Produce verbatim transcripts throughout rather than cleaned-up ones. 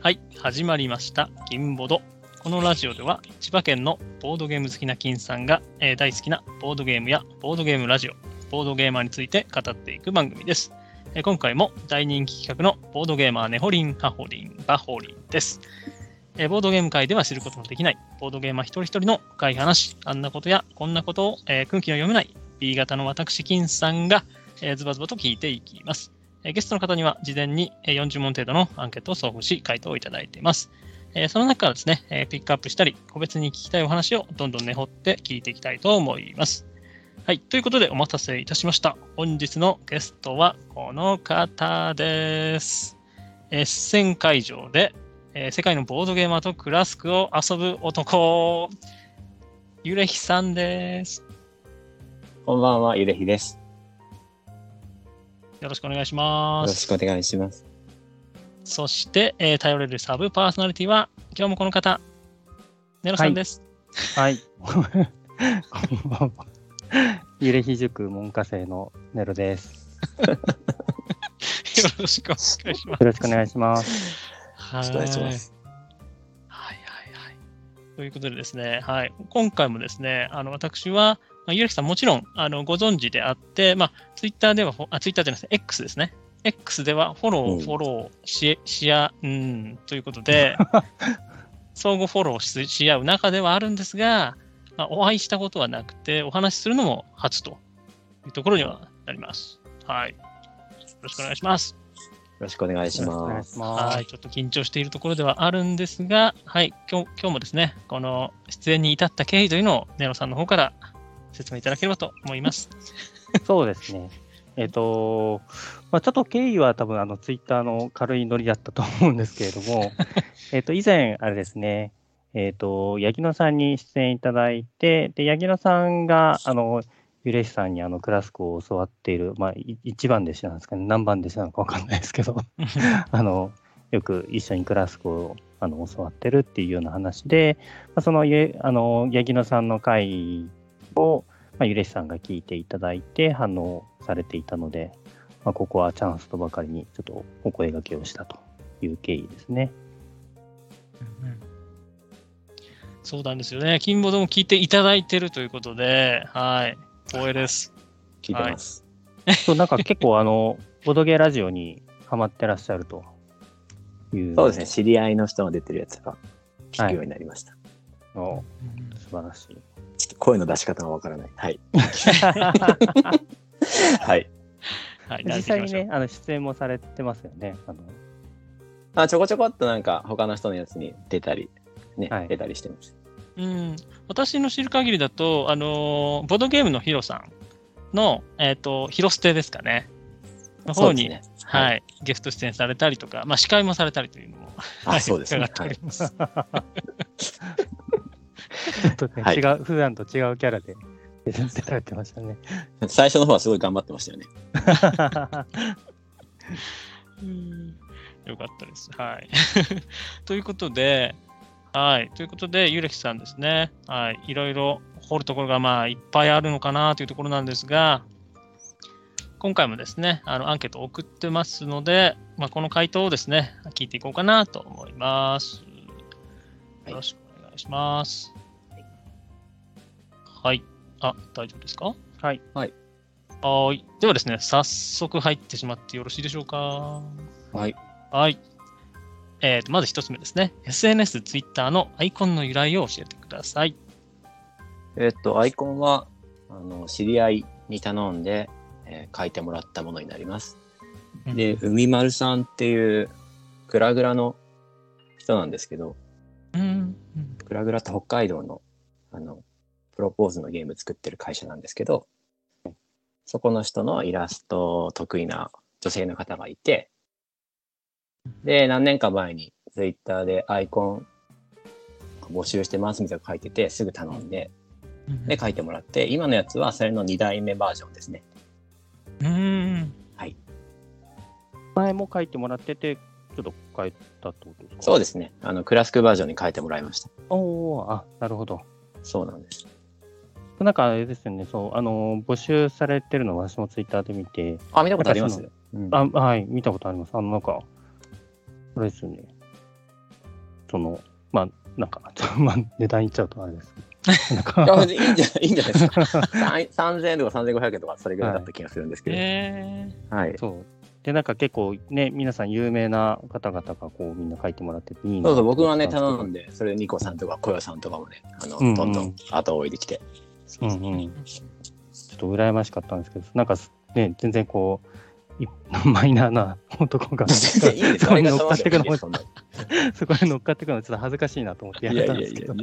はい、始まりました金ボド。このラジオでは千葉県のボードゲーム好きな金さんが、えー、大好きなボードゲームやボードゲームラジオ、ボードゲーマーについて語っていく番組です。えー、今回も大人気企画のボードゲーマーネホリン、ハホリン、バホリンです。えー、ボードゲーム界では知ることのできないボードゲーマー一人一人の深い話、あんなことやこんなことを、えー、空気の読めない B 型の私金さんが、えー、ズバズバと聞いていきます。ゲストの方には事前によんじゅう問程度のアンケートを送付し、回答をいただいています。その中からですね、ピックアップしたり、個別に聞きたいお話をどんどん根掘って聞いていきたいと思います。はい、ということでお待たせいたしました。本日のゲストはこの方です。エッセン会場で世界のボードゲーマーとクラスクを遊ぶ男、ゆれひさんです。 こんばんは、ゆれひです。 よろしくお願いします。 よろしくお願いします。 そして、えー、頼れるサブパーソナリティは、今日もこの方、ネロさんです。 はい。はい、こんばんは。ゆれひ塾門下生のネロです。 よろしくお願いします。よろしくお願いします。 よろしくお願いします。 はいはいはい。ということでですね、はい、今回もですね、あの私は、まあ、ゆれひさんもちろんあのご存知であって、まあ、ツイッターでは、あ、ツイッターじゃないですね、X ですね。X ではフォロー、うん、フォローし、し合う、うん、ということで、相互フォロー し, し合う中ではあるんですが、まあ、お会いしたことはなくて、お話しするのも初というところにはなります。はい。よろしくお願いします。 よろしくお願いします。 はい。ちょっと緊張しているところではあるんですが、はい。今日、今日もですね、この出演に至った経緯というのをネロさんの方から説明いただければと思います。 そうですね。えっ、ー、と、まあ、ちょっと経緯は多分あのツイッターの軽いノリだったと思うんですけれども、えっと以前あれですね、えっ、ー、と八木野さんに出演いただいて、で八木野さんがあのゆれひさんにあのクラスクを教わっている、まあ一番弟子なんですかね、何番弟子なのかわかんないですけど、あのよく一緒にクラスクをあの教わってるっていうような話で、まあ、そのあの八木野さんの会をまあ、ゆれひさんが聞いていただいて反応されていたので、まあ、ここはチャンスとばかりにちょっとお声掛けをしたという経緯ですね。 うんうん、そうなんですよね。金ボドも聞いていただいているということで、はい、光栄です。 聞いてます。 はい、そうなんか結構あのボドゲラジオにハマってらっしゃるという。 そうですね。知り合いの人が出てるやつが聞くようになりました。 はい、お素晴らしい。 ちょっと声の出し方がわからない。はい。はい。 はい、 実際にね、あの出演もされてますよね。あのあちょこちょこっとなんか他の人のやつに出たり、ね、はい、出たりしてます。 うん。私の知る限りだと、あのボードゲームのヒロさんの、えっ、ー、と、ヒロステですかね。の方に、ね、はい、はい、ゲスト出演されたりとか、まあ司会もされたりというのも、 あ、はい、そうですね。 伺っております。はいちょっとね、はい、違う普段と違うキャラで出られてましたね。 最初の方はすごい頑張ってましたよね。 うんよかったです。はい。ということで、はい。ということで、ゆれきさんですね。はい。いろいろ掘るところがまあいっぱいあるのかなというところなんですが、今回もですね、あのアンケートを送ってますので、まあ、この回答をですね、聞いていこうかなと思います。よろしくお願いします。はい。あ、大丈夫ですか？ はい。 はい。 はい。ではですね、早速入ってしまってよろしいでしょうか？ はい。 はい。えーと、まず一つ目ですね。エスエヌエス、Twitter のアイコンの由来を教えてください。 えー、っと、アイコンは、あの、知り合いに頼んで、えー、書いてもらったものになります。うん、で、海丸さんっていう、グラグラの人なんですけど、 うん、 グラグラって北海道の、あの、プロポーズのゲーム作ってる会社なんですけど、そこの人のイラスト得意な女性の方がいて、で、何年か前にツイッターでアイコン募集してますみたいなの書いてて、すぐ頼んで、で、書いてもらって、今のやつはそれのにだいめバージョンですね。 うーん。 はい。 前も書いてもらってて、ちょっと変えたってことですか？ そうですね。あの、クラスクバージョンに変えてもらいました。 おー、あ、なるほど。 そうなんです。 なんかあれですよね、そう、あの、募集されてるのを私もツイッターで見て。 あ、見たことあります？ うん、あ、はい、見たことあります。あの、なんか、あれですよね。 その、まあ、なんか、まあ、値段言っちゃうとあれですけど。なんかいや別にいいんじゃないいいんじゃないですか。さんぜんえんとかさんぜんごひゃくえんとかそれぐらいだった気がするんですけど。 えー、 はい。 そう。で、なんか結構ね、皆さん有名な方々がこうみんな書いてもらってていいなそうそう、僕がね、 と思頼んで、それニコさんとかコヨさんとかもね、あの、 うんうんどんどん後を追いできて。 うんうん。ちょっと羨ましかったんですけど、なんかね、全然こう、いマイナーな男が、 全然いいですそこに乗っかってくるの、 そんなそこに乗っかってくるのちょっと恥ずかしいなと思ってやったんですけど。 いやい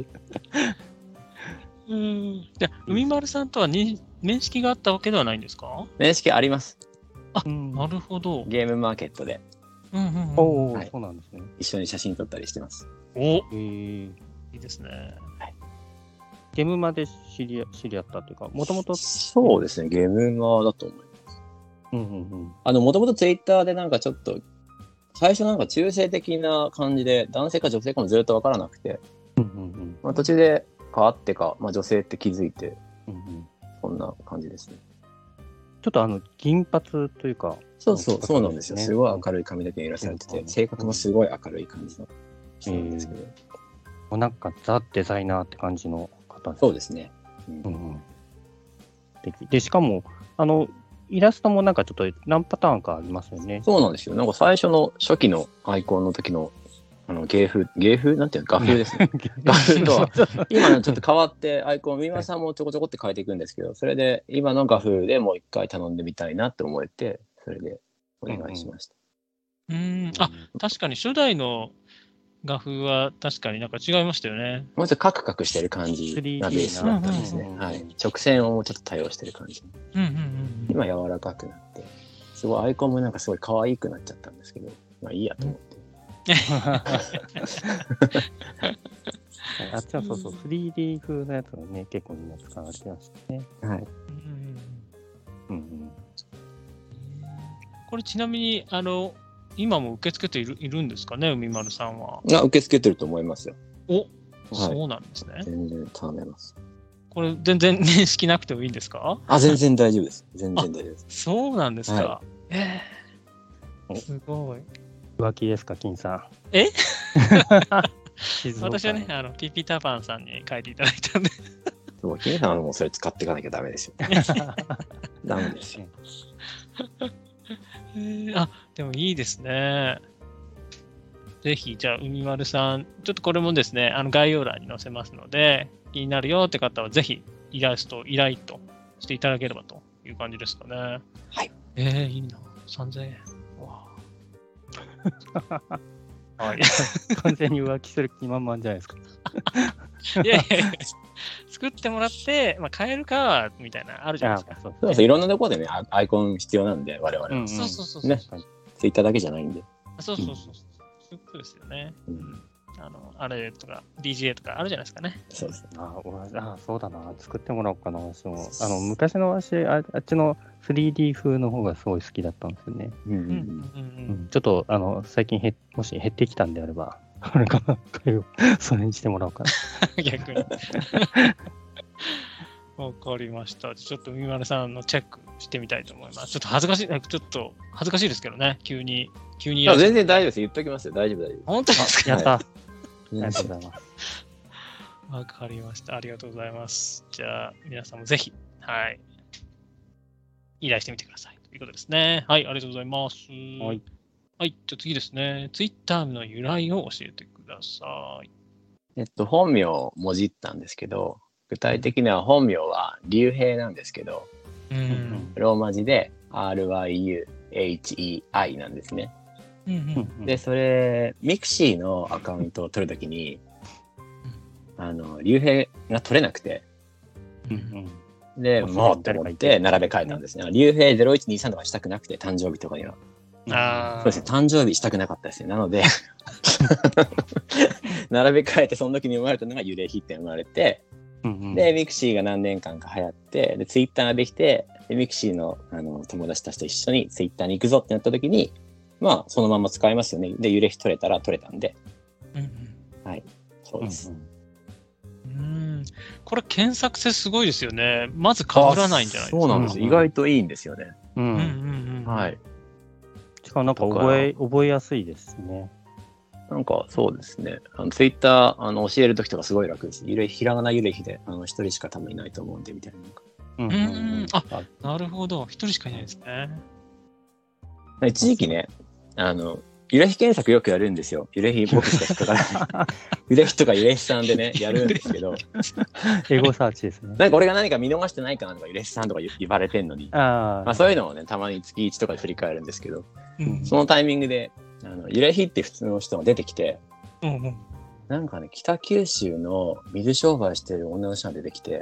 うんじゃあ海丸さんとはに面識があったわけではないんですか？ 面識あります。 うんなるほど。 ゲームマーケットでうんうんうん、 おお、 はいそうなんですね。 一緒に写真撮ったりしてます。 おえー、 いいですね。 ゲームまで知り知り合ったというか、もともと、 そうですね、ゲームマだと思います。 うんうんうん。 あの、もともとツイッターでなんかちょっと、最初なんか中性的な感じで、男性か女性かもずっとわからなくて、 うんうんうんまあ、途中で変わってか、まあ、女性って気づいて、 うんうん。 そんな感じですね。 ちょっとあの、銀髪というか、 そうそう、 うんそうなんですよ。 ねすごい明るい髪の毛にいらっしゃってて、 うん性格もすごい明るい感じの人なんですけど。 もうなんかザ・デザイナーって感じの方そうですね。うんうんうん。でで、しかも、あの、イラストもなんかちょっと何パターンかありますよね。 そうなんですよ。なんか最初の初期のアイコンの時の、あの、芸風、芸風なんていうの画風ですね。画風とは、今のちょっと変わってアイコン、三輪さんもちょこちょこって変えていくんですけど、それで今の画風でもう一回頼んでみたいなって思えて、それでお願いしました。 うーんあ確かに初代の画風は確かになんか違いましたよね。 もうちょっとカクカクしてる感じなベースだったんですね。 うんうんうんはい。直線をもうちょっと多用してる感じ。 うんうんうん今柔らかくなって、すごいアイコンもなんかすごい可愛くなっちゃったんですけど、まあいいやと思って。 あっちはそうそう、スリーディー 風のやつがね、結構みんな使われてましたね。 はい。 うんうんうん。 これちなみにあの今も受け付けているいるんですかね、海丸さんは。 あ、受け付けてると思いますよ。 お、そうなんですね。 全然頼めます。 これ全然面識なくてもいいんですか？ あ、全然大丈夫です。全然大丈夫です。 そうなんですか。 はえー、すごい。 浮気ですか、金さん。 え静岡私はね、あのピピタパンさんに書いていただいたんで。 そう、キネさんはもうそれ使っていかなきゃダメですよ。ダメですよ。 えーあ、でもいいですね。ぜひ、じゃあ、海丸さん、ちょっとこれもですね、あの概要欄に載せますので、気になるよって方は、ぜひ、イラスト、依頼としていただければという感じですかね。 はい。 えー、いいな。さんぜんえん。わあはい。 完全に浮気する気満々じゃないですか。 いやいやいや作ってもらって、まあ、買えるか、みたいな、あるじゃないですか。 そうそうそう、いろんなところでね、アアイコン必要なんで、我々は。 うんうんそうそうそうそう。 ねツイッターだけじゃないんで。 そうそうそうそう。そういうことですよね。 ううんん。あの、あれとか、ディージェー とかあるじゃないですかね。 そうです。 ああ、そうだな。作ってもらおうかな。私もあの昔の私あ、あっちの スリーディー 風の方がすごい好きだったんですよね。 うんううんうんうんん、ちょっとあの最近へ、もし減ってきたんであれば、これかな、これをそれにしてもらおうかな。 うん。逆に。わかりました。ちょっと海丸さんのチェックしてみたいと思います。ちょっと恥ずかしい、ちょっと恥ずかしいですけどね。急に、急にいや全然大丈夫夫。 です。言っときますよ。大丈夫、大丈夫。 本当ですか？ やった、あうんりがとうございます。 わかりました。ありがとうございます。じゃあ、皆さんもぜひ、はい。依頼してみてください。ということですね。はい、ありがとうございます。 はい。 はい、じゃあ次ですね。ツイッターの由来を教えてください。 えっと、本名をもじったんですけど、具体的には本名は竜兵なんですけど、 ううんん。 ローマ字で アールワイユーエイチイーアイ なんですね。 うんうんうんで、それ、ミクシーのアカウントを取るときに、あの、竜兵が取れなくて、 うんうん、 で、 まあもうって思って並べ替えたんですね。竜兵ゼロいちにさんとかしたくなくて、誕生日とかには。 ああ。 そうですね、誕生日したくなかったですね。なので、並べ替えて、その時に生まれたのが幽霊筆って生まれて、 うんうん、 で、ミクシーが何年間か流行って、で、ツイッターができて、でミクシーのあの友達たちと一緒にツイッターに行くぞってなった時に、まあ、そのまま使えますよね。で、揺れ取れたら取れたんで、 うんうんはい、そうです。 うんうんこれ検索性すごいですよね。まず被らないんじゃないですか。 そうなんです。 うん意外といいんですよね。 うんうんうんうんうん。 はい。 しかもなんか覚え覚えやすいですね。 なんかそうですね。あのツイッターあの教えるときとかすごい楽です。ゆれひらがなゆれひであの一人しか多分いないと思うんでみたいな。 うんうんうんあなるほど。一人しかいないですね。 一時期ね、あのゆれひ検索よくやるんですよ。ゆれひ僕しか引っかからない。ゆれひとかゆれひさんでねやるんですけど、 エゴサーチですね。 なんか俺が何か見逃してないかなとかゆれひさんとか言言われてんのに、 あまあそういうのをねたまに月いちとかで振り返るんですけど、 うんそのタイミングであのゆれひって普通の人が出てきて。 うんうんなんかね、北九州の水商売してる女の人が出てきて、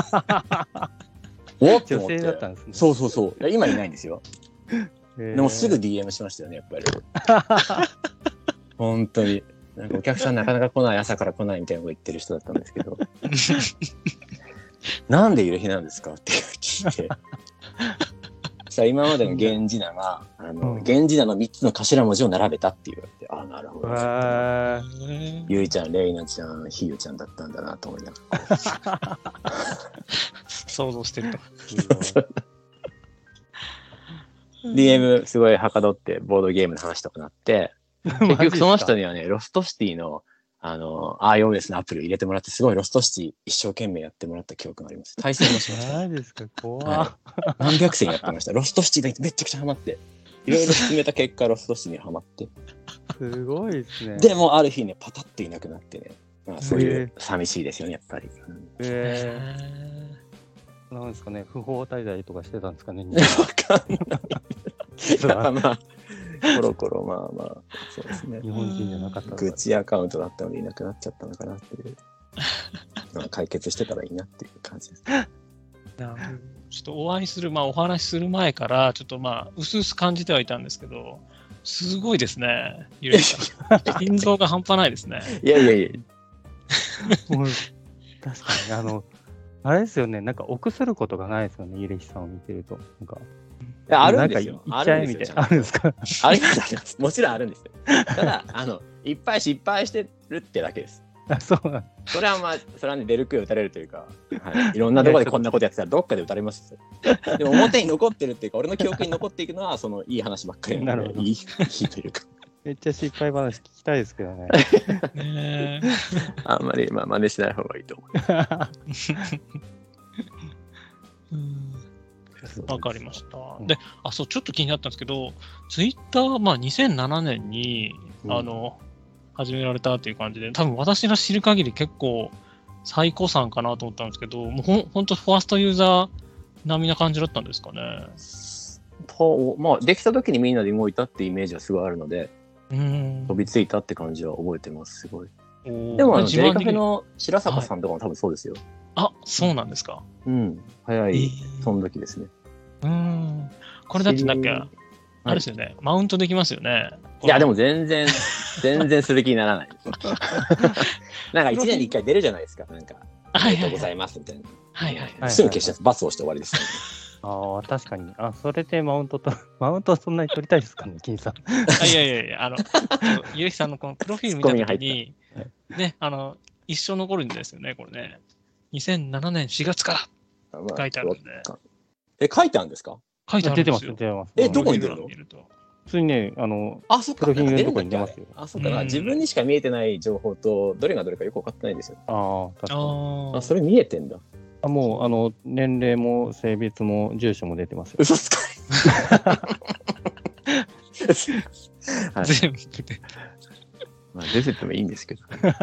おっと思って。 女性だったんですね。 そうそうそう。いや今いないんですよ。 ででもすぐ ディーエム しましたよね、やっぱり。本当に。なんかお客さんなかなか来ない、朝から来ないみたいなこと言ってる人だったんですけど、なんでゆれひなんですかって聞いて。さあ今までの源氏名が、あの、 うん源氏名のみっつの頭文字を並べたって言われて、あ、なるほど。 へゆいちゃん、れいなちゃん、ひゆちゃんだったんだなと思いながら。 想像してると。 ーディーエム すごいはかどってボードゲームの話とかなって、結局その人にはね、ロストシティの、あの、iOS のアプリを入れてもらって、すごいロストシティ一生懸命やってもらった記憶があります。対戦もしました。 マジですか、怖っ、 は何百戦やってました。ロストシティだけめちゃくちゃハマって、いろいろ進めた結果、ロストシティにハマって。 すごいですね。 でもある日ね、パタッといなくなってね、まあ、そういう寂しいですよね、やっぱり。うんえへー、なんですかね、不法滞在とかしてたんですかね。 わかんない。 実はまあ、コロコロ、まあまあ、そうですね。 日本人じゃなかったのか愚痴アカウントだったのでいなくなっちゃったのかなっていう。まあ解決してたらいいなっていう感じです。 ーなるほどちょっとお会いする、まあお話しする前から、ちょっとまあ、うすうす感じてはいたんですけど、すごいですね、ゆれひさん。心臓が半端ないですね。 いやいやいや、 もう確かに、あの、あれですよね、なんか臆することがないですよね、ゆれひさんを見てると。なんか、 いやあるんですよ。 なんか言っちゃえみたいな。あるんですか。 ありますあります。もちろんあるんですよ。ただ、あの、いっぱい失敗してるってだけです。 あ、そうなんそれはまあ、それはね、出る杭打たれるというか、はい、いろんなところでこんなことやってたらどっかで打たれますよ。でも表に残ってるっていうか、俺の記憶に残っていくのは、そのいい話ばっかりなので、 なるほどいい、いいというか。 めっちゃ失敗話聞きたいですけどね。 ねあんまり、まあ、真似しない方がいいと思うんう。 わかりました。 うんで、あ、そう、ちょっと気になったんですけど、ツイッターはまあにせんななねんに、 うんあの、始められたっていう感じで、多分私が知る限り結構最古参かなと思ったんですけど、もうほんほんとファーストユーザー並みな感じだったんですかね。 とまあ、できた時にみんなで動いたってイメージはすごいあるので、 うん飛びついたって感じは覚えてます、すごい。 おーでも、あの、 自 J 慢できるカフェの白坂さんとかも多分そうですよ。 あ、そうなんですか。 うん。早えい、 ーその時ですね。 うん。これだってなんか、 知り合いあれですよね、マウントできますよね。 いや、でも全然、全然する気にならない。なんか一年に一回出るじゃないですか。なんか、あはいはいはいりがとうございますみたいな。 はいはい。 はいすぐ消しちゃう。バツをして終わりです、ね。 ああ、確かに。あ、それでマウントと、マウントそんなに取りたいですかね、金さん。 あいやいやいや、あの、ちょっとゆうきさんのこのプロフィール見たときに、 ツッコミがね、あの、一生残るんですよね、これね。にせんななねんしがつからまあ書いてあるんで。 え、書いてあるんですか？ 書いてあるん出てます、 ですよ。 出てます。 えうんどこに出るの見ると普通にね、あの、 あ、そっか。 プロフィールのとこ出るんだっけに出ますよあ、そっか。 うん自分にしか見えてない情報と、どれがどれかよく分かってないんですよ。 ああ、確かに。 ああ、それ見えてんだ。 あもう、あの、年齢も性別も住所も出てますよ。 嘘つかあ、 はい全部出て。 まあ、出ててもいいんですけど。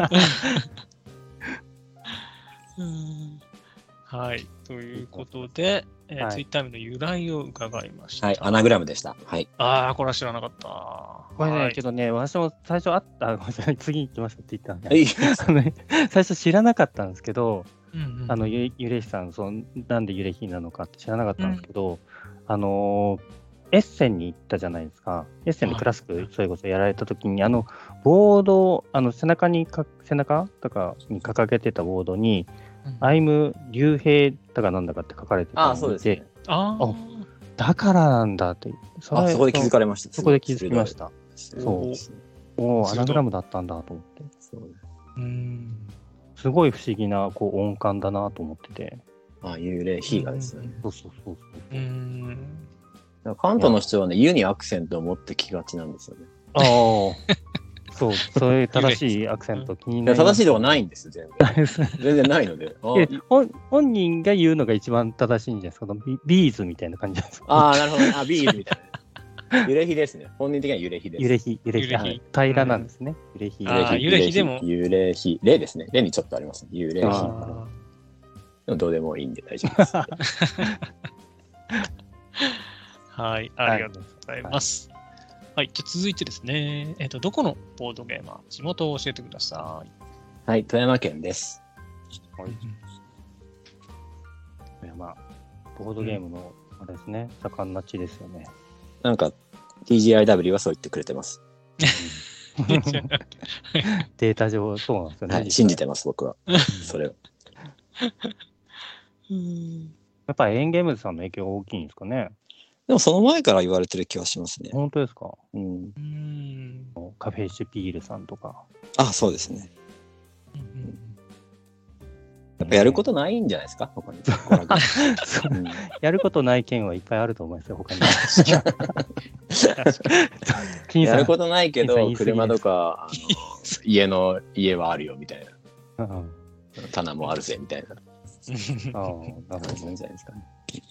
うんはい。ということで、えーはいツイッター名の由来を伺いました。 はい、アナグラムでした。はい。 ああ、これは知らなかった。 これね、 はいけどね、私も最初あった、あごめんなさい、次行きますって言ったんで、 いいあのね最初知らなかったんですけど、 うんうんあのゆゆれひさんその、なんでゆれひなのかって知らなかったんですけど、あのーエッセンに行ったじゃないですか。エッセンでクラスク、それこそやられたときに、あの、ボード、あの、背中にか、背中とかに掲げてたボードに、 うんアイム竜兵だかなんだかって書かれてたああ、 のを見て、 そうですね。 あーあだからなんだって、そあ、そこで気づかれました。 そこで気づきました。 そうですね。 おーアナグラムだったんだと思って。 そうですうんすごい不思議なこう音感だなと思ってて。 あ、幽霊、火がですね。 そうそうそううーん関東の人はね、湯にアクセントを持ってきがちなんですよね。 そう。ああ、 そう、そういう正しいアクセント気にいなります。 や正しいとこないんです全然。全然ないので。あいや本本人が言うのが一番正しいんじゃないですか。このビビーズみたいな感じですか。 あー、なるほどね。あ、ビールみたいな。揺れ火ですね。本人的には揺れ火です。 揺れ火、揺れ火。 揺れ火はい平らなんですね。揺れ火。 あー揺れ火でも揺れ火。霊ですね。霊にちょっとありますね。揺れ火。 あでもどうでもいいんで大丈夫です。 はい、ありがとうございます。はい、じゃあ続いてですね、えっ、と、どこのボードゲーマー、地元を教えてください。 はい、富山県です。 いやまあ、ボードゲームの、あれですね、盛んな地ですよね。 なんか ティージーアイダブリュー はそう言ってくれてます。 データ上、そうなんですよね。 はい、信じてます、僕は。それを。 うんやっぱりエンゲームズさんの影響が大きいんですかね。 でもその前から言われてる気はしますね。 本当ですか。 うん。 うんカフェシュピールさんとか。 あ、そうですね。やっぱやることないんじゃないですか、他に。 そううんやることない県はいっぱいあると思いますよ、他に。金さんやることないけど、 金さん言い過ぎです車とか、あの家の家はあるよみたいな。 うん棚もあるぜみたいなあーなるほ感じどなんじゃないですかね。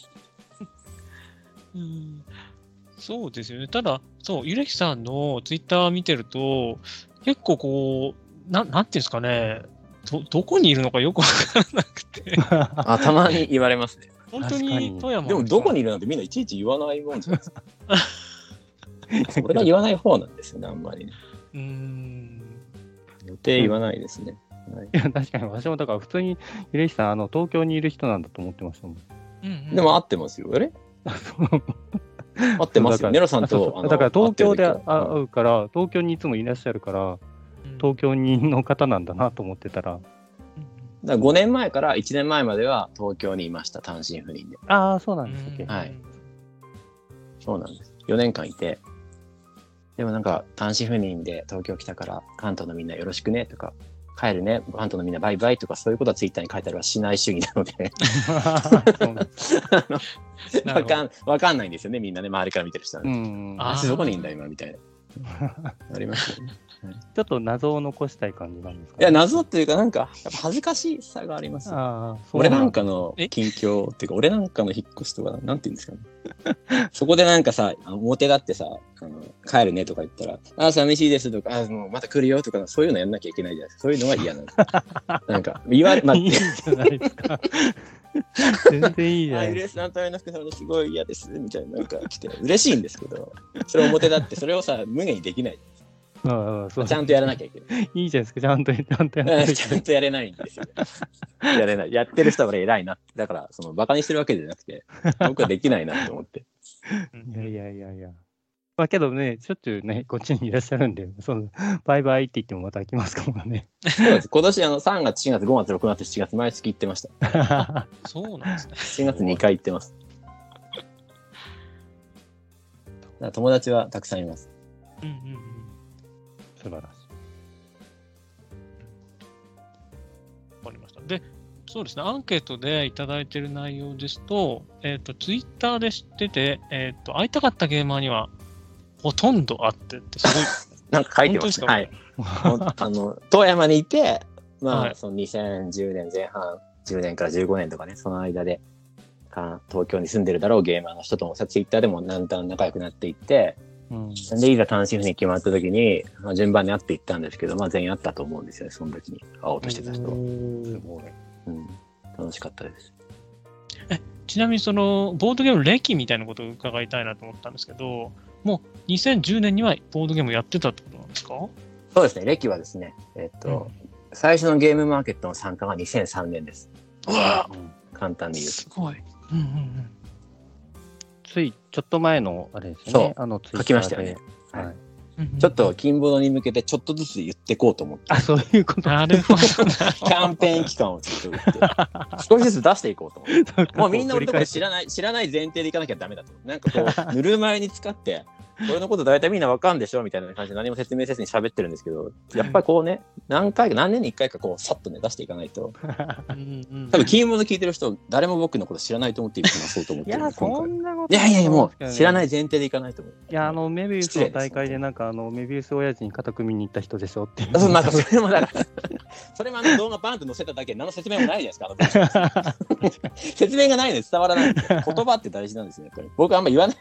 うんそうですよね。ただ、そう、ゆれきさんのツイッター見てると、結構こう、ななんていうんですかね、ど、どこにいるのかよくわからなくて、 あ、たまに言われますね。 本当確かにに富山でもどこにいるなんてみんないちいち言わないもんじゃないですか。俺が言わない方なんですよね、あんまりね。 うーん。 予定言わないですね。はいいや、確かに私もだから普通に、ゆれきさん、あの、東京にいる人なんだと思ってましたもん。 うんうんでも合ってますよ。あれ合ってますよ。ネロさんと。あのだから東京で会ってる時は会うから、東京にいつもいらっしゃるから、 うん東京人の方なんだなと思ってたら、 だからごねんまえからいちねんまえまでは東京にいました、単身赴任で。 ああ、そうなんですっけ。 はいそうなんです。よねんかんいて、でもなんか単身赴任で東京来たから関東のみんなよろしくねとか、帰るね、関東のみんなバイバイとかそういうことはツイッターに書いてあるはしない主義なので、 そうなんですあのなるほどわかん、わかんないんですよね、みんなね、周りから見てる人はうね。 ん。 あ私どこにいんだ今みたいな。ありますよね。 ちょっと謎を残したい感じなんですか、 いや、謎っていうかなんか、やっぱ恥ずかしさがありますよ。 ああ、そう俺なんか。 かのえ近況っていうか、俺なんかの引っ越しとか、なんて言うんですかね。そこでなんかさ、あの表立ってさ、あの帰るねとか言ったら、あー、寂しいですとか、あー、もうまた来るよとか、そういうのやんなきゃいけないじゃないですか。そういうのは嫌なんです。なんか、言われ、まあ、 いいんじゃないですか。全然いいじゃあー、 ないですゆれさんのための服されるのすごい嫌ですみたいな、なんか来て、嬉しいんですけど、それ表立って、それをさ、無限にできない。 か。ああそうちゃんとやらなきゃいけない。 いいじゃないですか。ちゃんと、ちゃんとやらないといけちゃんとやれないんですよ、ね。やれない。やってる人は俺偉いな。だから、その、バカにしてるわけじゃなくて、僕はできないなと思って。 ない。いやいやいやいや。まあけどね、しょっちゅうね、こっちにいらっしゃるんで、そのバイバイって言ってもまた来ますからね。 そうです。今年あのさんがつ、しがつ、ごがつ、ろくがつ、しちがつ、毎月行ってました。 そうなんですね。 しがつにかい行ってます。だから友達はたくさんいます。 うんうんうん素晴らしい。 わかりました。で、そうですね、アンケートでいただいている内容ですと、えっ、と、ツイッターで知ってて、えっ、と、会いたかったゲーマーにはほとんど会ってって、すごい。 なんか書いてますね。はい。ほんあの、富山にいて、まあ、 はいそのにせんじゅうねんぜん半、じゅうねんからじゅうごねんとかね、その間で、か東京に住んでるだろうゲーマーの人ともさ、ツイッターでもだんだん仲良くなっていって、 うん、 で、いざ単身赴任決まった時に、まあ、順番に会っていったんですけど、まあ全員会ったと思うんですよね、その時に。会おうとしてた人は。 すごい。 うん。楽しかったです。 ちなみに、その、ボードゲーム歴みたいなことを伺いたいなと思ったんですけど、もうにせんじゅうねんにはボードゲームをやってたってことなんですか？ そうですね、歴はですね、えっと、最初のゲームマーケットの参加がにせんさんねんです。 うわうん簡単に言うと。 すごい。うんうんうん。 ついちょっと前のあれですね。 そうあのツイッターで書きましたよね。 はい。 うんうんちょっと、金ボードに向けてちょっとずつ言ってこうと思って。 あ、そういうこと。 なるほどな。 キャンペーン期間をちょっと言って、少しずつ出していこうと思って。もうみんな俺のところ知らない、知らない前提でいかなきゃダメだと。なんかこう、ぬるま湯に使って、 俺のこと大体みんなわかんでしょみたいな感じで何も説明せずに喋ってるんですけど、やっぱりこうね、何回か、何年に一回かこう、さっとね、出していかないと、 うんうん多分、金物聞いてる人、誰も僕のこと知らないと思って話そうと思ってるんでいや、そ今回んなこといやいやいや、もう、知らないい前提でいかないと思う。 や、あの、メビウスの大会で、なんか、あの、メビウス親父に肩組みに行った人でしょっていう。 そう、なんかそれもだからそれもあの動画バンと載せただけで何の説明もないじゃないですか。あの説明がないので伝わらないんですよ。言葉って大事なんですよね。やっぱり僕あんま言わない。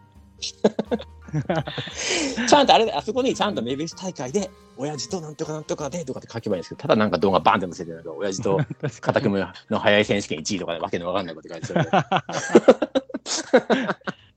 ちゃんとあれあそこにちゃんとメビウス大会で親父となんとかなんとかでとかって書けばいいんですけど、ただなんか動画バンって載せてなんか親父と肩組むの早い選手権いちいとかでわけのわかんないこと書いてある。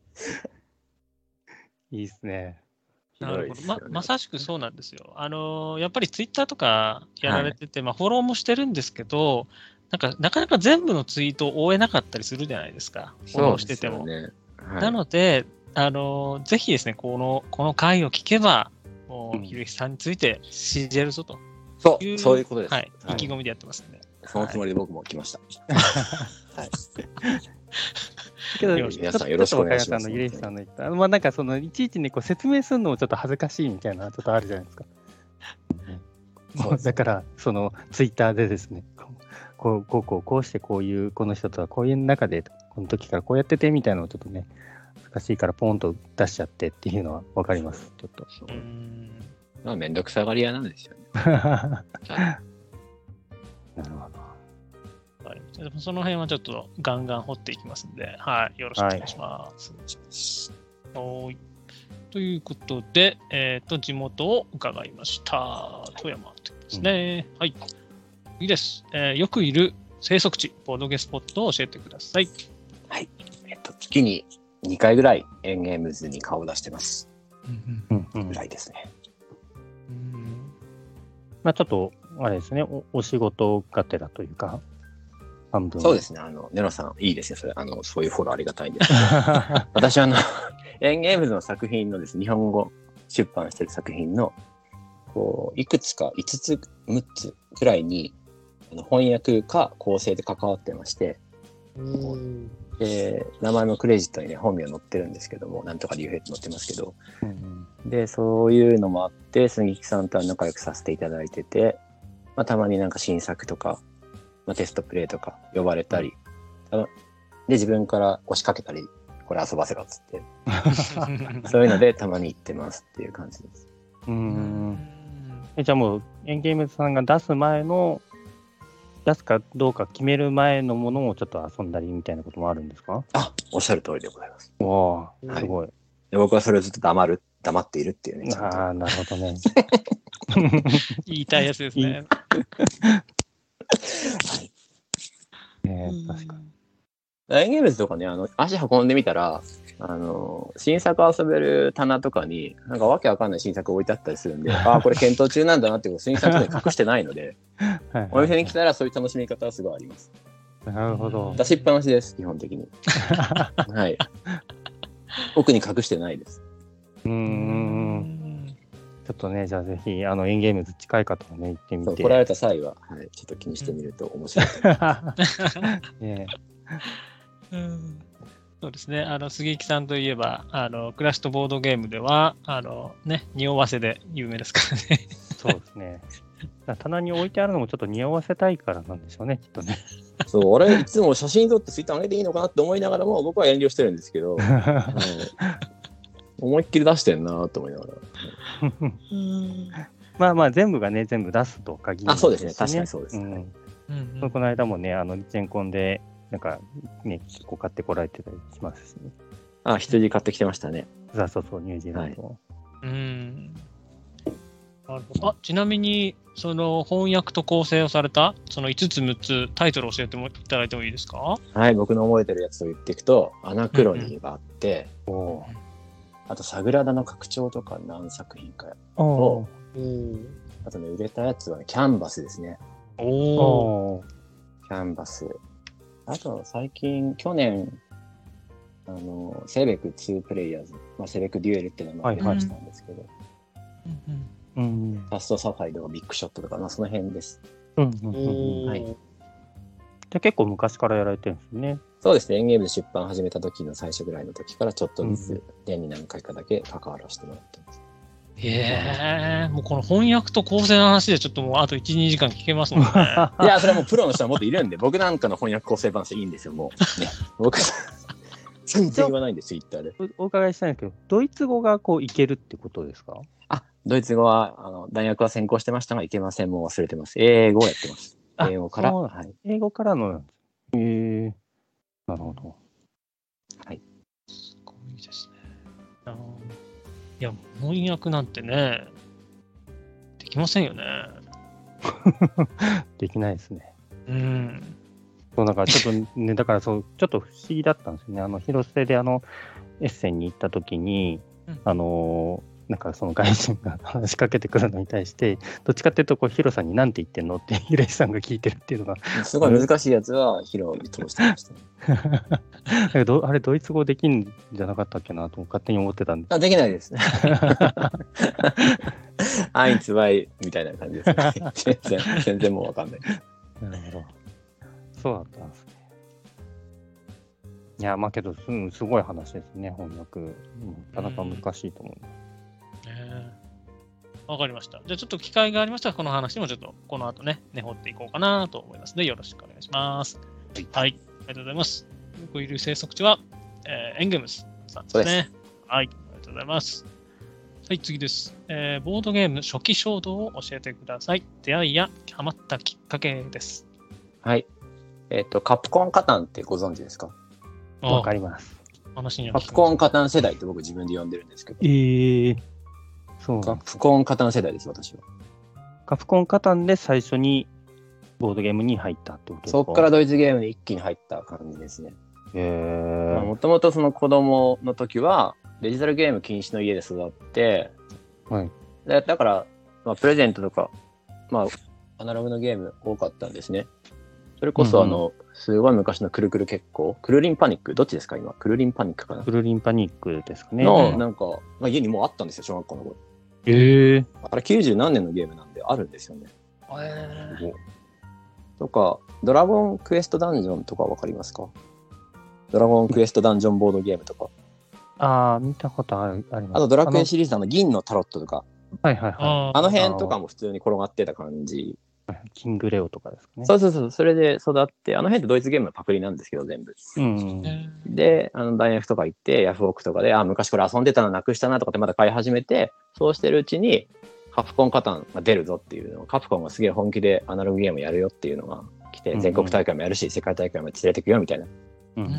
いいっすね。 なるほど。ま、まさしくそうなんですよ。あのーやっぱりツイッターとかやられてて、はい、まあフォローもしてるんですけど、なんかなかなか全部のツイートを追えなかったりするじゃないですか。フォローしてても。ねはい、なので、あのー、ぜひですね、この、この回を聞けば、もう、ひろゆきさんについて知れるぞと。 そう、そういうことです。 はい。意気込みでやってますんで。 そのつもりで僕も来ました。はい。 けど、皆さんよろしくお願いします。ゆれしさんの言った、まあなんかそのいちいちねこう説明するのもちょっと恥ずかしいみたいなちょっとあるじゃないですか。もうだからそのツイッターでですね、こうこうこうこうしてこういうこの人とはこういう中でこの時からこうやっててみたいなのをちょっとね難しいからポンと出しちゃってっていうのはわかります。ちょっと。 うーんまあめんどくさがり屋なんですよね。 なるほど。 その辺はちょっとガンガン掘っていきますんで、はい、よろしくお願いします。はい。ということで、えっ、ー、と、地元を伺いました。富山ということですね。うん、はい。いいです、えー。よくいる生息地、ボードゲスポットを教えてください。 はい。えっと、月ににかいぐらいエンゲームズに顔を出してます。うんうん、ぐらいですね。 うんまあちょっと、あれですね、お, お仕事がてらというか、半分。 そうですね。あの、ネロさん、いいですね。それ、あの、そういうフォローありがたいんですけど。私は、あの、エンゲームズの作品のですね、日本語出版してる作品の、こう、いくつか、いつつ、むっつくらいに、あの翻訳か構成で関わってまして、で、名前もクレジットにね、本名載ってるんですけども、なんとか竜兵って載ってますけど、うんうん、で、そういうのもあって、杉木さんとは仲良くさせていただいてて、まあ、たまになんか新作とか、まあ、テストプレイとか呼ばれたり、で、自分から押しかけたり、これ遊ばせろっつって。そういうのでたまに行ってますっていう感じです。 うーんえじゃあもう、エンゲームズさんが出す前の、出すかどうか決める前のものをちょっと遊んだりみたいなこともあるんですか？ あ、おっしゃる通りでございます。 わあ、すごい、はい、 で。僕はそれをずっと黙る、黙っているっていうね。 ああ、なるほどね。 言いたいやつですね。 はい。 ね確かに。 エンゲームズとかね、あの、足運んでみたら、あの、新作遊べる棚とかに、なんかわけわかんない新作置いてあったりするんで、ああ、これ検討中なんだなってこと、新作で隠してないので、はいはい、お店に来たらそういう楽しみ方はすごいあります。 なるほど。 出しっぱなしです、基本的に。はい。奥に隠してないです。 うーん。ちょっとね、じゃあぜひ、あの、エンゲームズ近い方もね、行ってみて。 来られた際は、はい、ちょっと気にしてみると面白い。 ねうんそうですね。あの、杉木さんといえば、あの、クラシットボードゲームでは、あの、ね、匂わせで有名ですからね。 そうですね。棚に置いてあるのもちょっと匂わせたいからなんでしょうね、きっとね。 そう、俺いつも写真撮ってツイッター上げていいのかなって思いながらも、僕は遠慮してるんですけど、うん、思いっきり出してんなと思いながら。 まあまあ、全部がね、全部出すと限り、 ね。あ、そうですね。確かにそうです。うんうんうん、この間もね、あの、ジェンコンで、なんか、ね、結構買ってこられてたりしますしね。 あ、羊買ってきてましたね。 そうそうそう、ニュージーランド。はい、 うんなるほど。あ、ちなみに、その翻訳と構成をされた、そのいつつむっつタイトルを教えてもいただいてもいいですか？ はい、僕の覚えてるやつを言っていくと、アナクロニーがあって、うんうん、あと、サグラダの拡張とか何作品かと、あとね、売れたやつはね、キャンバスですね。 おー。 キャンバス。あと、最近、去年、あの、セベクツープレイヤーズ、まあ、セベクデュエルって名前で出したんですけど、 うんうん、 ファストサファイとかビッグショットとか、まあ、その辺です。 うんうんうん、はい。 じゃ結構昔からやられてるんですね。 そうですね。エンゲームで出版始めた時の最初ぐらいの時からちょっとずつ年に何回かだけ関わらせてもらってます。 へえ、もうこの翻訳と構成の話でちょっともうあといち、にじかん聞けますもんね。 いや、それはもうプロの人はもっといるんで、僕なんかの翻訳構成話いいんですよ、もう。ね、僕、全然言わないんで、ツイッターで。 おお伺いしたいんですけど、ドイツ語がこういけるってことですか？ あ、ドイツ語は、あの、大学は専攻してましたが、いけません。もう忘れてます。英語をやってます。 あ英語から。 そうはい。 英語からの。へえ、なるほど。 はい。 すごいですね。あのいや、翻訳なんてね、できませんよね。 できないですね。 うん。 そうだからちょっとね、だからそう、ちょっと不思議だったんですよね。あの、広瀬であの、エッセンに行った時に、 うんあのーなんかその外人が話しかけてくるのに対して、どっちかっていうと、こう、ヒロさんに何て言ってんのって、ヒロシさんが聞いてるっていうのが。 すごい難しいやつは、ヒロに通してましたね。 だけどあれ、ドイツ語できんじゃなかったっけなと勝手に思ってたんで。 あ、できないですね。アインツワイみたいな感じですね。全然、全然もうわかんない。 なるほど。そうだったんですね。いや、まあけど、うん、すごい話ですね、翻訳。うん、なかなか難しいと思う。 ねわかりました。じゃあちょっと機会がありましたら、この話もちょっとこの後ね、根掘っていこうかなと思いますので、よろしくお願いします。はい。はい、ありがとうございます。よくいる生息地は、えー、エンゲムスさんですね。 そうです。 はい。ありがとうございます。はい、次です。えー、ボードゲーム初期衝動を教えてください。出会いやハマったきっかけです。 はい。えっと、カプコンカタンってご存知ですか？ わかります。 話にはカプコンカタン世代って僕自分で呼んでるんですけど。 えー、そう。 カプコンカタン世代です、私は。 カプコンカタンで最初にボードゲームに入ったってことですか？ そっからドイツゲームに一気に入った感じですね。 へー。 もともとその子供の時はデジタルゲーム禁止の家で育って、 はい、 でだから、まあ、プレゼントとか、まあ、アナログのゲーム多かったんですね。それこそ、あの、うんうん、すごい昔のくるくる結構、クルリンパニック、どっちですか今？クルリンパニックかな？ クルリンパニックですかね。 の、なんか、まあ、家にもうあったんですよ、小学校の頃。 えー。 あれきゅうじゅう何年のゲームなんであるんですよね。 えー、 とか、ドラゴンクエストダンジョンとかわかりますか？ドラゴンクエストダンジョンボードゲームとか。 ああ、見たことある、あります。 あとドラクエシリーズの銀のタロットとか。 はいはいはい。 あ, あの辺とかも普通に転がってた感じ。 キングレオとかですかね。 そうそうそう。それで育って、あの辺ってドイツゲームのパクリなんですけど、全部。 うん、 で、あの大学とか行って、ヤフオクとかで、あ、昔これ遊んでたのなくしたなとかってまだ買い始めて、そうしてるうちに、カプコンカタンが出るぞっていうのを、カプコンがすげえ本気でアナログゲームやるよっていうのが来て、全国大会もやるし、世界大会も連れてくよみたいな。 うんうん、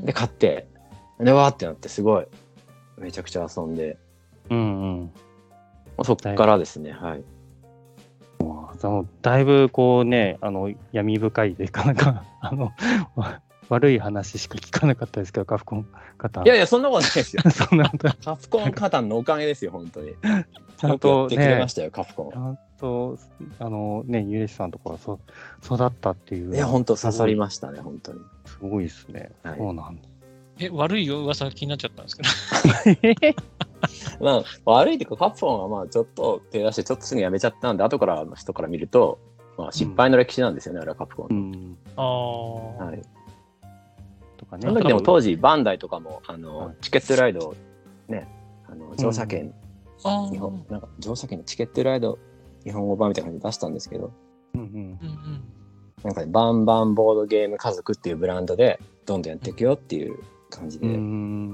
で、買って、で、わーってなって、すごい、めちゃくちゃ遊んで、 うんうん、 そっからですね、はい。 だいぶこうね、あの闇深いでかなかあの悪い話しか聞かなかったですけど、カプコンカタン。 いやいや、そんなことないですよ。 そんなカプコンカタンのおかげですよ、本当に。 ちゃんとね、 できてましたよ、カプコン。 ちゃんと、あのね、ゆうえしさんとかはそ育ったっていう。 いや、本当刺さりましたね、本当に。 すごいですね。はい、そうなんだ。 え、悪い噂が気になっちゃったんですけど。 まあ、悪いっていうか、カプコンはまあちょっと手出して、ちょっとすぐやめちゃったんで、後からの人から見ると、まあ、失敗の歴史なんですよね、うん、あれはカプコン。うん、 ああ。 はい。 とかね。 その時でも当時、バンダイとかも、あの、はい、チケットライド、ね、あの乗車券、うん、日本、なんか乗車券のチケットライド、日本語版みたいな感じで出したんですけど、うんうん、なんかね、バンバンボードゲーム家族っていうブランドで、どんどんやっていくよっていう感じで、うん、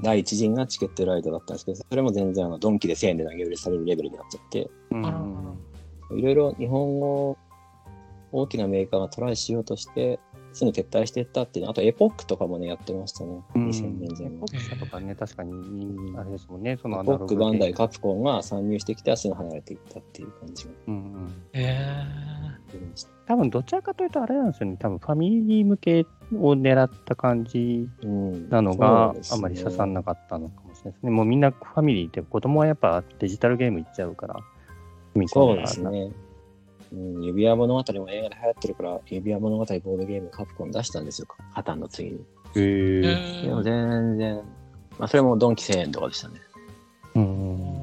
第一陣がチケットライドだったんですけど、それも全然あのドンキでせんえんで投げ売りされるレベルになっちゃって、いろいろ日本語大きなメーカーがトライしようとしてすぐ撤退していったっていうの、あとエポックとかもねやってましたね、にせんねんぜん後。 エポックとかね、確かにあれですもんね、そのエポック、バンダイ、カプコンが参入してきてはすぐ離れていったっていう感じが。うんうん、 えー、多分どちらかというとあれなんですよね、多分ファミリー向けを狙った感じなのがあんまり刺さんなかったのかもしれないですね。もうみんなファミリーで子供はやっぱデジタルゲームいっちゃうから。 そうですね。うん、指輪物語も映画で流行ってるから、指輪物語ボードゲームカプコン出したんですよ、カタンの次に。 へー。 でも全然、まあそれもドンキせんえんとかでしたね。 うん、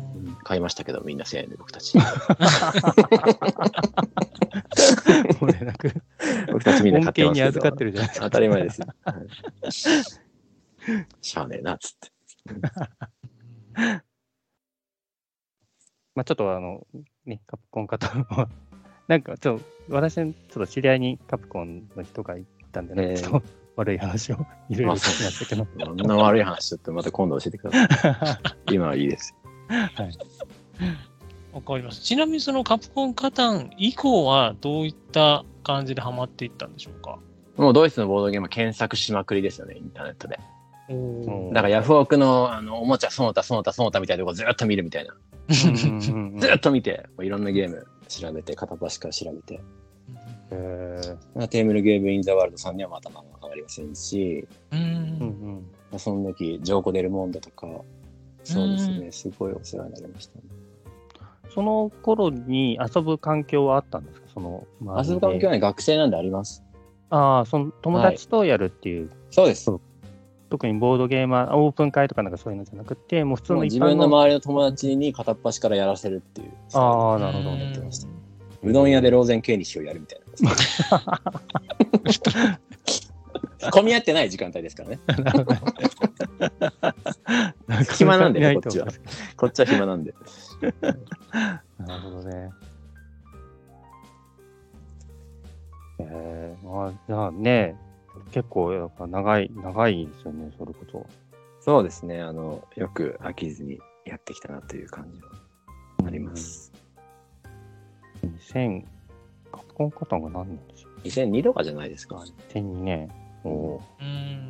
買いましたけど、みんなせんえんで僕たち。 もれなく。 僕たちみんな買ってますけど。 恩恵に預かってるじゃないですか。 当たり前ですよ。はい、しゃあねえなっつって。 まあちょっとあの、ね、カプコン方は、なんかちょっと、私、ちょっと知り合いにカプコンの人がいたんで、ね、ちょっと悪い話をいろいろ聞きましたけど。 そんな悪い話ちょっとまた今度教えてください。今はいいです。 はい。 わかります。ちなみにそのカプコンカタン以降はどういった感じでハマっていったんでしょうか？ もうドイツのボードゲームは検索しまくりですよね、インターネットで。 おだからヤフオクのあのおもちゃその他その他その他みたいなとこずっと見るみたいな。ずっと見て、いろんなゲーム調べて、片っ端から調べて。 へーテーブルゲームインザワールドさんにはまたまあ変わりませんし、 うんうんうん、 その時、ジョーコ・デルモンドとか、そうですね、すごいお世話になりましたね。 その頃に遊ぶ環境はあったんですか？その遊ぶ環境はね、学生なんであります。 ああ、その友達とやるっていう、はい、 そうです。 特にボードゲーマー、オープン会とかなんかそういうのじゃなくて、もう普通の一般の自分の周りの友達に片っ端からやらせるっていう。 ああ、なるほど。 やってました。うどん屋でローゼン系西をやるみたいな。混み合ってない時間帯ですからね。暇なんでね、こっちは。こっちは暇なんで。 なるほどね。えー、まあ、じゃあね、結構やっぱ長い、長いですよね、それこそ。 そうですね、あの、よく飽きずにやってきたなという感じはあります。 うん、にせん、カプコンカタンが何年でしょう？ にせんにとかじゃないですか。 にせんにねん。おうん。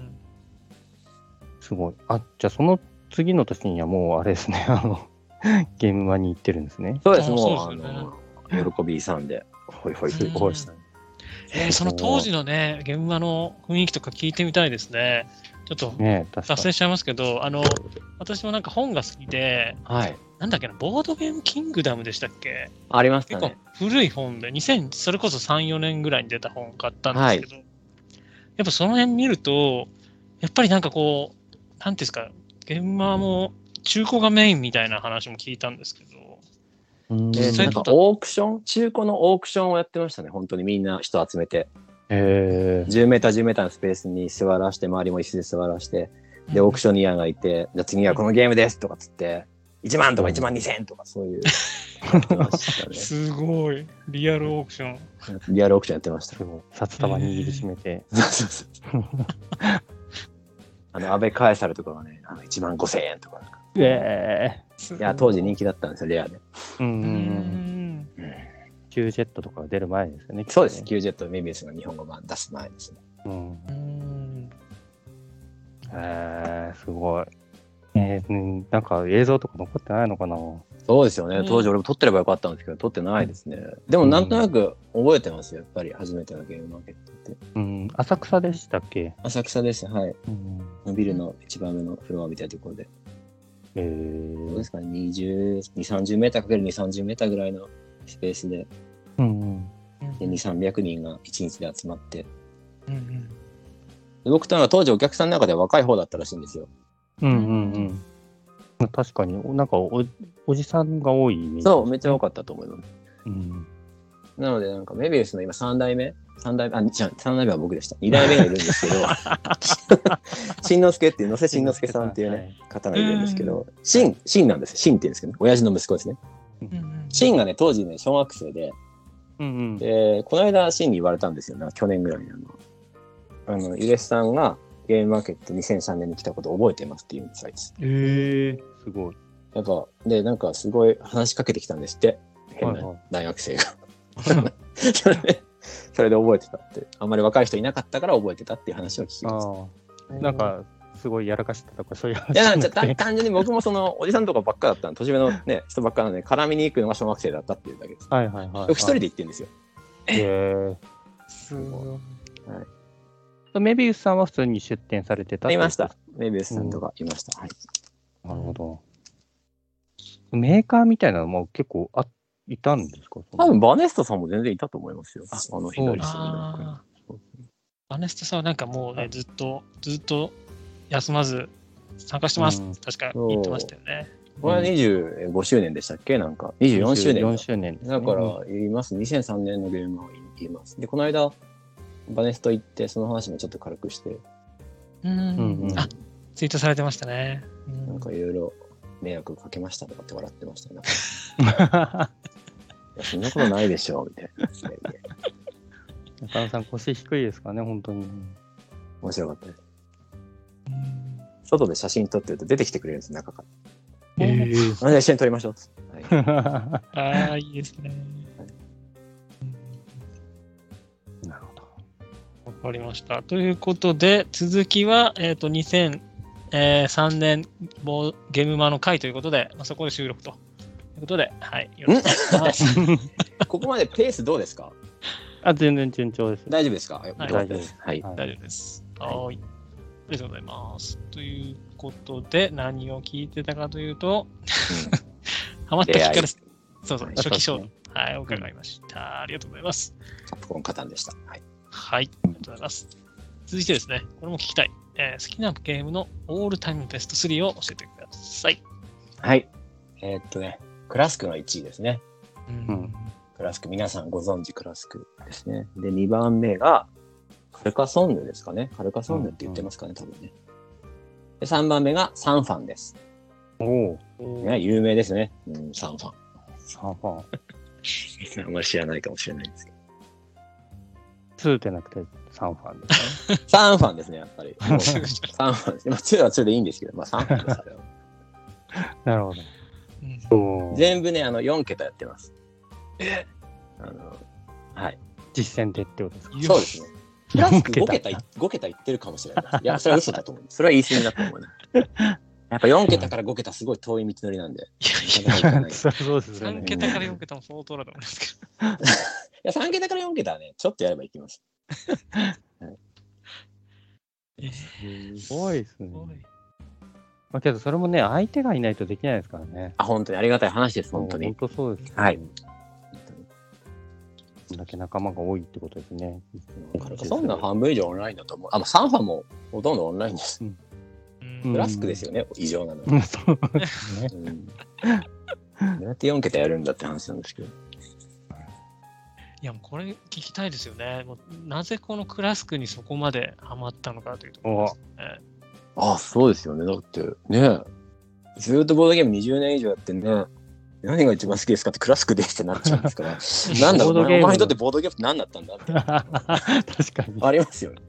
すごい。あ、じゃあその次の年にはもうあれですね、あの、ゲームマに行ってるんですね。 そうです、もう、 あうね、 あの、喜びさんで、ほいほいほいほいした。 えー、その当時のね、現場の雰囲気とか聞いてみたいですね。ちょっと脱線しちゃいますけど、あの、私もなんか本が好きで、 はい。 なんだっけな、ボードゲームキングダムでしたっけ？ ありましたね。 結構古い本で、にせん、それこそさん、よねんぐらいに出た本買ったんですけど、はい、やっぱその辺見ると、やっぱりなんかこう、なんていうんですか、現場も中古がメインみたいな話も聞いたんですけど、 うんえー、なんかオークション中古のオークションをやってましたね。本当にみんな人集めて。 へーじゅうメーターじゅうメーターのスペースに座らして、周りも椅子で座らして、で、オークショニアがいて、じゃあ次はこのゲームですとかつって、いちまんとかいちまんにせんとかそういう。やってましたね、 すごい。リアルオークション。 リアルオークションやってました。 札束握りしめて。 あの、安倍カエサルとかはね、あのいちまんごせんえんとか。 えー、いや、当時人気だったんですよ、レアで。 うんうんうん。キュージェットとか出る前ですよね。 そうです。キュージェットメビウスの日本語版出す前ですね。 うん。えー、すごい。えー、なんか映像とか残ってないのかな？ そうですよね。当時俺も撮ってればよかったんですけど、撮ってないですね。でもなんとなく覚えてますよ。やっぱり初めてのゲームマーケットって。 うん。浅草でしたっけ？ 浅草です。はい。 うん、 ビルの一番上のフロアみたいなところで。 えー、 そうですかね。にじゅう、に、さんじゅうメーターかけるに、さんじゅうメーターぐらいのスペースで。 うんうん。 で、に、さんびゃくにんがいちにちで集まって。 うんうん、 僕とは当時お客さんの中では若い方だったらしいんですよ。 うんうんうん。確かに、なんか お, おじさんが多いイメージ、ね。 そう、めっちゃ多かったと思います。 うん、 なので、なんかメビウスの今さんだいめ ?さん 代目、あ、じゃさんだいめは僕でした。にだいめがいるんですけど、しんのすけっていう、野瀬しんのすけさんっていうね、はい、方がいるんですけど、しん、しんなんです。しんって言うんですけどね、親父の息子ですね。しんがね、当時ね、小学生で、 うんうん、 で、この間しんに言われたんですよね、去年ぐらいに。あの、あのゆれすさんがゲームマーケットにせんさんねんに来たことを覚えてますっていうんです、あいつ。 へー、すごい。 やっぱ、で、なんかすごい話しかけてきたんですって、変な大学生が。はいはいそれで、それで覚えてたって。あんまり若い人いなかったから覚えてたっていう話を聞きました。 なんか、すごいやらかしたとかそういう話。 いや、なんか単純に僕もその、おじさんとかばっかだったの、年上のね、人ばっかなので、絡みに行くのが小学生だったっていうだけです。 はいはいはい。 一人で行ってるんですよ。 へえ。 すごい。はい。 メビウスさんは普通に出店されてた？ いました。メビウスさんとかいました。はい。 なるほど。メーカーみたいなのも結構あいたんですか？ 多分バネストさんも全然いたと思いますよ。あ, あの左下の。 バネストさんはなんかもうね、ずっと、ずっと休まず参加してます。うん、確か言ってましたよね。 これはにじゅうごしゅうねんでしたっけ？なんかにじゅうよんしゅうねんだ。 よんしゅうねんですね。 だから言います。にせんさんねんのゲームを言います。で、この間、バネスト行ってその話もちょっと軽くして、 うんうんうんあ、ツイートされてましたね。うんなんかいろいろ迷惑かけましたとかって笑ってましたね。いやそんなことないでしょみたいな。 中野さん腰低いですからね、本当に。 面白かったです。 うん外で写真撮ってると出てきてくれるんです、中から。 えーあ、じゃあ一緒に撮りましょう。はい、 ああ、いいですね。 なるほど。 わかりました。ということで、続きは、えっと、にせんさんねんボーゲームマの会ということで、まあ、そこで収録ということで、はい。よろしくお願いします。 ここまでペースどうですか？ あ、全然順調です。 大丈夫ですか？ はいよかったですはい。 はい大丈夫です。はい。ありがとうございます。ということで、何を聞いてたかというと、ハマったきっかけです。そうそう、 はい初期衝動。 そうはい、伺いました。ありがとうございます。 カプコンカタンでした。はい。 はい、ありがとうございます。続いてですね、これも聞きたい。えー好きなゲームのオールタイムベストスリーを教えてください。 はい。えーっとね、クラスクのいちいですね。 うんうんクラスク、皆さんご存知クラスクですね。で、にばんめが、カルカソンヌですかね。カルカソンヌって言ってますかね、多分ね。で、さんばんめがサンファンです。 おお、 ね、有名ですね。うん、サンファン。 サンファン。 あんまり知らないかもしれないんですけど。 ツーじゃなくてサンファンですね。 サンファンですね、やっぱり。もうサンファンです。まあ、ツーはツーでいいんですけど、まあ、サンファンです、あれは。 なるほど。 うんおー全部ね、あの、よんけたやってます。 えあの、はい。 実践でってことですか。 そうですね。クラスクごけたい、ごけたいってるかもしれない。いや、それは嘘だと思う。それは言い過ぎだと思うね。やっぱよんけたからごけたすごい遠い道のりなんで。 いなかなかいかないいそりゃそうですよや、さんね。 桁からよん桁も相当だと思いますけや、さんけたからよんけたはね、ちょっとやればいきます。 ど。えすごいですねす。ごい。 まあ、けどそれもね、相手がいないとできないですからね。 あ、本当にありがたい話です、本当に。 本当そうです。 はい。 こんだけ仲間が多いってことですね。 カルカソンヌは半分以上オンラインだと思う。あ、まあ、サンファンもほとんどオンラインです。 うんクラスクですよね、異常なのは。 うんそうですね。 うんどうやってよんけたやるんだって話なんですけど。 いや、もうこれ聞きたいですよね。もうなぜこのクラスクにそこまでハマったのかというところですね。 あ、そうですよね。だって、ねずーっとボードゲームにじゅうねん以上やってね、何が一番好きですかってクラスクですってなっちゃうんですから、なんだろう、 ボードゲームお前にとってボードゲームって何だったんだみたいな。 確かに。 ありますよね。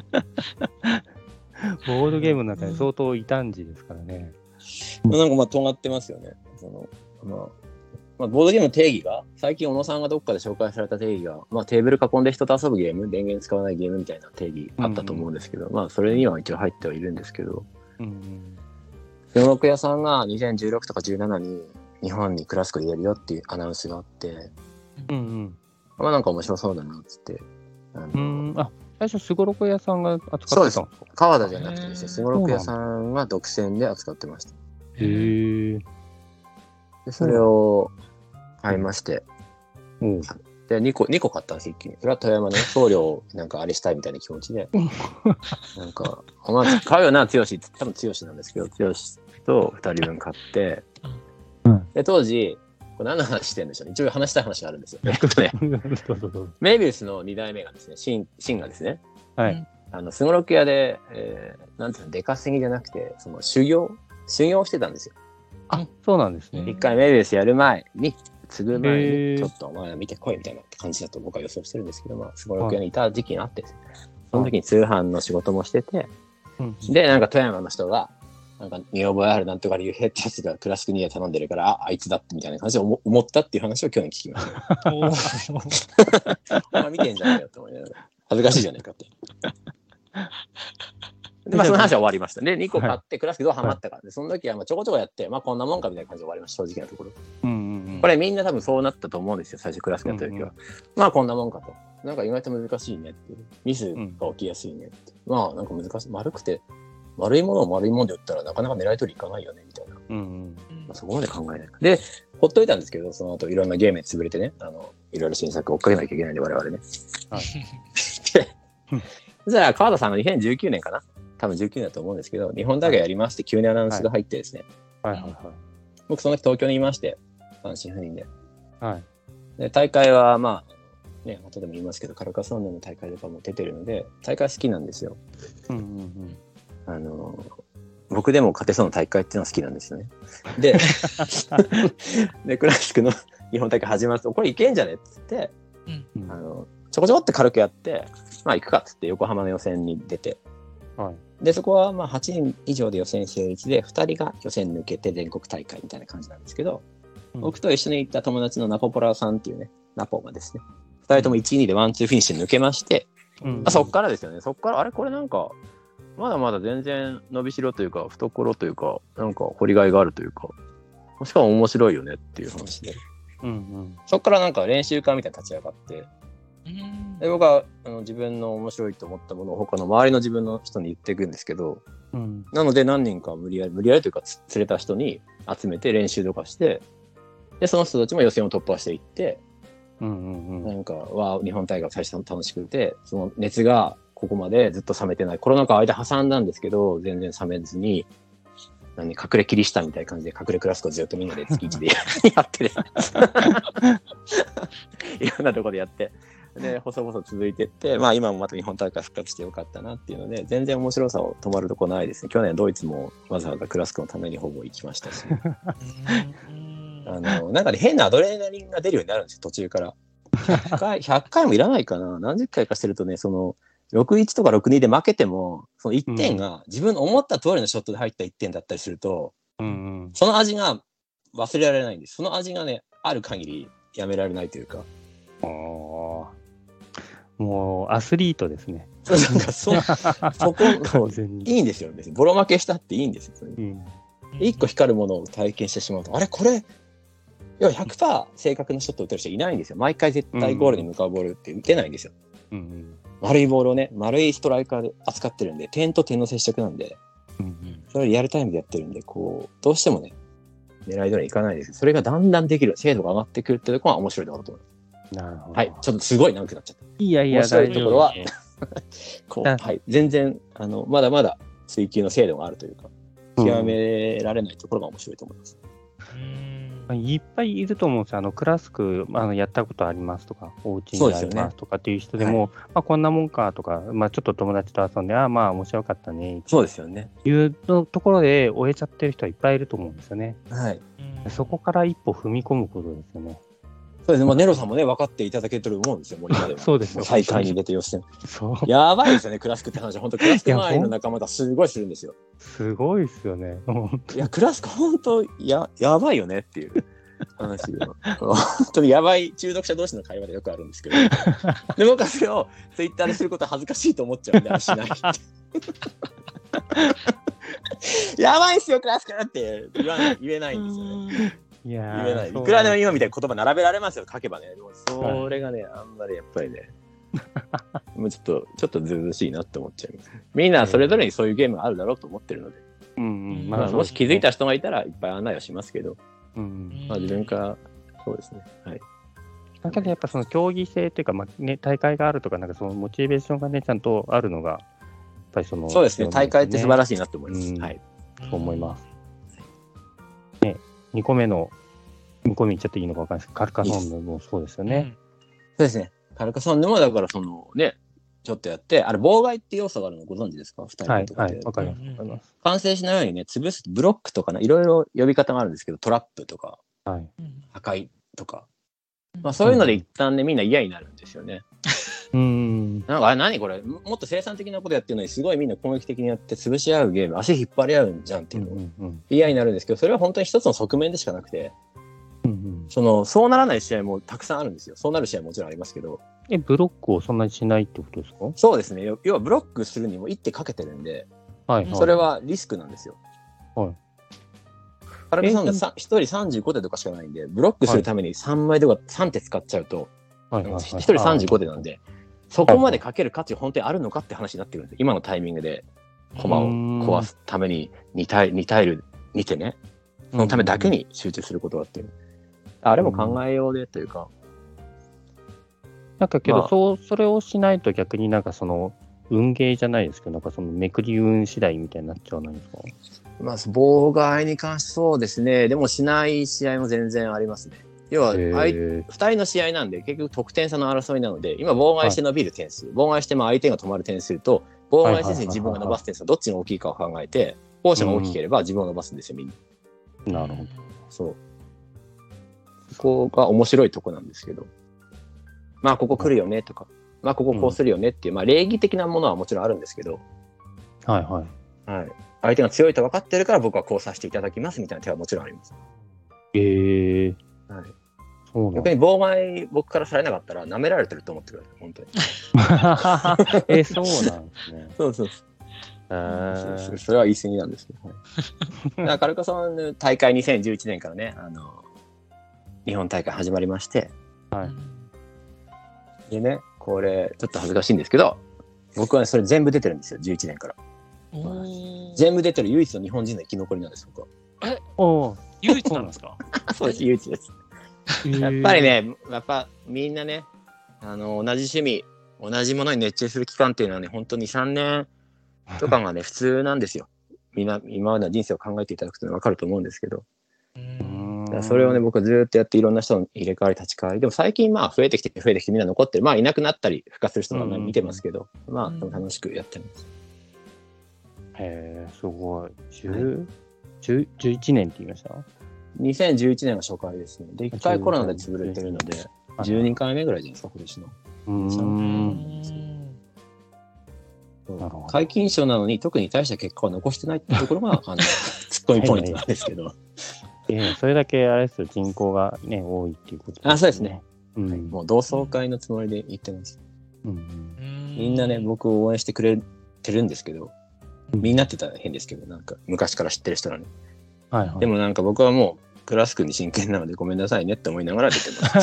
ボードゲームの中で相当異端児ですからね。 なんかまあ、尖ってますよね。その、まあ、まあ、ボードゲームの定義が、最近小野さんがどっかで紹介された定義が、まあ、テーブル囲んで人と遊ぶゲーム、電源使わないゲームみたいな定義あったと思うんですけど、まあ、それには一応入ってはいるんですけど、 うんスノロク屋さんがにせんじゅうろくとかじゅうななに日本にクラスクでやるよっていうアナウンスがあって、 うんうんまあなんか面白そうだなっつって。あのうんうんあ最初すごろく屋さんが扱ってたんですか。 川田じゃなくてですね、スゴロク屋さんが独占で扱ってました。 へえ。 で、それを買いまして、 うんで、にこ、にこ買ったんです、一気に。それは富山の送料をなんかあれしたいみたいな気持ちで、なんか、お前買うよな、剛って、多分剛なんですけど、剛とふたりぶん買って、 うんで、当時、これ何の話してるんでしょうね。一応話したい話があるんですよ。えっとね、 どうぞどうぞメイビウスのに代目がですね、シン、シンがですね、 はい。 あの、スゴロク屋で、えー、なんていうの、出稼ぎじゃなくて、その修行修行してたんですよ。 あ、そうなんですね。 一回メイビウスやる前に、継ぐ前へーに、ちょっとお前ら見てこいみたいな感じだと僕は予想してるんですけど、まあ、スゴロク屋にいた時期があってですね、その時に通販の仕事もしてて、 うんで、なんか富山の人が、なんか見覚えあるなんとか竜兵ってやつがクラシックに頼んでるから、あ、あいつだってみたいな感じで思思ったっていう話を去年聞きました。 おーお前見てんじゃねえよと思いながら、恥ずかしいじゃねえかって。で、まあその話は終わりました。で、にこ買ってクラシックどうハマったか。で、その時はまあちょこちょこやって、まあこんなもんかみたいな感じで終わりました、正直なところ。 うんうんうんこれみんな多分そうなったと思うんですよ、最初クラスクやった時は。まあこんなもんかと。なんか意外と難しいねっていう。ミスが起きやすいねって。まあなんか難しい。丸くて、丸いものを丸いもので売ったらなかなか狙い取りいかないよね、みたいな。 うんうんまあ、そこまで考えない。で、ほっといたんですけど、その後いろんなゲームに潰れてね、あの、いろいろ新作を追っかけなきゃいけないんで、我々ね。 はいで、じゃあ川田さんがにせんじゅうきゅうねんかな多分じゅうきゅうねんだと思うんですけど、日本だけやりますって急にアナウンスが入ってですね。 はいはいはい。 僕その時東京にいまして、単身赴任で。 はい。 で、大会はまあ、ね、後でも言いますけど、カルカソンヌの大会とかも出てるので、大会好きなんですよ。 うんうんうん。 あの、僕でも勝てそうな大会っていうのは好きなんですよね。で、でクラシックの日本大会始まると、これいけんじゃねっつって、うん、あのちょこちょこって軽くやって、まあ行くかっつって横浜の予選に出て、はい、でそこはまあはちにん以上で予選成立でふたりが予選抜けて全国大会みたいな感じなんですけど、うん、僕と一緒に行った友達のナポポラさんっていうね、ナポがですね、ふたりともいちいにでワンツーフィニッシュ抜けまして、うん、あそっからですよね。そっからあれこれなんかまだまだ全然伸びしろというか懐というかなんか掘りがいがあるというか、しかも面白いよねっていう話で、うんうん、そっからなんか練習会みたいな立ち上がって、うん、で僕はあの自分の面白いと思ったものを他の周りの自分の人に言っていくんですけど、うん、なので何人か無理やり無理やりというか連れた人に集めて練習とかして、でその人たちも予選を突破していって、うんうんうん、なんかわ日本大会最初楽しくて、その熱がここまでずっと冷めてない。コロナ禍間挟んだんですけど、全然冷めずに、何隠れキリシタンみたいな感じで隠れクラスコずっとみんなで月いちでやってる。いろんなところでやって、で、細々続いてって、まあ今もまた日本大会復活してよかったなっていうので、全然面白さを止まるとこないですね。去年ドイツもわざわざクラスコのためにほぼ行きましたし、あの、なんかね、変なアドレナリンが出るようになるんですよ、途中から。ひゃっかい、ひゃっかいもいらないかな。何十回かしてるとね、その、ろくたいいちとかろくたいにで負けても、そのいってんが自分の思った通りのショットで入ったいってんだったりすると、うんうん、その味が忘れられないんです。その味がね、ある限りやめられないというか。 あもうアスリートですね。 なんかそ、そこ、いいんですよ。別にボロ負けしたっていいんですよ。うん、いっこ光るものを体験してしまうと、あれこれ、要は ひゃくパーセント 正確なショットを打てる人いないんですよ。毎回絶対ゴールに向かうボールって打てないんですよ。うんうん丸いボールをね、丸いストライカーで扱ってるんで、点と点の接触なんで、うんうん、それをリアルタイムでやってるんで、こう、どうしてもね、狙い通りいかないです。それがだんだんできる、精度が上がってくるっていうところが面白いところだと思います。なるほど。はい、ちょっとすごい長くなっちゃった。 いやいや、 面白いところは、こう、はい、全然、あの、まだまだ追求の精度があるというか、極められないところが面白いと思います。 うんいっぱいいると思うんですよ。あのクラスクあのやったことありますとか、お家にありますとかっていう人でも、でねはいまあ、こんなもんかとか、まあ、ちょっと友達と遊んで、ああ、まあ面白かったねそうですよね。 いうところで終えちゃってる人はいっぱいいると思うんですよね。はい、そこから一歩踏み込むことですよね。 そうですね。まあ、ネロさんもね、分かっていただけてると思うんですよ、森までも。 そうですよ。 大会に出て予選。そう。やばいですよね、クラスクって話。本当クラスク周りの仲間とすごいするんですよ。 すごいですよね。 いや、クラスク本当や、やばいよねっていう。話が本当にやばい中毒者同士の会話でよくあるんですけどで僕はそれをツイッターですることは恥ずかしいと思っちゃうんでしないやばいっすよクラスクって言わない言えないんですよね。いや言えない。いくらでも今みたいな言葉並べられますよ書けばね。でもそれがね、はい、あんまりやっぱりねもうちょっとちょっとずうずうしいなって思っちゃいます。みんなそれぞれにそういうゲームがあるだろうと思ってるので、うんうんまあ、もし気づいた人がいたらいっぱい案内はしますけどうんまあ、自分からそうですね。はい。 だけどやっぱその競技性というか、まあね、大会があるとか、なんかそのモチベーションがね、ちゃんとあるのが、やっぱりその、 そうですね、大会って素晴らしいなと思います。うん、はい。 そう思います。ね、にこめの、にこめ言っちゃっていいのか分かんないですけど、カルカソンヌもそうですよね。 そうですね。カルカソンヌもだからそのね、ちょっとやって、あれ、妨害って要素があるのご存知ですか？ふたりとかで。はい、わ、はい、かります。完成しないようにね、潰すブロックとかね、いろいろ呼び方があるんですけど、トラップとか、はい、破壊とか、まあそういうので一旦ね、みんな嫌になるんですよね。うん。なんか、あれ何これ、もっと生産的なことやってるのに、すごいみんな攻撃的にやって潰し合うゲーム、足引っ張り合うんじゃんっていうの、うんうん、嫌になるんですけど、それは本当に一つの側面でしかなくて、うんうん、その、そうならない試合もたくさんあるんですよ。そうなる試合ももちろんありますけど、 え、ブロックをそんなにしないってことですか？ そうですね。要はブロックするにも一手かけてるんで、はいはい、それはリスクなんですよ。はい。カルカソンヌひとりさんじゅうごてとかしかないんで、ブロックするためにさんまいとかさんて使っちゃうと、はいはいはい、ひとりさんじゅうごてなんで、そこまでかける価値本当にあるのかって話になってくるんですよ。今のタイミングで駒を壊すためににタイル、にタイル見てね、そのためだけに集中することだっていう。あれも考えようでというか、 なんかけど、まあ、そうそれをしないと逆になんかその運ゲーじゃないですけど、なんかそのめくり運次第みたいになっちゃわないですか？ まあ、妨害に関してそうですね。でもしない試合も全然ありますね。要は、ふたりの試合なんで、結局得点差の争いなので、今、妨害して伸びる点数、はい、妨害しても相手が止まる点数と、妨害せずに自分が伸ばす点数、どっちが大きいかを考えて、後者が大きければ自分を伸ばすんですよ、みんな。 なるほど。 そう。ここが面白いとこなんですけど、まあ、ここ来るよねとか、まあ、こここうするよねっていう、まあ、礼儀的なものはもちろんあるんですけど、 はいはい。 はい。相手が強いと分かってるから僕はこうさせていただきますみたいな手はもちろんあります。 えー。 はい。 そうなん逆に妨害僕からされなかったら舐められてると思ってください、本当に。 えー、そうなんですね。 そうそうそう。えー、それは言い過ぎなんですけど。はい、だからカルカソン大会にせんじゅういちねんからね、あの、日本大会始まりまして、 はい。 でね、これ、ちょっと恥ずかしいんですけど、僕は、ね、それ全部出てるんですよ、じゅういちねんから。全部出てる唯一の日本人の生き残りなんです、僕は。 えお唯一なんですか？ そうです、唯一です。やっぱりね、やっぱみんなね、あの、同じ趣味、同じものに熱中する期間っていうのはね、本当にさんねんとかがね、普通なんですよ。みんな、今までの人生を考えていただくと分かると思うんですけど。だからそれをね、僕はずっとやっていろんな人の入れ替わり立ち替わり。でも最近まあ増えてきて増えてきてみんな残ってる。まあいなくなったり復活する人も見てますけど、まあ楽しくやってます。 へえ、すごい。じゅう、じゅう、じゅういちねんって言いました？ にせんじゅういちねんが初回ですね。で、いっかいコロナで潰れてるので、じゅうにかいめぐらいじゃないですか、今年の。 うーん。 皆勤賞なのに特に大した結果を残してないってところが、あの、ツッコミポイントなんですけど。 ええ、それだけあれですよ、人口がね、多いっていうことですね。 あ、そうですね。 うん、 はい、もう同窓会のつもりで言ってます。 うん、 みんなね、僕を応援してくれてるんですけど、みんなって言ったら変ですけど、なんか昔から知ってる人なのに。 はいはい、 でもなんか僕はもう、クラス君に真剣なのでごめんなさいねって思いながら出てます。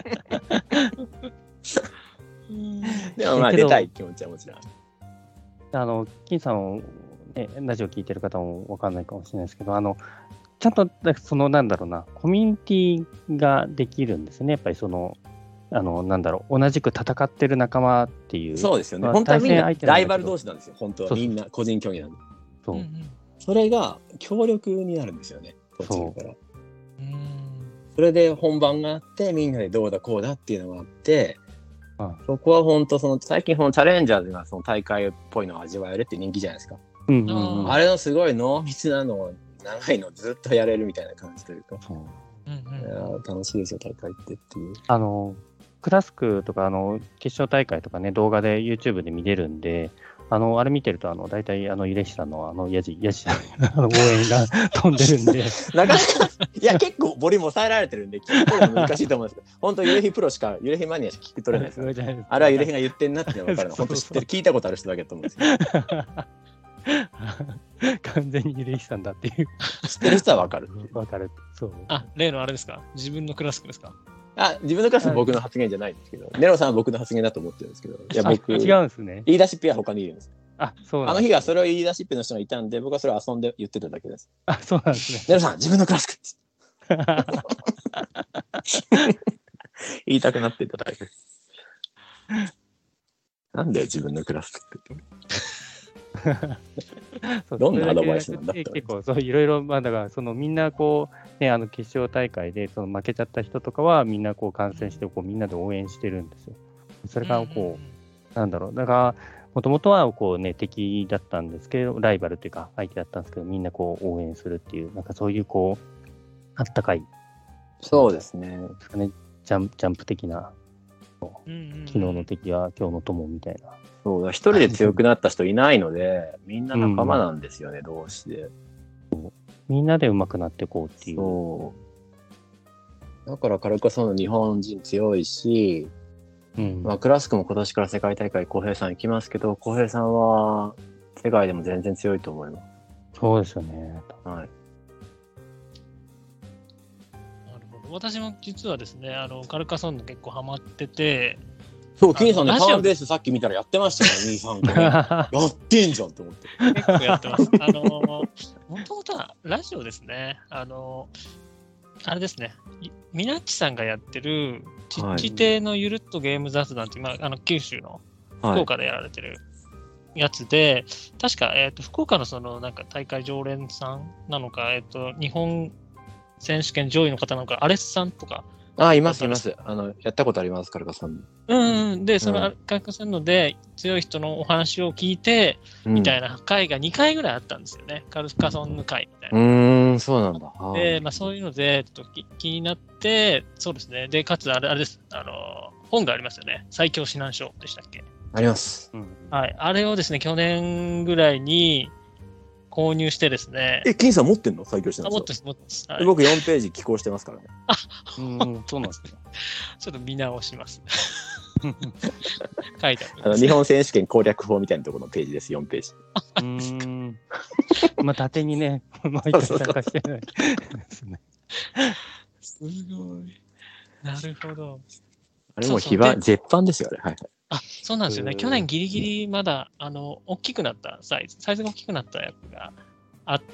でもまあ出たい気持ちはもちろん。 あの、金さんを、ね、ラジオ聞いてる方もわかんないかもしれないですけど、あの、ちゃんと、その、なんだろうな、コミュニティができるんですね。やっぱりその、あの、なんだろう、同じく戦ってる仲間っていう。 そうですよね。本当はみんなライバル同士なんですよ。本当はみんな個人競技なんで。 そう。 それが協力になるんですよね。 そうから。それで本番があって、みんなでどうだこうだっていうのがあって、うん、そこは本当その最近このチャレンジャーズがその大会っぽいのを味わえるって人気じゃないですか。 うんうんうん、 あれのすごい濃密なのを長いのずっとやれるみたいな感じというか。そう、いや楽しいですよ大会ってっていう。 あのクラスクとかあの決勝大会とかね動画で YouTube で見れるんで。あの、あれ見てると、あの、大体、あの、ゆれしさんの、あの、やじ、やじ、応援が飛んでるんで。 なかなか、いや、結構、ボリューム抑えられてるんで、聞くの難しいと思うんですけど、本当、ゆれひプロしか、ゆれひマニアしか聞き取れないです。あれはゆれひが言ってんなって分かるの、本当知ってる、聞いたことある人だけだと思うんですよ。完全にゆれひさんだっていう。 知ってる人は分かる。 分かる。そう。 あ、例のあれですか？自分のクラスですか？ あ、自分のクラスは僕の発言じゃないんですけど、ネロさんは僕の発言だと思ってるんですけど、いや、僕、 違うんですね。 言い出しっぺは他にいるんです。 あ、そうあの日はそれを言い出しっぺの人がいたんで、僕はそれを遊んで言ってただけです。 あ、そうなんですね。 ネロさん、自分のクラスか言いたくなっていただけです。なんだよ、自分のクラスって言って。どんなアドバイスなんだったら。 結構、そういろいろ、まあ、だから、そのみんなこう、ね、あの決勝大会でその負けちゃった人とかは、みんなこう観戦して、こうみんなで応援してるんですよ。それがこう、なんだろう、だから、もともとはこう、ね、敵だったんですけど、ライバルというか、相手だったんですけど、みんなこう応援するっていう、なんかそういうこう、あったかい。 そうですね。 ジャンプ、ジャンプ的な、昨日の敵は今日の友みたいな。 そうだ、一人で強くなった人いないので、みんな仲間なんですよね、うん、同士で。 みんなで上手くなっていこうっていう。 そう。だからカルカソンの日本人強いし、うんまあ、クラスクも今年から世界大会浩平さん行きますけど、浩平さんは世界でも全然強いと思います。 そうですよね。 はい。 なるほど。私も実はですね、あのカルカソンヌ結構ハマってて、 そう、キンさんね、ターンベースさっき見たらやってましたよね、にさんこね。やってんじゃんと思って。 結構やってます。あの、もともとはラジオですね。あの、あれですね、みなっちさんがやってる、 ちっち亭のゆるっとゲーム雑談って、まあ、あの九州の福岡でやられてるやつで、はい、確か、えーと、福岡のそのなんか大会常連さんなのか、えーと、日本選手権上位の方なのか、アレスさんとか。 ああ、います、います。あの、やったことあります、カルカさん。 うんうん。で、そのカルカさんので、強い人のお話を聞いて、うん、みたいな会がにかいぐらいあったんですよね。カルカソンヌ会みたいな。 うーん、そうなんだ。 で、まあそういうので、ちょっと気になって、そうですね。で、かつ、あれあれです。あの、本がありますよね。最強指南書でしたっけ？ あります。 はい。あれをですね、去年ぐらいに購入してですね。 え、金さん持ってんの？最強指南書。 持ってます、持ってます。はい、 僕よんページ寄稿してますからね。 あ、 うん、そうなんですね。 ちょっと見直します。書いてある。 あの日本選手権攻略法みたいなところのページです、よんページ。 うーん。まあ、縦にね、毎回参加してないですね。 すごい。なるほど。 あれもう非番、絶版ですよ、あれ。はいはい。 あ、そうなんですよね。去年ギリギリまだ、あの、大きくなったサイズ、サイズが大きくなったやつがあって、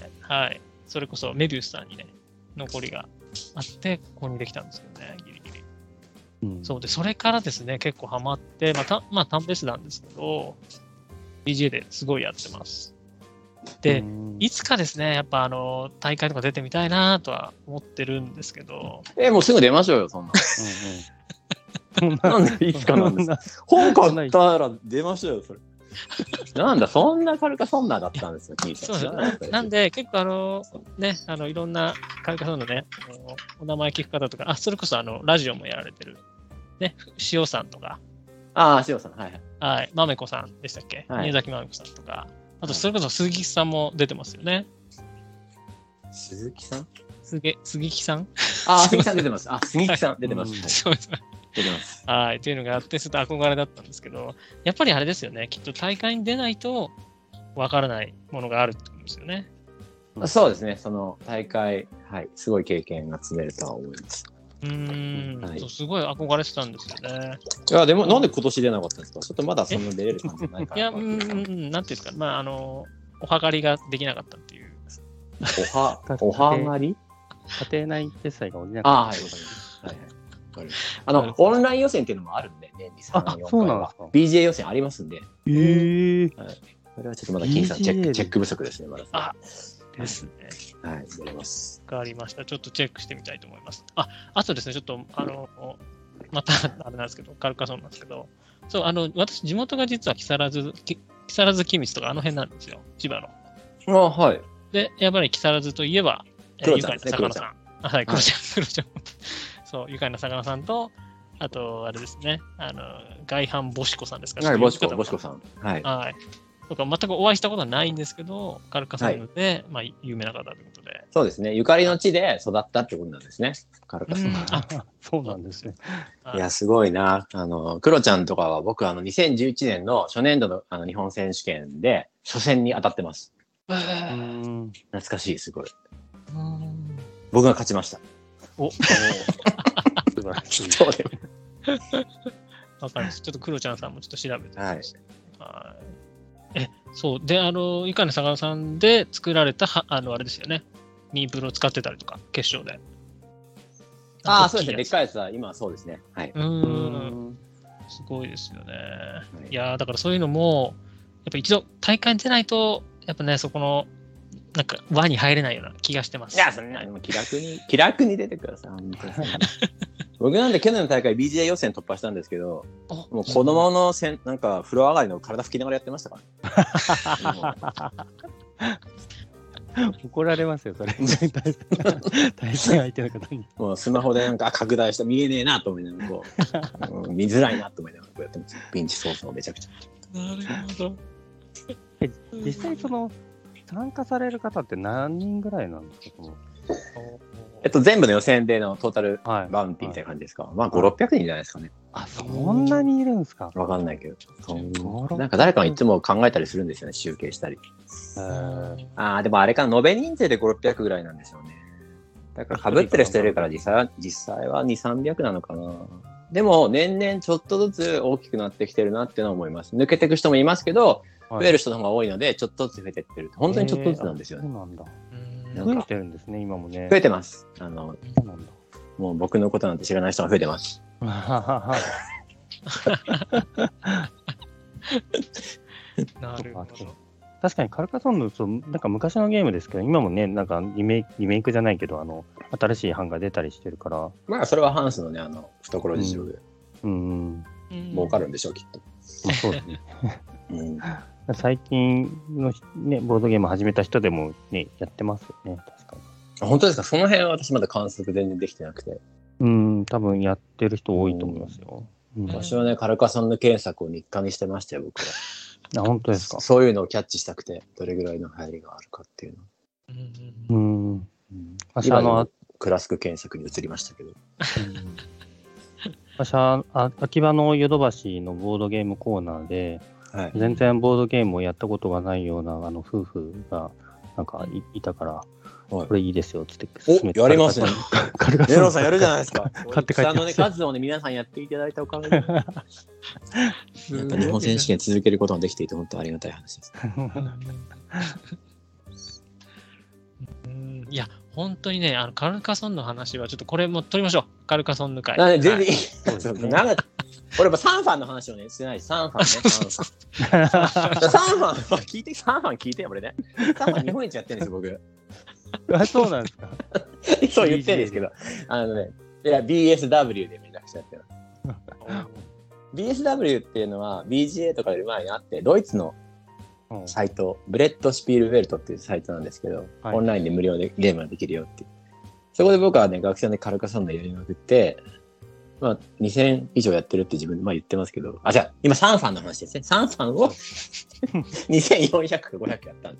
はい。それこそメビウスさんにね、残りがあって、購入できたんですけどね、ギリギリ。うん、そうで、それからですね、結構ハマって、まあ、たまあ、単ベースなんですけど、ビージェー ですごいやってます。で、いつかですね、やっぱあの、大会とか出てみたいなとは思ってるんですけど。 え、もうすぐ出ましょうよ、そんな。うんうん、なんでいつかなんですか。本買ったら出ましょうよ、それ。なんだ、そんなカルカソンナーだったんですよ、キーさん。 そうです。なんで、結構あの、ね、あの、いろんなカルカソンナーね、お名前聞く方とか、あ、それこそあの、ラジオもやられてる、ね、塩さんとか。 ああ、塩さん、はいはい。 はい、まめこさんでしたっけ、はい、宮崎まめこさんとか。あと、それこそ鈴木さんも出てますよね。 鈴木さん杉杉木さんああ、杉木さん出てます。あ、杉木さん出てます。はい、 そうです。 出てます。 はい。というのがあって、ちょっと憧れだったんですけど、やっぱりあれですよね。きっと大会に出ないとわからないものがあるってことですよね。 そうですね。その大会、はい。すごい経験が積めるとは思います。 うーん、はい、そうすごい憧れてたんですよね。 いや、でも、なんで今年出なかったんですか？ちょっとまだそんな出れる感じないかな。 いや、うん、なんていうんですか、まあ、あの、おはがりができなかったっていう。 おは、おはがり？ 家庭内決済が下りなかった。 ああ、はい、わかります。はいはい。あの、オンライン予選っていうのもあるんで、年にさん、よんかいは。ビージェー 予選ありますんで。 えー。 はい。これはちょっとまだ金さんチェック、チェック不足ですね、まだ。 あ、ですね。 はい、出れます。 わかりました。ちょっとチェックしてみたいと思います。あ、あとですね、ちょっと、あの、また、あれなんですけど、カルカソンなんですけど、そう、あの、私、地元が実は木更津、木更津君津とかあの辺なんですよ、千葉の。 あ、はい。 で、やっぱり木更津といえば、 クロちゃんですね、 魚さん。あ、はい、クロちゃん、クロちゃん。そう、愉快な魚さんと、あと、あれですね、あの、外反ボシコさんですか？ はい、ボシコ、ボシコさん。はい。 はい。とか、全くお会いしたことはないんですけど、カルカソンヌで、はい、まあ、有名な方ということで。 そうですね、ゆかりの地で育ったってことなんですね、カルカソンヌ。 あ、そうなんですね。 いや、すごいな。あの、クロちゃんとかは、僕、あの、にせんじゅういちねんの初年度のあの日本選手権で、初戦に当たってます。懐かしい、すごい。僕が勝ちました。 お、 素晴らしい。 そうでも。 わかります。ちょっとクロちゃんさんもちょっと調べてみました。 はい。 え、そう。で、あの、いかねさがさんで作られた、はあの、あれですよね。ミープルを使ってたりとか、決勝で。 ああ、そうですね。でっかいやつは、今はそうですね。はい。 うん。すごいですよね。はい、いやだからそういうのも、やっぱ一度大会に出ないと、やっぱね、そこの、なんか輪に入れないような気がしてます。 いや、そんな、気楽に、気楽に出てください。本当に僕なんて去年の大会 ビージェー 予選突破したんですけど、もう子供のせんなんか風呂上がりの体拭きながらやってましたから、 ね。怒られますよ、それ。対戦相手の方に。 もうスマホでなんか拡大した見えねえなと思いながらこう、うん、見づらいなと思いながらこうやってます。ピンチ操作をめちゃくちゃ。 なるほど。 え、実際その参加される方って何人ぐらいなんですか？ えっと、全部の予選でのトータルバウンティーみたいな感じですか？はい、まあ、ご、ろっぴゃくにんじゃないですかね。 あ、そんなにいるんですか？ わかんないけど。なんか誰かがいつも考えたりするんですよね、集計したり。ああ、でもあれかな、延べ人数でご、ろっぴゃくぐらいなんですよね。だから被ってる人いるから実際は、実際はに、さんびゃくなのかな。でも、年々ちょっとずつ大きくなってきてるなっていうのは思います。抜けていく人もいますけど、増える人の方が多いので、ちょっとずつ増えていってる。本当にちょっとずつなんですよね。 そうなんだ。増えてるんですね、今もね。 増えてます。あの、 そうなんだ。 もう僕のことなんて知らない人が増えてます。 なるほど。 確かにカルカソンヌ、そうなんか昔のゲームですけど、今もね、なんかリメイク、リメイクじゃないけど、あの新しい版が出たりしてるから。 まあそれはハンスのね、あの懐事情で、 うん、 うん、儲かるんでしょうきっと。 まあ、そうですね。 うん、 最近の、ね、ボードゲーム始めた人でも、ね、やってますよね、確かに。 あ、本当ですか？その辺は私まだ観測全然できてなくて。 うん、多分やってる人多いと思いますよ。 うん、私はね、カルカソンヌ検索を日課にしてましたよ、僕は。 あ、本当ですか？ そういうのをキャッチしたくて、どれぐらいの流行りがあるかっていうの。 うん。うん、 今のクラスク検索に移りましたけど。 私は秋葉のヨドバシのボードゲームコーナーで、はい、全然ボードゲームをやったことがないようなあの夫婦がなんか い, いたから、はい、これいいですよっつって勧めて、お、やりますね。ネロさんやるじゃないですか。 買って帰ってあのね、数をね、皆さんやっていただいたおかげで、やっぱ日本選手権続けることができていて本当ありがたい話です。 うん、いや本当にね、あのカルカソンヌの話はちょっとこれも取りましょう。カルカソンヌ会。 全然いい。俺もサンファンの話をねしてないし、サンファンね。サンファン。サンファン聞いて、サンファン聞いて俺ね。サンファン日本一やってるんですよ僕。 あ、そうなんですか。 そう言ってるんですけど、あのね、いや ビーエスダブリュー でめちゃくちゃやってる。ビーエスダブリュー っていうのは ビージーエー とかより前にあってドイツのサイト、ブレッドシピールウェルトっていうサイトなんですけど、はい、オンラインで無料でゲームができるよっていう。そこで僕はね、学生でカルカソンヌやりまくって、まあ、にせん以上やってるって自分でまあ言ってますけど、あ、じゃあ、今サンファンの話ですね。サンファンをにせんよんひゃくかごひゃくやったんです。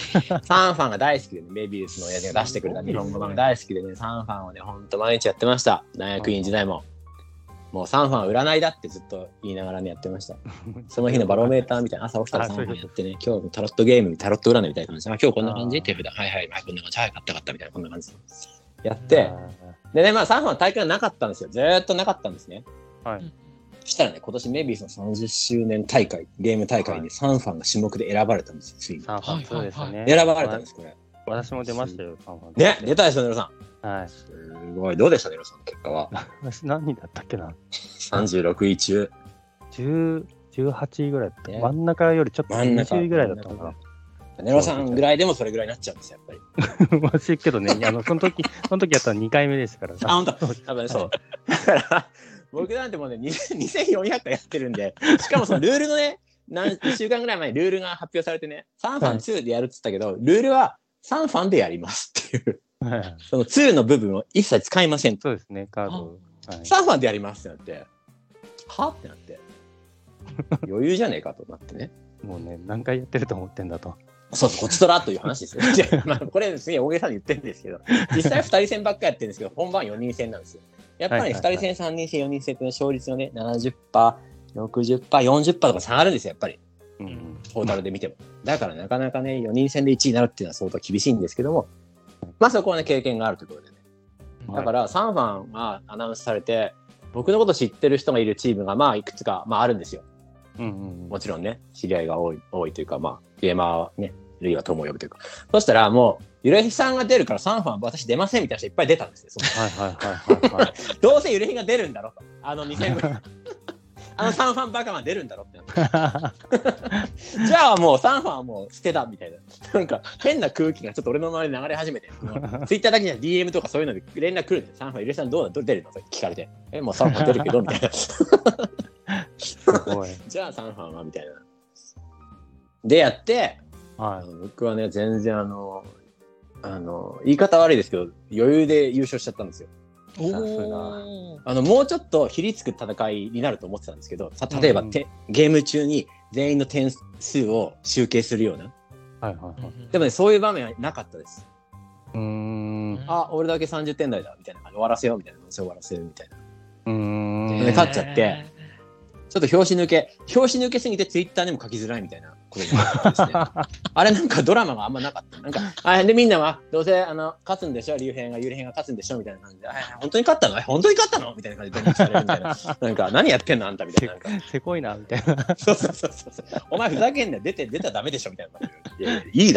サンファンが大好きでね、メビウスの親父が出してくれた日本語版が大好きでね、サンファンをね、ほんと毎日やってました。大学院時代も。もうサンファンは占いだってずっと言いながらね、やってました。その日のバロメーターみたいな、朝起きたらサンファンやってね、今日タロットゲーム、タロット占いみたいな感じで、あ、今日こんな感じ手札、はいはい、はい、こんな感じ、はい、買った買ったみたいな、こんな感じでやって、でね、まあサンファンの大会はなかったんですよ。ずーっとなかったんですね。はい。そしたらね、今年メビウスのさんじゅっしゅうねん大会、ゲーム大会にサンファンが種目で選ばれたんですよ、ついに。 サンファン、そうですね。 選ばれたんです、これ。 私も出ましたよ、サンファン。 ね、出たでしょ、ネロさん。はい。 すごい。どうでした、ネロさんの結果は。 私何人だったっけな。 さんじゅうろくい中。 じゅう、じゅうはちいぐらいだった。真ん中よりちょっとにじゅういぐらいだったのかな。 ネロさんぐらいでもそれぐらいになっちゃうんですよ、やっぱり。 私けどね、あのその時、その時やったらにかいめでしたから。 あ、本当。多分そう。だから僕なんてもうね、にせんよんひゃくかいやってるんで、しかもそのルールのね、何いっしゅうかんぐらい前にルールが発表されてね、サンファンツーでやるっつったけど、はい、ルールはサンファンでやりますっていう、はい、そのツーの部分を一切使いません。 そうですね、カード。 はい、サンファンでやりますってなって、はってなって、余裕じゃねえかとなってね。 もうね、何回やってると思ってんだと。 そうそう、こちとらという話ですよ。まあ、これすげえ大げさに言ってるんですけど、実際ふたり戦ばっかりやってるんですけど、本番よにん戦なんですよ。やっぱり、ね、ふたり戦、さんにん戦、よにん戦って勝率のね、ななじゅっパーセント、ろくじゅっパーセント、よんじゅっパーセントとか下がるんですよ、やっぱり。うん、トータルで見ても。だからなかなかね、よにん戦でいちいになるっていうのは相当厳しいんですけども、まあそこはね、経験があるということでね。だから、サンファンがアナウンスされて、僕のこと知ってる人がいるチームが、まあいくつか、まああるんですよ。うんうんうん、もちろんね、知り合いが多い、多いというか、まあ、ゲーマーね、ルイは友を呼ぶというか。そしたらもう、ゆるひさんが出るからサンファン私出ませんみたいな人いっぱい出たんですよ。はいはいはいはい、はい。どうせゆるひが出るんだろうと。あのにせんあのサンファンバカが出るんだろうってなって。じゃあもうサンファンはもう捨てたみたいな。なんか変な空気がちょっと俺の周りに流れ始めて。ツイッターだけじゃ ディーエム とかそういうので連絡来るんですよ。サンファンゆるひさんどうだどれ出るのって聞かれて。え、もうサンファン出るけどみたいな。すごい。じゃあサンファンはみたいな。でやって、はい、あの僕はね全然あのあの言い方悪いですけど余裕で優勝しちゃったんですよ。おあのもうちょっとひりつく戦いになると思ってたんですけど、さ例えば、うん、ゲーム中に全員の点数を集計するような、はいはいはい、でもねそういう場面はなかったです。うーんあ俺だけさんじゅってん台だみたいな終わらせようみたいな終わらせるみたいな。うーんで勝っちゃってちょっと拍子抜け拍子抜けすぎてツイッターにも書きづらいみたいなことになってですねあれなんかドラマがあんまなかったなんかあでみんなはどうせあの勝つんでしょ竜兵が幽霊が勝つんでしょみたいな感じで本当に勝ったの本当に勝ったのみたいな感じでどんどんされるみたいななんか何やってんのあんたみたいななんかせこいなみたいなそうそうそうそうお前ふざけんなよ出て出たらダメでしょみたいな感じでいやいやいいだろ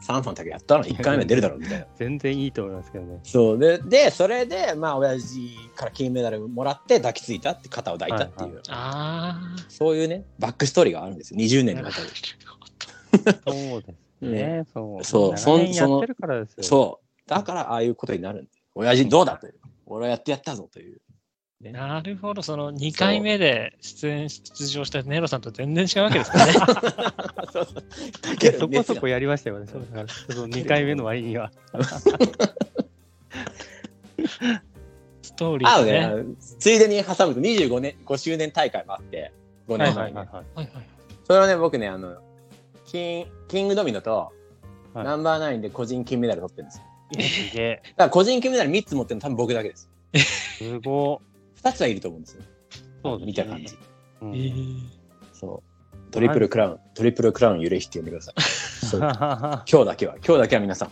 さんファンだけやったらいっかいめ出るだろうみたいな。 全然いいと思いますけどね。 そうで、で、それで、まあ、親父から金メダルもらって抱きついたって、肩を抱いたっていう、はいはい、 あそういうね、バックストーリーがあるんですよ、にじゅうねんにわたる。 そうですね。ねそう。 そう、 そんやってるからですよ。 そう。だから、ああいうことになるんで、親父どうだという。俺はやってやったぞという。 ね、なるほど、そのにかいめで出演出場したネロさんと全然違うわけですかね。 そうそういやそこそこやりましたよね。そうだからそのにかいめの割には。 ストーリー、ね、 あね、ついでに挟むとにじゅうごねん、ごしゅうねん大会もあって、ごねんまえに。それはね、僕ね、あの、キン、キングドミノと、はい、ナンバーナインで個人金メダル取ってるんですよ。 すげえ。 だから個人金メダルみっつ持ってるの多分僕だけです。 すごい。 ふたつはいると思うんですよ。 そうですね、 見た感じ。 うん、えー、 そう。トリプルクラウン、トリプルクラウン揺れひって呼んでください。そう今日だけは、今日だけは皆さん。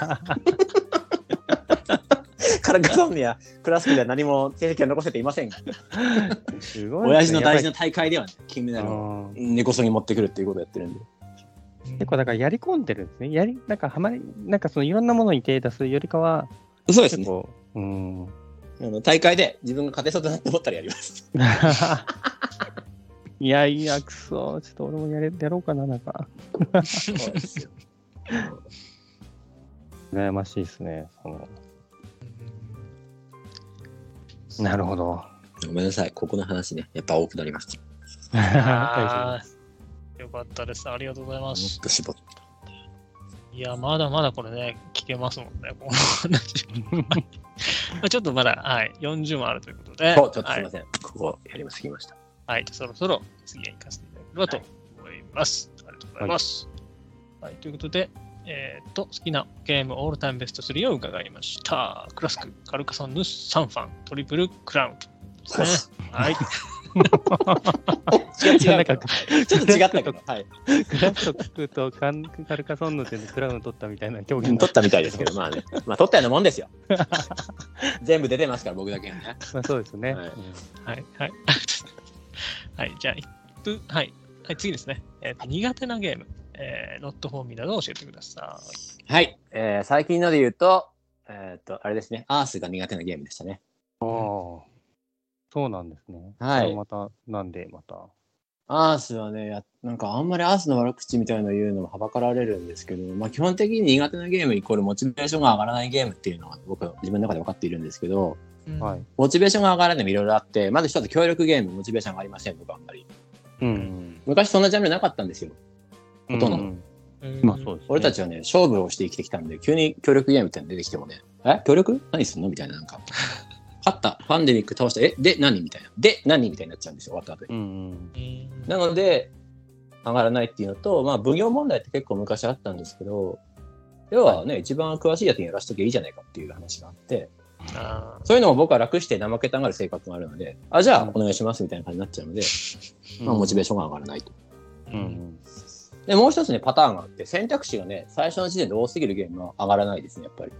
カルカソンヌやクラスクでは何も成績は残せていませんが。すごい、ね。親父の大事な大会では、ね、金メダルを根こそぎ持ってくるっていうことをやってるんで。 結構だからやり込んでるんですね。やり、なんかはまり、なんかそのいろんなものに手出すよりかは。 そうですね。 うん。 あの大会で自分が勝てそうだなって思ったらやります。 いやいや、くそ、ちょっと俺もやれやろうかな、なんか。そうですよ。悩ましいですね。そのなるほど。 ごめんなさい、ここの話ね、やっぱ多くなりました。 あよかったです。ありがとうございます。 もっと絞って。 いや、まだまだこれね、聞けますもんね、この話。ちょっとまだ、はい、よんじゅうもあるということで。 そう、ちょっとすみません。はい、ここやりますぎました。 はい、じゃそろそろ次へ行かせていただければと思います。はい、ありがとうございます。はい、はい、ということで、えー、っと、好きなゲームオールタイムベストスリーを伺いました。クラスク、カルカソンヌ、サンファン、トリプルクラウンですね。はい。 違う違う。ちょっと違ったけど。はい。 クラスクとカルカソンヌでクラウン取ったみたいな表現。 取ったみたいですけど、まあね。まあ取ったようなもんですよ。全部出てますから、僕だけね。 まあそうですね。 はい。はい。はい。はい、じゃあ、はい。はい、次ですね。えー、苦手なゲーム、えー、Not For Me などを教えてください。はい。えー、最近ので言うと、えっと、あれですね。アースが苦手なゲームでしたね。 ああ。そうなんですね。 はい。 また、なんでまた。 アースはね、やなんかあんまりアースの悪口みたいなの言うのもはばかられるんですけど、まあ基本的に苦手なゲームイコールモチベーションが上がらないゲームっていうのは僕は自分の中で分かっているんですけど、 うん、 モチベーションが上がらないのもいろいろあって、まず一つ協力ゲーム、モチベーション上がりません、僕はあんまり。 うん。 昔そんなジャンルなかったんですよ。ほとんど。うんうん、まあそうですね。 俺たちはね、勝負をして生きてきたんで、急に協力ゲームって出てきてもね、え協力何すんのみたいな、なんか。勝った、パンデミック倒した、え、で、何みたいな。で、何みたいになっちゃうんですよ、終わった後に。 うんうん、 なので、上がらないっていうのと、まあ、奉行問題って結構昔あったんですけど、要はね、はい、一番詳しいやつにやらしときゃいいじゃないかっていう話があって、あそういうのも僕は楽して怠けたがる性格があるので、あ、じゃあお願いしますみたいな感じになっちゃうので、うん、まあ、モチベーションが上がらないと。うん、で、もう一つね、パターンがあって、選択肢がね、最初の時点で多すぎるゲームは上がらないですね、やっぱり。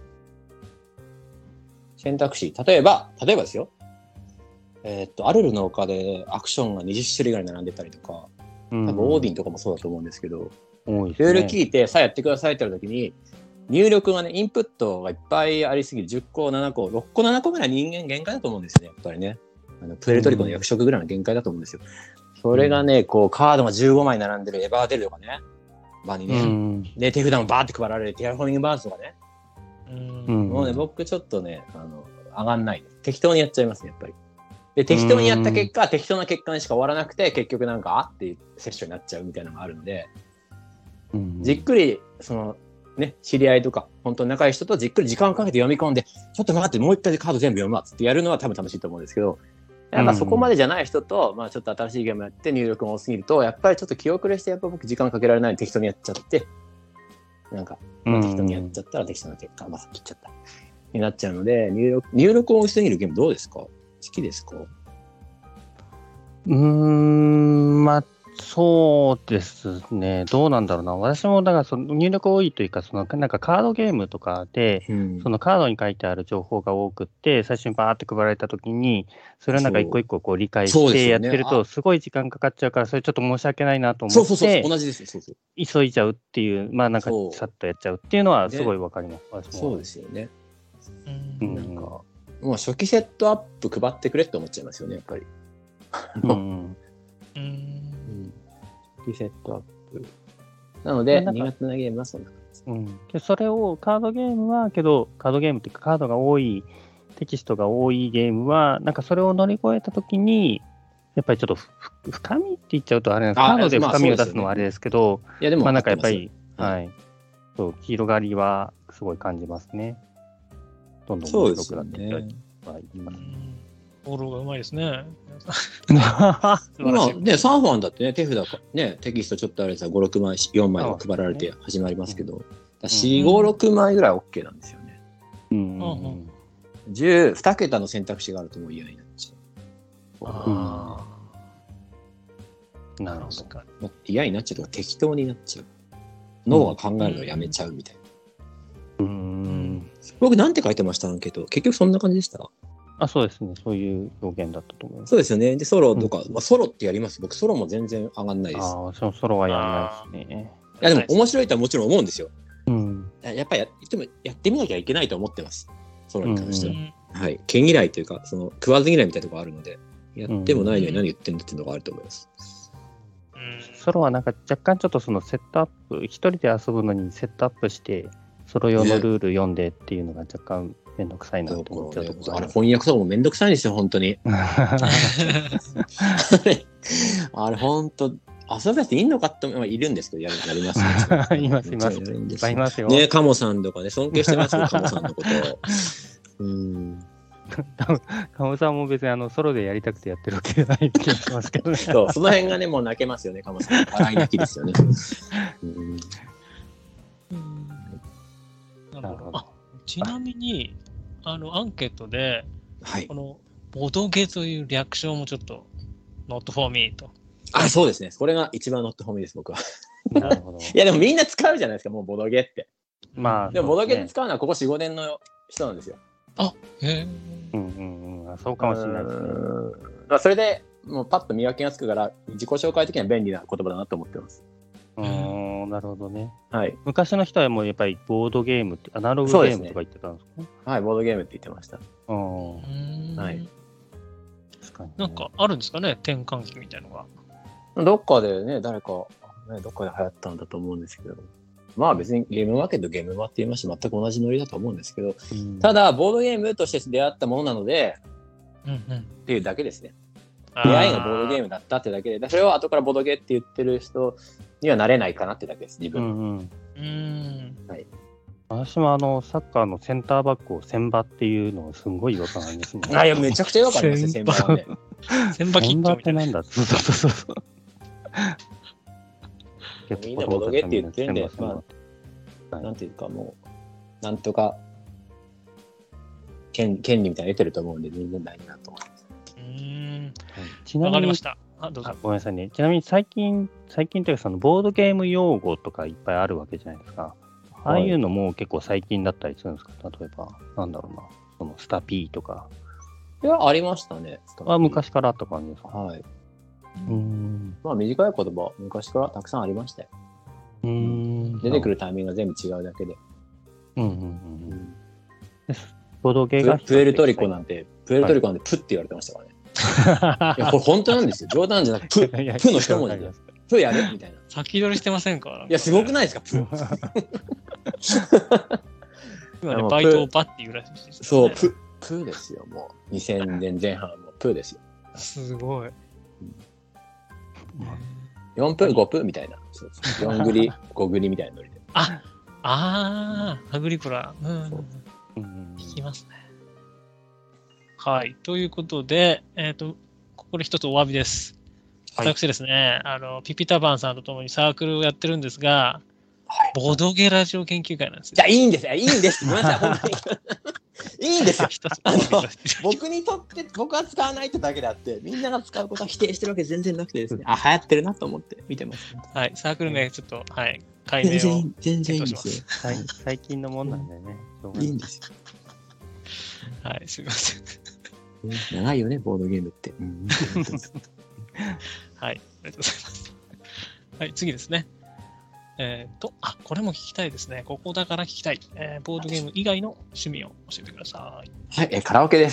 選択肢、例えば、例えばですよ。えー、っと、アルルの丘でアクションがにじゅっしゅるいぐらい並んでたりとか、多分オーディンとかもそうだと思うんですけど、ルール聞いて、さあやってくださいって言った時に、入力がね、インプットがいっぱいありすぎる、じゅっこ、ななこ、ろっこ、ななこぐらい人間限界だと思うんですよね、やっぱりね。あのプエルトリコの役職ぐらいの限界だと思うんですよ。それがね、こう、カードがじゅうごまい並んでるエバーデルとかね、場にね、うん、で、手札もバーって配られるティアフォーミングバーンとかね、うん、もうね、僕ちょっとね、あの、上がんないです。適当にやっちゃいますね、やっぱり。で、適当にやった結果、適当な結果にしか終わらなくて、結局なんか、あっていうセッションになっちゃうみたいなのがあるので、うん、じっくり、その、ね、知り合いとか、本当に仲いい人とじっくり時間をかけて読み込んで、ちょっと待って、もう一回カード全部読むわっつってやるのは多分楽しいと思うんですけど、やっぱそこまでじゃない人と、まあちょっと新しいゲームやって入力が多すぎると、やっぱりちょっと気遅れして、やっぱ僕時間かけられないので適当にやっちゃって、なんか、まあ、適当にやっちゃったら適当な結果、まあ切っちゃった。になっちゃうので、入力、入力を多すぎるゲームどうですか？好きですか？ うーん、まあ、 そうですね、どうなんだろうな、私もだからその入力多いというか、そのなんかカードゲームとかで、 うんそのカードに書いてある情報が多くって、最初にバーって配られたときに、それをなんか一個一個こう理解そうしてですよねやってると、すごい時間かかっちゃうから、それちょっと申し訳ないなと思っそうそうそう、 て、 同じです。そうそう。 急いじゃうっていう、まあなんかそうさっとやっちゃうっていうのはねすごいわかります。私もそうですよね。 うんうんなんか、もう初期セットアップ配ってくれって思っちゃいますよね、やっぱり。 うんうん初期セットアップ。なので、 なんか苦手なゲームはそんな感じです。 うん、でそれをカードゲームはけどカードゲームっていうかカードが多いテキストが多いゲームはなんかそれを乗り越えたときにやっぱりちょっとふふ深みって言っちゃうとあれなんですあカードでまあ深みを出そうですよねすのはあれですけど、 いや、でも、 まあなんかやっぱ合り、 てますよはい、そう広がりはすごい感じますね。どんどん面そうですよ白くなっていね。 くはいいます。 フォローがうまいですね。 ま素晴らしいあね、サーファンだってね、手札か、ね、テキストちょっとあれさ、ご、ろくまい、よんまいが配られて始まりますけど、よん、ご、ろくまいぐらい OK なんですよね。 うんうんうんじゅう、に桁の選択肢があるともう嫌になっちゃう。 ああ、 なるほど確。かに。 もう嫌になっちゃうとか適当になっちゃう。脳が考えるのをやめちゃうみたいな。 うん僕なんて書いてましたアンケート。結局そんな感じでしたあそうですね、そういう表現だったと思います。 そうですよね。で、ソロとか、まあ、ソロってやります。僕、ソロも全然上がんないです。 ああ、そのソロはやらないですね。 いや、でも面白いとはもちろん思うんですよ。 うん。 やっぱりやでもやってみなきゃいけないと思ってます。ソロに関しては。 うんはい。毛嫌いというか、その食わず嫌いみたいなところあるので、やってもないのに何言ってんだっていうのがあると思います。 うんソロはなんか若干ちょっとそのセットアップ、一人で遊ぶのにセットアップして、ソロ用のルール読んでっていうのが若干めんどくさいなだと思っちゃうところからね、あれがある。 翻訳とかもめんどくさいんですよ、本当に。あれ、あれ本当、遊ぶやついんのかって、まあ、いるんですけど、やるやりますいますいますもちろんやるんいですっぱいいますよ。 ね、カモさんとかね、尊敬してますよ、カモさんのことを。うん。 カモさんも別にあのソロでやりたくてやってるわけじゃない気がしますけどね。 そう、その辺がね、もう泣けますよね、カモさん。笑い泣きですよね。うんなるほど。あ、ちなみに、あの、アンケートで、 はいこ。の、ボドゲという略称もちょっと、not for me と。 あ、そうですね。これが一番ノットホミです、僕は。 なるほど。 いや、でもみんな使うじゃないですか、もうボドゲって。 まあ、 でもボドゲそうですねで使うのはここよん、ごねんの人なんですよ。 へえ。 うんうんうんあ、そうかもしれないですね。 うんだからそれでもうパッと見分けがつくから、自己紹介的には便利な言葉だなと思ってます。 うーん、なるほどね。 はい。 昔の人はもうやっぱりボードゲームって、アナログそうですねゲームとか言ってたんですかね。 はい、ボードゲームって言ってました。 うん、 うんはい確かにね。 なんかあるんですかね、転換期みたいのが。 どっかでね、誰か、ね、どっかで流行ったんだと思うんですけど。まあ別にゲームマーケットゲームマって言いまして全く同じノリだと思うんですけど、 うんた、だボードゲームとして出会ったものなのでうんうん。 っていうだけですね。出会いがボードゲームだったってだけで、それを後からボードゲーって言ってる人にはなれないかなってだけです、自分。 うんうん。 ム。うん。 私もあのサッカーのセンターバックを千場っていうのがすんごい違和感ありますね。 あ、いや、めちゃくちゃ違和感ありますね、 千葉先輩はね。 千葉キ千場っットみたいな。 てなんだそうそうそうそう。 みんなボドゲって言ってるんで千葉千葉はいなんていうかもう、なんとか、権権利みたいなの出てると思うんで、人間ないなと思います。 うん。 ちなみにわかりまし、た。あ、どうぞ。 あごめんなさいね。ちなみに最近、最近というかそのボードゲーム用語とかいっぱいあるわけじゃないですか。ああいうのも結構最近だったりするんですか？例えば、なんだろうな、そのスタピーとか。 いや、ありましたね。 あ、昔からあった感じですか？ はい。 うーん。 まあ、短い言葉、昔からたくさんありましたよ。 うーん。 出てくる。 るタイミングが全部違うだけで。 うんうんうんうん。ボードゲープがプエルトリコなんて、プエルトリコなんてプって言われてましたからね。いや、これ本当なんですよ。冗談じゃなくて、プ、 いやプの一文字で、プやるみたいな。い先取りしてませんか？ や、すごくないですか、プ。 今ね、バイトをバッて言うらしいです、ね。 そう、プ、プですよ、もう。にせんねんぜん半はもうプですよ。 すごい。 よんプ、ごプみたいな。そうそうよんグリ、ごグリみたいなノリで。 あ、あー、アグリコラ。うんそう。 うん聞きますね。はい。ということで、えっ、と、ここで一つお詫びです。 はい私ですね、あの、ピピタバンさんと共にサークルをやってるんですが、 はいボドゲラジオ研究会なんですよ。 じゃあ、いいんです。いいんです。ごめんなさい、本当に。いいいんですよ。 一つあの僕にとって僕は使わないってだけであってみんなが使うことは否定してるわけ全然なくてですね、あ流行ってるなと思って見てます、ね、 はい、サークル名ちょっと、はい、解明を全然全然いいんですよ。 最最近のもんなんでね。 いいんですよ。 はい、すみません。 長いよねボードゲームって。うん、 はい、ありがとうございます。はい、次ですね。えっ、ー、と、あ、これも聞きたいですね。ここだから聞きたい。えー、ボードゲーム以外の趣味を教えてください。 はい、えカラオケです。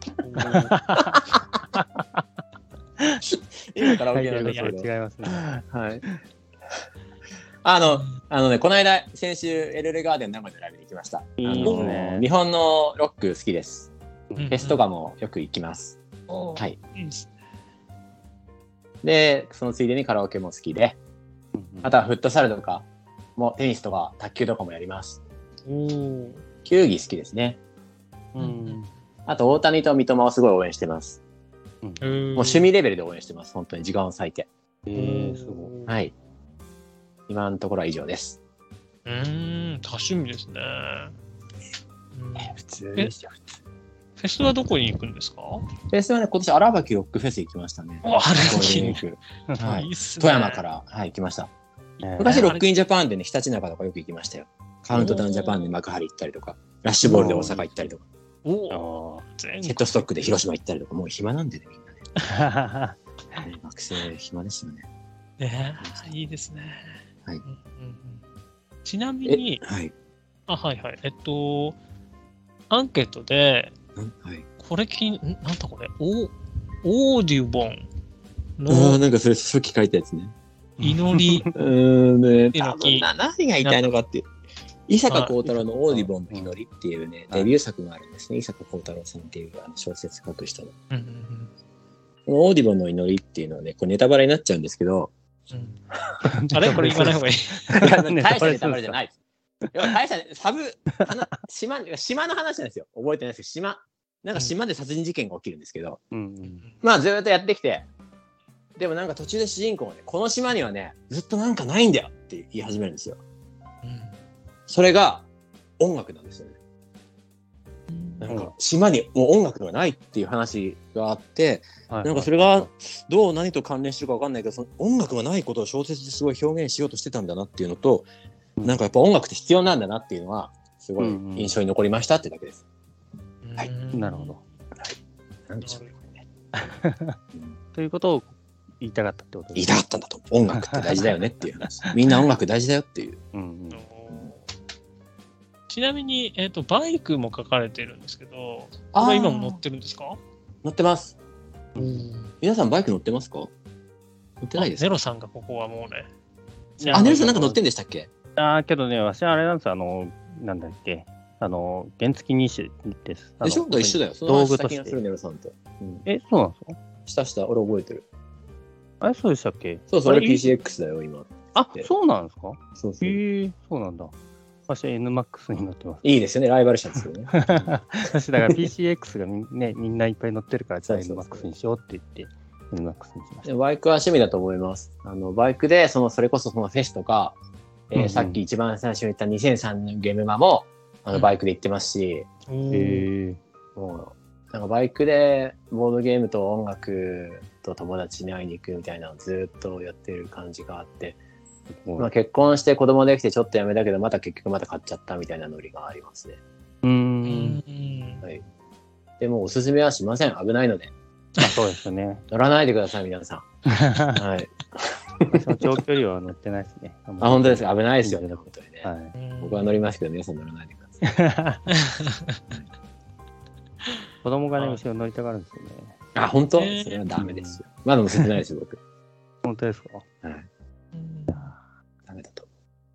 今カラオケなんですけど。 違いますね。 はい。あの、あのね、この間、先週、エルレガーデン生でライブに行きました。 いいですね。 日本のロック好きです。 うんうん、 フェスとかもよく行きます。はい。 いいですね。 で、そのついでにカラオケも好きで、あとはフットサルとか、もテニスとか卓球とかもやります。 お球技好きですね。 うん、 あと大谷と三笘をすごい応援してます。 うん、もう趣味レベルで応援してます。本当に時間を割いて。 えー、すごい。 はい。今のところは以上です。 うーん、多趣味ですね。 うん、普通ですよ。 フェスはどこに行くんですか？ フェスはね、今年荒垣ロックフェス行きましたね。 荒垣に行く。はい。 いいっすね、 富山から、はい、行きました。昔ロックインジャパンでね、ひたちなかとかよく行きましたよ。カウントダウンジャパンで幕張行ったりとか、ラッシュボールで大阪行ったりとか、 おお、 セットストックで広島行ったりとか、もう暇なんでね、みんなね。ね学生暇ですよね。 ねえ、いいですね。 はい。 うんうんうん、ちなみに、 はい。 あ、はいはい。えっと、アンケートで、 はい、 これき、なんだこれ、オオーデュボンの。ああ、なんかそれ初期書いたやつね。 祈り。 うーんね、多分な何が言いたいのかっていう。伊坂幸太郎のオーディボンの祈りっていうね、デビュー作があるんですね。伊坂幸太郎さんっていうあの小説書く人の。 うんうんうん、 このオーディボンの祈りっていうのはね、これネタバレになっちゃうんですけど、 うん、あれこれ言わない方がいい。 大したネタバレじゃないです。大したサブ島島の話なんですよ。覚えてないですけど、島なんか島で殺人事件が起きるんですけど、うんうん、まあずっとやってきて、でもなんか途中で主人公がね、この島にはね、ずっとなんかないんだよって言い始めるんですよ。うん、それが音楽なんですよね。なんか島にもう音楽がないっていう話があって、はい、なんかそれがどう何と関連してるか分かんないけど、その音楽がないことを小説ですごい表現しようとしてたんだなっていうのと、うん、なんかやっぱ音楽って必要なんだなっていうのはすごい印象に残りましたってだけです。 うんうん、はい、なるほど。はい、 なんでしょうね。 ということを言いたかったってことですね。言いたかったんだと。音楽って大事だよねっていう話。みんな音楽大事だよっていう。うんうん、 ちなみに、えーと、バイクも書かれてるんですけど、これ今も乗ってるんですか？ 乗ってます。うん、皆さんバイク乗ってますか？乗ってないですか？ ネロさんがここはもうね。 あ、ネロさんなんか乗ってんでしたっけ？ ああ、けどね、私はあれなんですよ、あの、なんだっけ、あの、原付二種です。 でしょ？一緒だよ。 道具として。 するネロさんと。 うん、え、そうなんですか？ したした、俺覚えてる。 あれ、そうでしたっけ？ そうそう、俺 ピーシーエックス だよ、今。 あ、そうなんですか？ そうそう。 へえ、そうなんだ。私は エヌマックス に乗ってます。 いいですよね、ライバル車ですよね。 私だから ピーシーエックス がみ,、ね、みんないっぱい乗ってるから、じゃあ エヌマックス にしようって言って、エヌマックス にしました。 バイクは趣味だと思います。あのバイクで、そのそれこそそのフェスとか、えーうんうん、さっき一番最初に言ったにせんさんねんゲームマもあのバイクで行ってますし、うん、へもうなんかバイクでボードゲームと音楽と友達に会いに行くみたいなのをずっとやってる感じがあって、まあ、結婚して子供できてちょっとやめたけどまた結局また買っちゃったみたいなノリがありますね。 うーん、 はい、でもおすすめはしません。危ないので。 あ、そうですね。 乗らないでください皆さん。はい。 長距離は乗ってないですね。 あ、本当ですか。危ないですよね、本当にね。はい、僕は乗りますけど皆さん乗らないでください。 子供がね、後ろ乗りたがるんですよね。 あ、本当？それはダメですよ。まだ乗せてないですよ、僕。 本当ですか？ はい。ダメだと。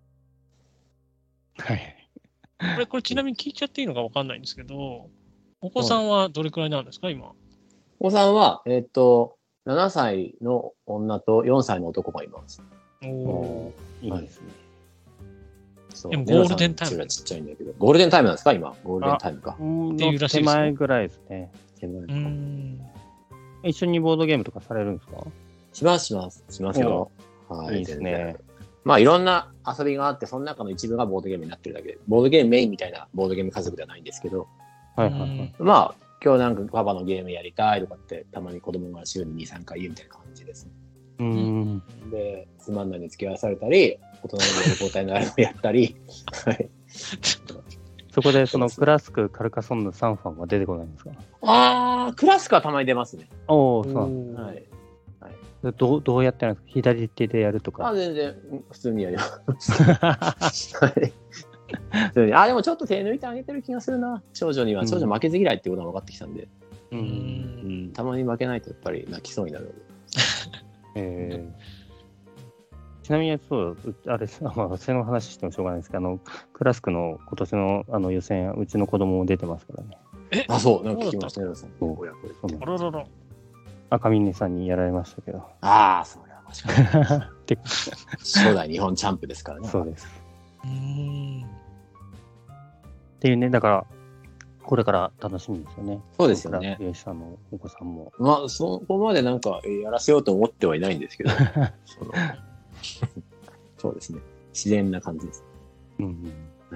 はい。これ、これちなみに聞いちゃっていいのかわかんないんですけど、お子さんはどれくらいなんですか、今。 お子さんは、えっと、ななさいの女とよんさいの男がいます。 おお、いいですね。 そうでもゴールデンタイム。 ちっちゃいんだけど、ゴールデンタイムなんですか今。ゴールデンタイムか。 っていうらしいです。手前ぐらいですね。手前か。一緒にボードゲームとかされるんですか？ しますしますしますよ。 はい。いいですね。 まあいろんな遊びがあって、その中の一部がボードゲームになってるだけで、ボードゲームメインみたいなボードゲーム家族ではないんですけど、 はいはいはい。 まあ、今日なんかパパのゲームやりたいとかって、たまに子供が週にに、さんかい言うみたいな感じですね。 うーん。 で、つまんないに付き合わされたり、大人のゲーム交代のあれをやったり、はい。 そこでそのクラスク、カルカソンヌ、サンファンは出てこないんですか？ あー、クラスクはたまに出ますね。 おお、そうなんです。 はい。 どうどうやってやるんですか？左手でやるとか。 あ、全然、普通にやります。はい。普通にあ、でもちょっと手抜いてあげてる気がするな。長女には、長女負けず嫌いってことが分かってきたんで、 う。 うんん。 たまに負けないとやっぱり泣きそうになるので。 えー、ちなみにそう、うあれ、まあ、背の話してもしょうがないですけど、あのクラスクの今年のあの予選、うちの子供も出てますからね。 えあ、そう、なんか聞きましたね、ロさん。 そう親子でそうなんあららら。 赤嶺さんにやられましたけど。 ああ、そうや、確かに。 で初代日本チャンプですからね。 そうです。 うーん。 っていうね、だから、これから楽しみですよね。 そうですよねクラスクエさんのお子さんも。 まあ、そこまでなんかえーやらせようと思ってはいないんですけど、そのそうですね。自然な感じです。 うんうん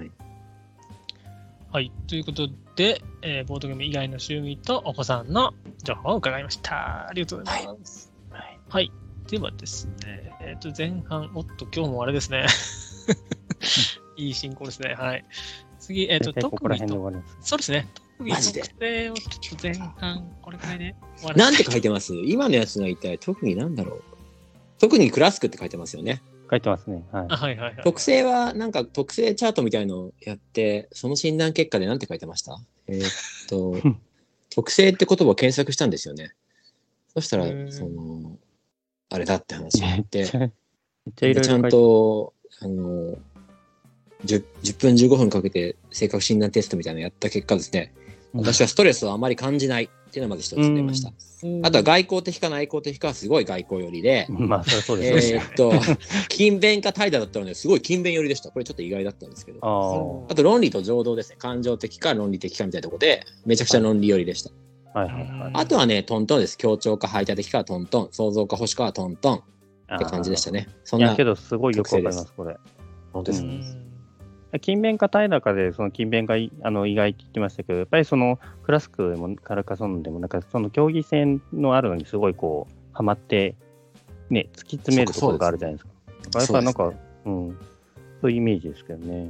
はい。ということで、えーボードゲーム以外の趣味とお子さんの情報を伺いました。ありがとうございます。 はい。 はい。ではですね、えっ、と、前半、おっと、今日もあれですね。いい進行ですね。はい。次、えっ、と、 大体ここ特技と、 ら辺で終わります。 そうですね。特技マジで特性をちょっと前半、これくらいで終わらせなんて書いてます？今のやつが一体特になんだろう。特にクラスクって書いてますよね。 書いてますね。はい。 あ、はいはいはい。 特性はなんか特性チャートみたいのをやってその診断結果でなんて書いてました？えーっと特性って言葉を検索したんですよね。そしたらへーそのあれだって話になっめってちゃ、めっちゃいろいろちゃん書いてとあの 10, じゅっぷんじゅうごふんかけて性格診断テストみたいなのやった結果ですね、私はストレスをあまり感じないっていうのがまず一つ出ました。あとは外交的か内向的かはすごい外交寄りで、 まあ、そりゃそうですよね。 えーっと、勤勉か怠惰だったので、すごい勤勉寄りでした。これちょっと意外だったんですけど。 ああと論理と情動ですね。感情的か論理的かみたいなところで、めちゃくちゃ論理寄りでした。 あ。はいはいはい。 あとはね、トントンです。協調か排他的かはトントン、創造か保守かはトントンって感じでしたね。そんな。 いやけど、すごいよくわかります、これ。 本当ですね。 うん勤勉か怠惰かで、その勤勉がいあの意外って言ってましたけど、やっぱりそのクラスクでもカルカソンヌでも、なんかその競技戦のあるのにすごいこう、ハマって、ね、突き詰めるところがあるじゃないですか。だからやっぱなんか、 そうですうん、そういうイメージですけどね。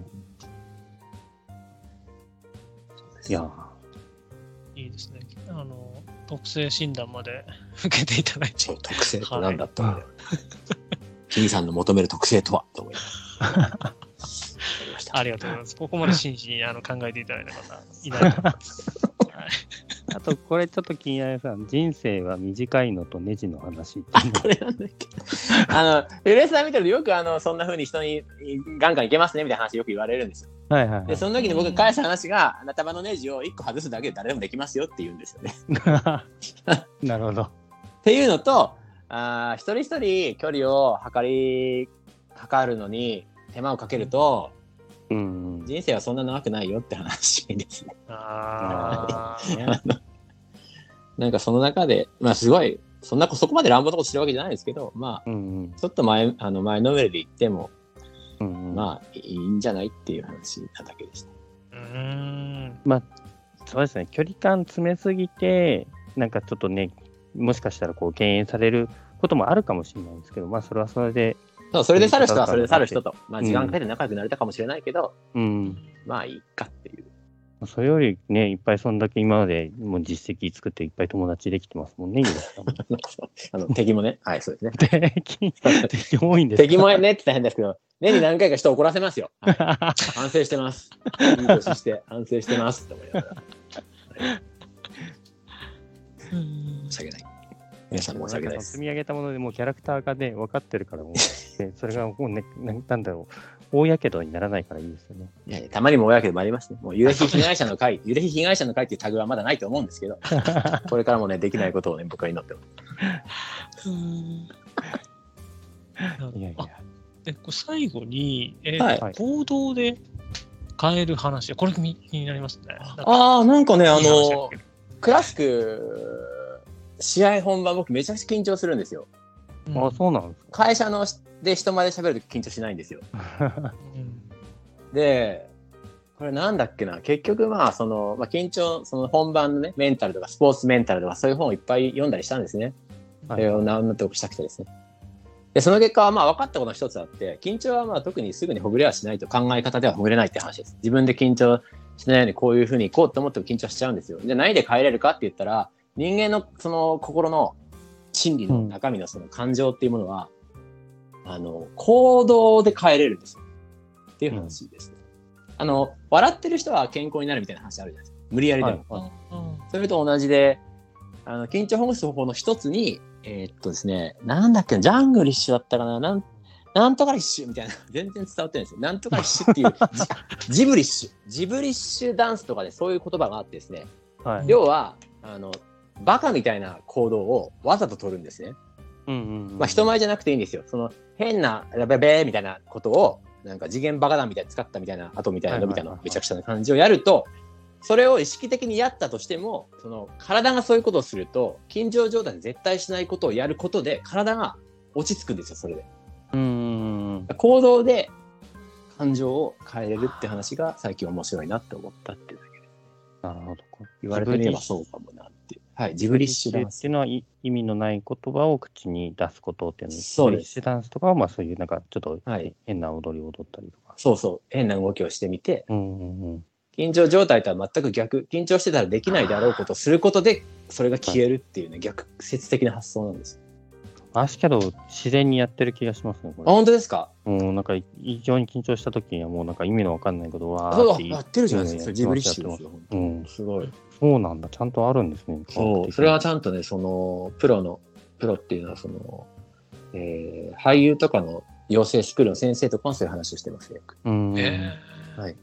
いやいいですね。あの、特性診断まで受けていただいて。 そう、特性って何だったんだよ。君さんの求める特性とはと思います。 ありがとうございます。ここまで真摯にあの考えていただいた方、いないと思います。はい、 あと、これちょっと気になりますが、人生は短いのとネジの話っていうのこれなんだっけ。あの、ルレさん見てるとよくあの、そんな風に人にガンガンいけますねみたいな話よく言われるんですよ。 はいはい、はい。 で、その時に僕が返した話が、穴束のネジをいっこ外すだけで誰でもできますよって言うんですよね。 なるほど。 っていうのと、あ一人一人距離を測り、測るのに手間をかけると、 うんうん、 人生はそんな長くないよって話ですね。 あなんかその中で、まあすごい、そんなそこまで乱暴なことしてるわけじゃないですけど、まあ、 うんうん、 ちょっと前、あの前の上で言っても、 うんうん、 まあいいんじゃないっていう話なだけでした。 ーうーん。 まあ、そうですね、距離感詰めすぎて、なんかちょっとね、もしかしたらこう敬遠されることもあるかもしれないんですけど、まあ、それはそれで、 そう、それで去る人はそれで去る人と、まあ時間かけて仲良くなれたかもしれないけど、 うん、 まあいいかっていう。 それよりね、いっぱいそんだけ今までもう実績作っていっぱい友達できてますもんね、今あの敵もね、はい、そうですね。 敵、敵多いんです敵もねって大変ですけど、年に何回か人を怒らせますよ。はい、反省してます。いい年して反省してますって思いながら。はい、申し訳ない。皆さん申し訳ないです。 積み上げたものでもうキャラクターがね、分かってるからもう、ね、それがもうね、なんだろう、大やけどにならないからいいですよね。 いやいや、たまにも大やけどもありますね。もう、ゆでひ被害者の会、ゆでひ被害者の会っていうタグはまだないと思うんですけど、これからもね、できないことをね、僕は祈ってます。 いやいや。 でこう最後に、えーはい行動で変える話、これ気になりますね。 ああ、なんかね、あいい話だのけど、 クラスク、試合本番僕めちゃくちゃ緊張するんですよ。 あ、そうなんですか。 会社ので人前で喋るとき緊張しないんですよ。 うんで、 これなんだっけな、結局まあその、まあ、緊張、その本番のね、メンタルとかスポーツメンタルとかそういう本をいっぱい読んだりしたんですね。それを納得したくてですね。で、その結果はまあ分かったことの一つあって、緊張はまあ特にすぐにほぐれはしないと、考え方ではほぐれないって話です。自分で緊張しないようにこういうふうに行こうと思っても緊張しちゃうんですよ。で、何で変えれるかって言ったら、人間のその心の心理の中身のその感情っていうものは、うん、あの、行動で変えれるんですよ。っていう話ですね。うんあの、笑ってる人は健康になるみたいな話あるじゃないですか。無理やりでも。はいはい、それと同じで、あの、緊張をほぐす方法の一つに、えー、っとですね、なんだっけ、ジャングリッシュだったかな、なん、なんとかリッシュみたいな、全然伝わってないんですよ。なんとかリッシュっていうジ、ジブリッシュ。ジブリッシュダンスとかでそういう言葉があってですね、はい、要は、あの、バカみたいな行動をわざと取るんですね。うんうんうん、まあ人前じゃなくていいんですよ。その変な、ベベーみたいなことを、なんか次元バカ弾みたいに使ったみたいな、後みたいなのみたいなめちゃくちゃな感じをやると、それを意識的にやったとしても、その体がそういうことをすると、緊張状態で絶対しないことをやることで、体が落ち着くんですよ、それで。うーん行動で感情を変えれるって話が最近面白いなって思ったっていうだけです。なるほど。言われてみればそうかもなっていう。はい、ジブリッシュダンス。っていうのは意味のない言葉を口に出すことっていうのそうです。ジブリッシュダンスとかは、まあそういうなんかちょっと変な踊りを踊ったりとか。はい、そうそう。変な動きをしてみて、うんうんうん、緊張状態とは全く逆、緊張してたらできないであろうことをすることで、それが消えるっていうね、はい、逆説的な発想なんです。私けど、自然にやってる気がしますね、これ。あ、本当ですか？もうなんか、異常に緊張した時にはもうなんか意味のわかんないことはーって言って。やってるじゃないですか、それジブリッシュですよ。うん、すごい。そうなんだ、ちゃんとあるんですね。そう、それはちゃんとね、その、プロの、プロっていうのは、その、えー、俳優とかの養成スクールの先生とかもそういう話をしてますよ。うん。えー、はい。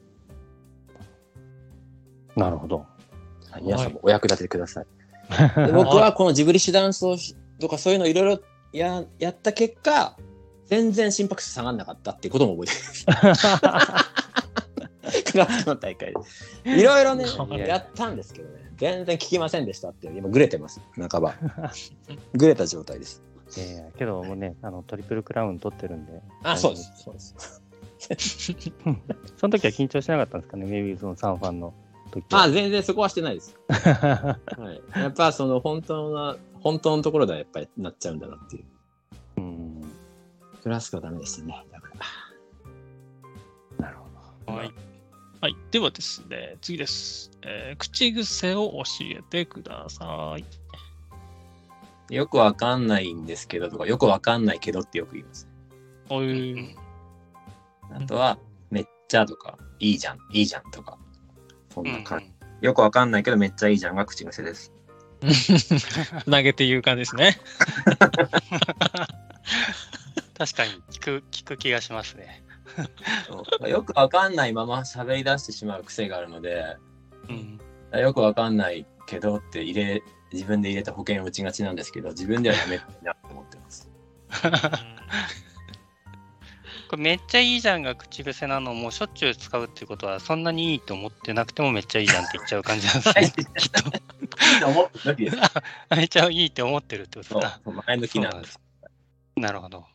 なるほど。はい、皆さんもお役立てください。で僕はこのジブリッシュダンスをとかそういうのいろいろややった結果、全然心拍数下がんなかったっていうことも覚えてます。くがつの大会で。いろいろね、やったんですけどね、全然効きませんでしたっていう、今グレてます、半ば。グレた状態です。いやいや、けどもうね、あのトリプルクラウン取ってるんで。あ、そうです。そうです。その時は緊張しなかったんですかね、メイビーズのサンファンの時は。あ、全然そこはしてないです。はい、やっぱその本当な、本当のところではやっぱりなっちゃうんだなっていう。うん。クラスがダメでしたね。だから。なるほど。 はい。はい。ではですね、次です。えー、口癖を教えてください。 よくわかんないんですけどとか、よくわかんないけどってよく言います。 おい。 あとは、めっちゃとか、いいじゃん、いいじゃんとか。そんな感じ。うんうん、よくわかんないけど、めっちゃいいじゃんが口癖です。 投げて言う感じですね。 確かに聞く、聞く気がしますね。 よくわかんないまま喋り出してしまう癖があるので、うん、よくわかんないけどって入れ、自分で入れた保険を打ちがちなんですけど、自分ではやめたいなと思ってます。 これめっちゃいいじゃんが口癖なのをもうしょっちゅう使うっていうことは、そんなにいいと思ってなくてもめっちゃいいじゃんって言っちゃう感じなんですね。きっと。 いいと思ってる時です。 めっちゃいいって思ってるってことだ。 そう前向きなんです。 なるほど。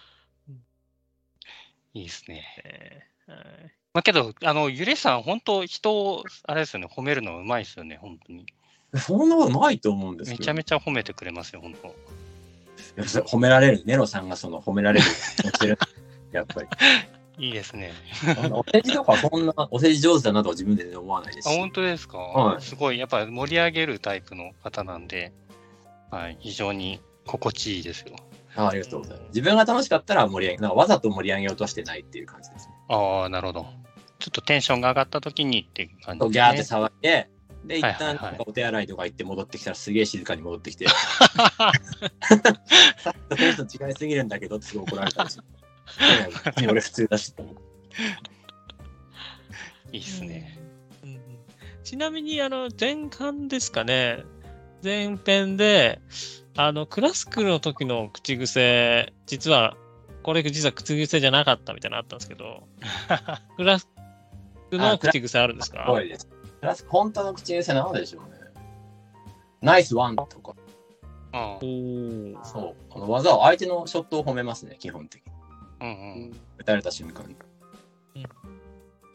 いいですね。えーはい、まあけど、あの、ゆれさん、本当人を、あれですよね、褒めるのうまいですよね、本当に。 そんなことないと思うんですけど。 めちゃめちゃ褒めてくれますよ、本当。 褒められる。ネロさんがその褒められる。やっぱり。 いいですね。 お世辞とかそんなお世辞上手だなとは自分で思わないですし。 あ、本当ですか、はい、すごい、やっぱり盛り上げるタイプの方なんで、はい、非常に心地いいですよ。 あ, ありがとうございます。自分が楽しかったら盛り上げ、なんかわざと盛り上げようとしてないっていう感じですね。 ああ、なるほど。ちょっとテンションが上がった時にっていう感じですね。 ギャーって騒いで、で、一旦お手洗いとか行って戻ってきたらすげえ静かに戻ってきて、さっきとテンション違いすぎるんだけどってすごい怒られたんですよ。俺普通だし。 いいっすね。 うんうん、ちなみに、あの、前巻ですかね、前編で、あの、クラスクの時の口癖、実は、これ実は口癖じゃなかったみたいなのあったんですけど、クラスクの口癖あるんですか？ すごいです。クラスク、本当の口癖なんでしょうね。ナイスワンとか。ああそう。あの技を、相手のショットを褒めますね、基本的に。うんうん。打たれた瞬間に。うん、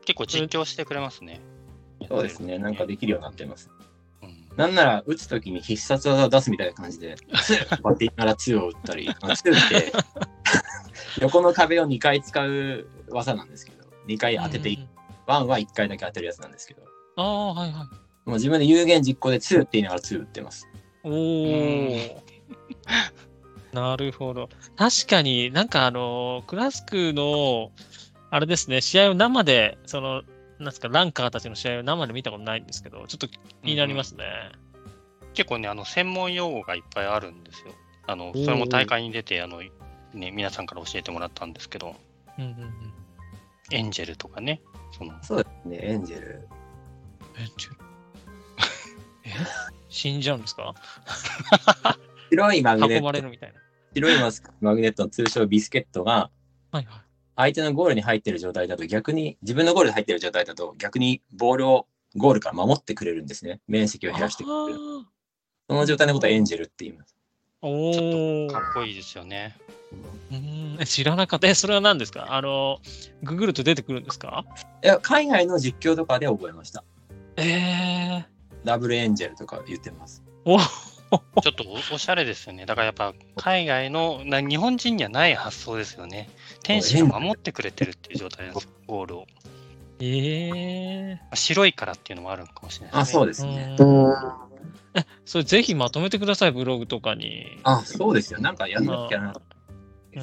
結構実況してくれますね。 そうですね。なんかできるようになってます。 うん、 なんなら打つときに必殺技を出すみたいな感じで、ツーとかって言いながらツーを打ったり、ツーって横の壁をにかい使う技なんですけど、にかい当てていい。 うんうんワンはいっかいだけ当てるやつなんですけど、 ああ、はいはい。 もう自分で有言実行でツーって言いながらツー打ってます。 おー。なるほど。確かになんかあの、クラスクの、あれですね、試合を生で、その、なんですか、ランカーたちの試合を生で見たことないんですけど、ちょっと気になりますね。 うんうん、結構ね、あの、専門用語がいっぱいあるんですよ。あの、それも大会に出て、あの、ね、皆さんから教えてもらったんですけど、 うんうんうん。 エンジェルとかね、その。 そうですね、エンジェル。 エンジェル。え死んじゃうんですか？ 白いマグネ運ばット、 れるみたいな。 白いマグネットの通称ビスケットが、 はいはい。 相手のゴールに入ってる状態だと逆に、自分のゴールに入ってる状態だと逆にボールをゴールから守ってくれるんですね。面積を減らしてくれる。その状態のことはエンジェルって言います。 おちょっー。 とかっこいいですよね。 うーん、え知らなかった。え、それは何ですか？あの、ググると出てくるんですか？ いや、海外の実況とかで覚えました。 えー。 ダブルエンジェルとか言ってます。 おちょっと お, おしゃれですよね。だからやっぱ海外のな日本人にはない発想ですよね。天使が守ってくれてるっていう状態なんですよ、ゴールを。 えー。 白いからっていうのもあるのかもしれないですね。 あ、そうですね。 え、それぜひまとめてください、ブログとかに。 あ、そうですよ。なんかやんなきゃな。 うん。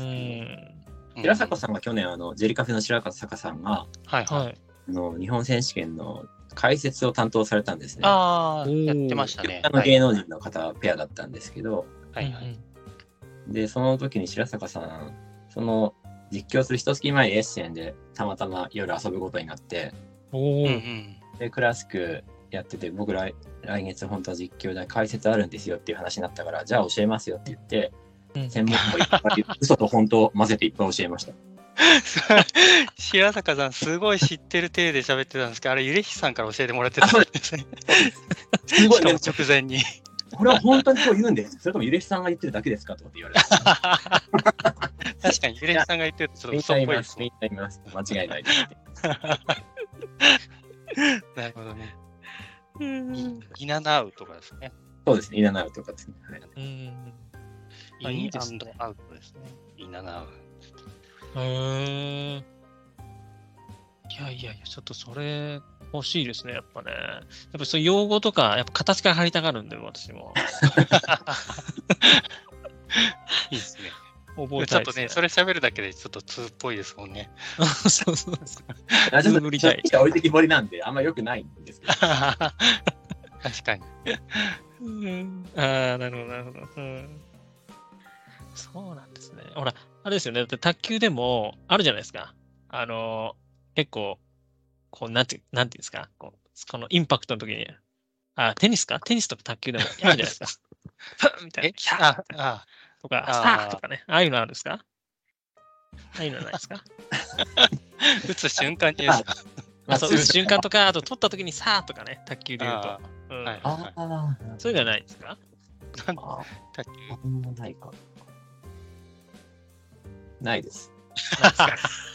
白坂さんが去年、あの、ジェリカフェの白坂さんが、 はいはい。 はい。 あの日本選手権の解説を担当されたんですね。 ああ、やってましたね。 あの芸能人の方、ペアだったんですけど、 はいはい。 で、その時に白坂さん、その実況する一月前にエッセンでたまたま夜遊ぶことになって、 おうんうー。 ん。 で、クラスクやってて、僕来来月本当は実況で解説あるんですよっていう話になったから、じゃあ教えますよって言って、 うん専門家いっぱい嘘と本当を混ぜていっぱい教えました。 白坂さん、すごい知ってる体で喋ってたんですけど、あれ、ゆれひさんから教えてもらってたんですね。 すごい、 しかも直前に。 これは本当にこう言うんです。それともゆれひさんが言ってるだけですかとかって言われて。 確かに、ゆれひさんが言ってるとちょっとみん嘘っぽいですな言います。みんな言います。間違いないです。 なるほどね。イナナウとかですね。 そうですね。イナナウとかですね。はい、 うんあインいいですねアウトですね。イナナウ。 へー。いやいやいや、ちょっとそれ欲しいですね、やっぱね。やっぱそういう用語とか、やっぱ形から入りたがるんで、私も。 いいですね。 覚えちょっとね、 たいですね。 それ喋るだけでちょっと通っぽいですもんね。 そうそうそう。 あちょっとググりたいちょっと置いてきぼりなんで、あんま良くないんですけど。 確かに。 うんああ、なるほど、なるほど、うん。そうなんですね。ほら、あれですよね。だって卓球でもあるじゃないですか。あの、結構、こう、なんて、なんていうんですか。こうこのインパクトの時に、あ、テニスかテニスとか卓球でもあるじゃないですか。フッみたいえな。キャーあ、あ、 とか、 あースターとかね。ああいうのあるんですか？ああいうのないですか？ 打つ瞬間にですか？ あ、そう、打つ瞬間とか、あと取った時にさーとかね。卓球で言うとあ。 うんはいああ、 そういうのはないですか？ なんあ卓球あんまないか。ないです。 ないですか？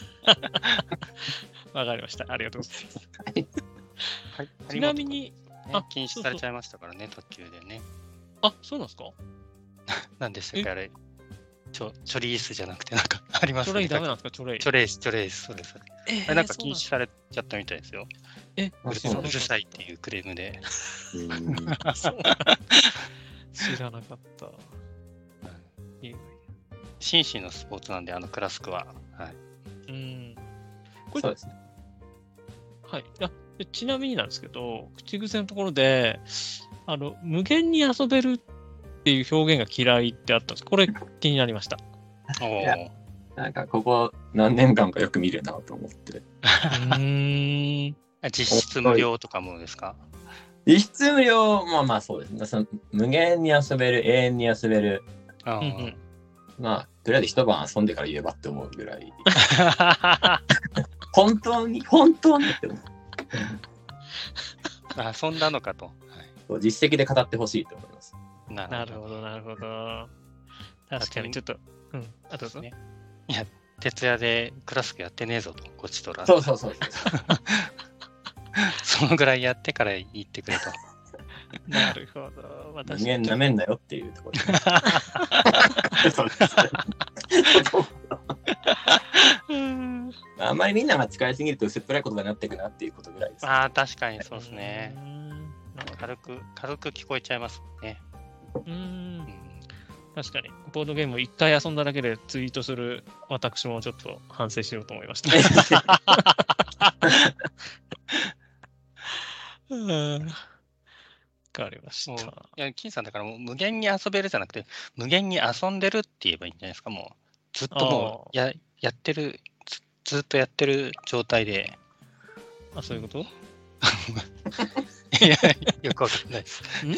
わかりました。ありがとうございます。 はいちなみに、あね、禁止されちゃいましたからね、卓球でね。 あ、そうなんですか？ なんでしたっけ、あれ。チョチョリースじゃなくて、なんかありますね。 チョレイダメなんですか？チョレイ。 チョレイス、チョレイス、そうです。 えあれなんか禁止されちゃったみたいですよ。 え、 あうるそうなんですうるさいっていうクレームで。 うんそう知らなかった。いいね紳士のスポーツなんで、あのクラスクは。はい。 うん。これそうですね。 はい。いやでちなみになんですけど、口癖のところで、あの、無限に遊べるっていう表現が嫌いってあったんです。これ気になりました。 おいやーなんかここ何年間かよく見るなと思って。 うーん。 実質無料とかもですか？ 実質無料、まあまあそうですね。その無限に遊べる、永遠に遊べる。 あうんうんまあ、とりあえず一晩遊んでから言えばって思うぐらい。本当に、本当にって思う。 あ、そんなのかと。はそう実績で語ってほしいと思います。 い、なるほど。 なるほど、なるほど。確かにちょっと、うん。あとですね。 いや、 徹夜でクラスクやってねえぞと、こっちとら。 そうそうそうそう。 そのぐらいやってから言ってくれと。 なるほど。私人間なめんなよっていうところで。そうですうんあんまりみんなが使いすぎると薄っぺらいことになっていくなっていうことぐらいです。 ああ、確かにそうですね。 うん軽く、軽く聞こえちゃいますもんね。 うんうん確かに、ボードゲームを一回遊んだだけでツイートする私もちょっと反省しようと思いました。うんわかりましもうた。 いや、金さんだからもう無限に遊べるじゃなくて、無限に遊んでるって言えばいいんじゃないですか、もう。ずっともうや、やってるず、ずっとやってる状態で。 あ、そういうこといや、よくわかんないです。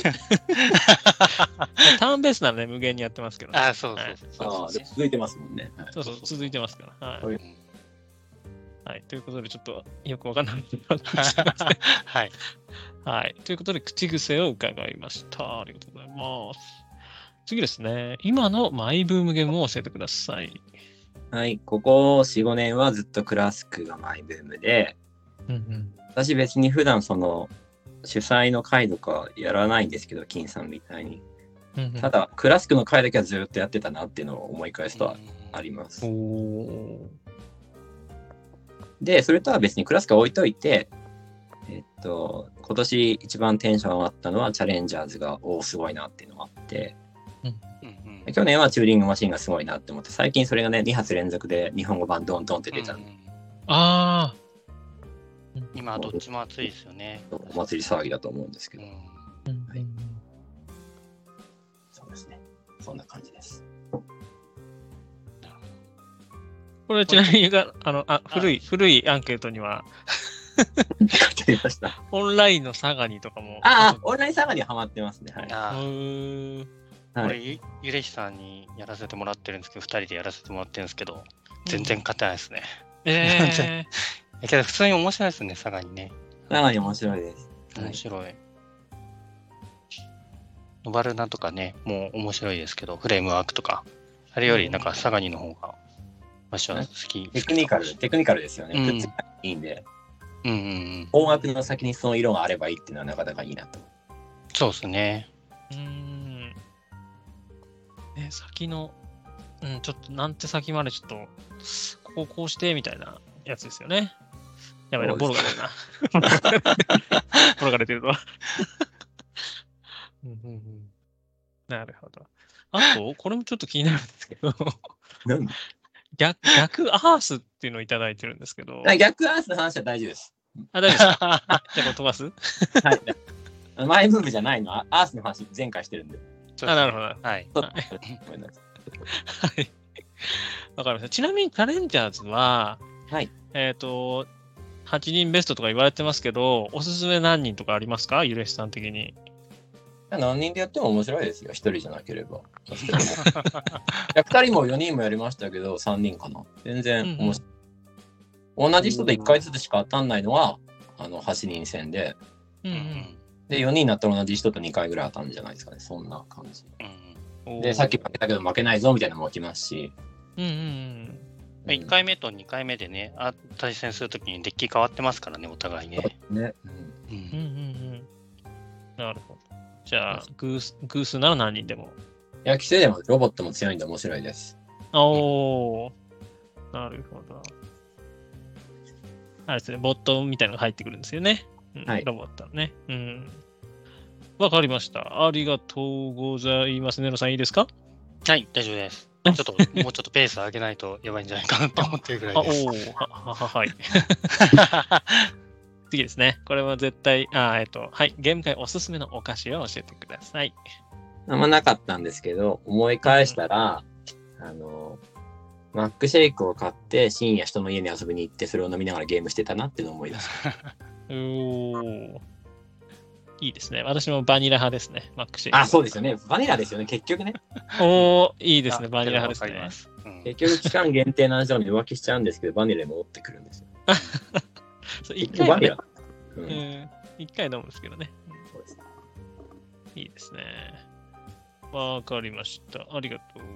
ターンベースならね、無限にやってますけど、ね。 あ、そうそうそうああ、で続いてますもんね。はい、 そうそう、続いてますから。はい。 これはい、ということで、ちょっとよくわかんない話はい。 はい。ということで、口癖を伺いました。ありがとうございます。次ですね。今のマイブームゲームを教えてください。 はい、ここよん、ごねんはずっとクラスクがマイブームで、 うんうん私別に普段その主催の会とかやらないんですけど、金さんみたいに。 うんうん、 ただ、クラスクの会だけはずっとやってたなっていうのを思い返すとあります。 おーで、それとは別にクラスクは置いといて、えっと、今年一番テンション上がったのはチャレンジャーズが、おーすごいなっていうのがあって、 うんうん去年はチューリングマシンがすごいなって思って、最近それがね、に発連続で日本語版ドンドンって出たんで、 うんああ。 今どっちも熱いですよね。 お祭り騒ぎだと思うんですけど、 うんうんはいそうですね。そんな感じです。 これちなみにが、あの、あ、古い、古いアンケートには、 書いてみました。 オンラインのサガニとかも。 ああ、オンラインサガにはまってますね。はい。 うあーーんこれ、 はい、 ゆゆれひさんにやらせてもらってるんですけど、ふたりでやらせてもらってるんですけど、全然勝てないですね。 えだけど、普通に面白いですね、佐賀にね。 サガに面白いです。はい面白い。ノバルナとかね、もう面白いですけど、フレームワークとか、あれよりなんか佐賀にの方が、私は好き。 テクニカル、テクニカルですよね。 うんくっつきがいいんで、 うんうんうん。 音楽の先にその色があればいいっていうのはなかなかいいなと。 そうですね。 ー、うーん。ね、先の、うん、ちょっと、なんて先までちょっと、こここうして、みたいなやつですよね。やばいな、ボロが出るな。ボロが出てるとは。うんうんうんなるほど。あと、これもちょっと気になるんですけど、 なん逆、逆アースっていうのをいただいてるんですけど、 あ逆アースの話は大丈夫です。 あ、大丈夫ですかあじゃあこれ飛ばすはい。マイブームじゃないのはアースの話前回してるんで。 あ、なるほど。ははい。 ちょっとごめんなさい。 い。わかりました。ちなみにチャレンジャーズは、 はい。 えっ、と、はちにんベストとか言われてますけど、おすすめ何人とかありますかゆれしさん的に。 何人でやっても面白いですよ。一人じゃなければ。いや二人もよにんもやりましたけど、さんにんかな。全然面白い。同じ人といっかいずつしか当たんないのは、あの、はちにん戦で。 ううんんで、よにんになったら同じ人とにかいぐらい当たるんじゃないですかね。そんな感じ。 うんで、さっき負けたけど負けないぞみたいなのも起きますし。 うんうんうん。 うんいっかいめとにかいめでね、あ対戦するときにデッキ変わってますからね、お互いね。 ね。うんうんうんうんうん。なるほど。じゃあ、グース、グースなら何人でも。 いや、規制でもロボットも強いんで面白いです。 おー。なるほど。あれですね、ボットみたいなのが入ってくるんですよね。うんはいロボットね。うん。わかりました。ありがとうございます。ネロさんいいですかはい、大丈夫です。ちょっと、もうちょっとペース上げないとやばいんじゃないかなと思ってるぐらあ、おいです。 ー。は、は、は、はい。次ですね。これは絶対、あ、えっと、はい。ゲーム界おすすめのお菓子を教えてください。 あんまなかったんですけど、思い返したら、あの、マックシェイクを買って深夜人の家に遊びに行ってそれを飲みながらゲームしてたなっていうのを思い出した。 おー。いいですね。私もバニラ派ですね。マックシェイク。 あ、そうですよね。バニラですよね。結局ね。 おー、いいですね。 あバニラ派ですねわかりま。す。うん結局期間限定の味なのに浮気しちゃうんですけど、バニラで戻ってくるんですよ。 そう一回はね結局バニラ。う。 うんん、一回飲むんですけどね。 そうですいいですね。わかりました。ありがとうご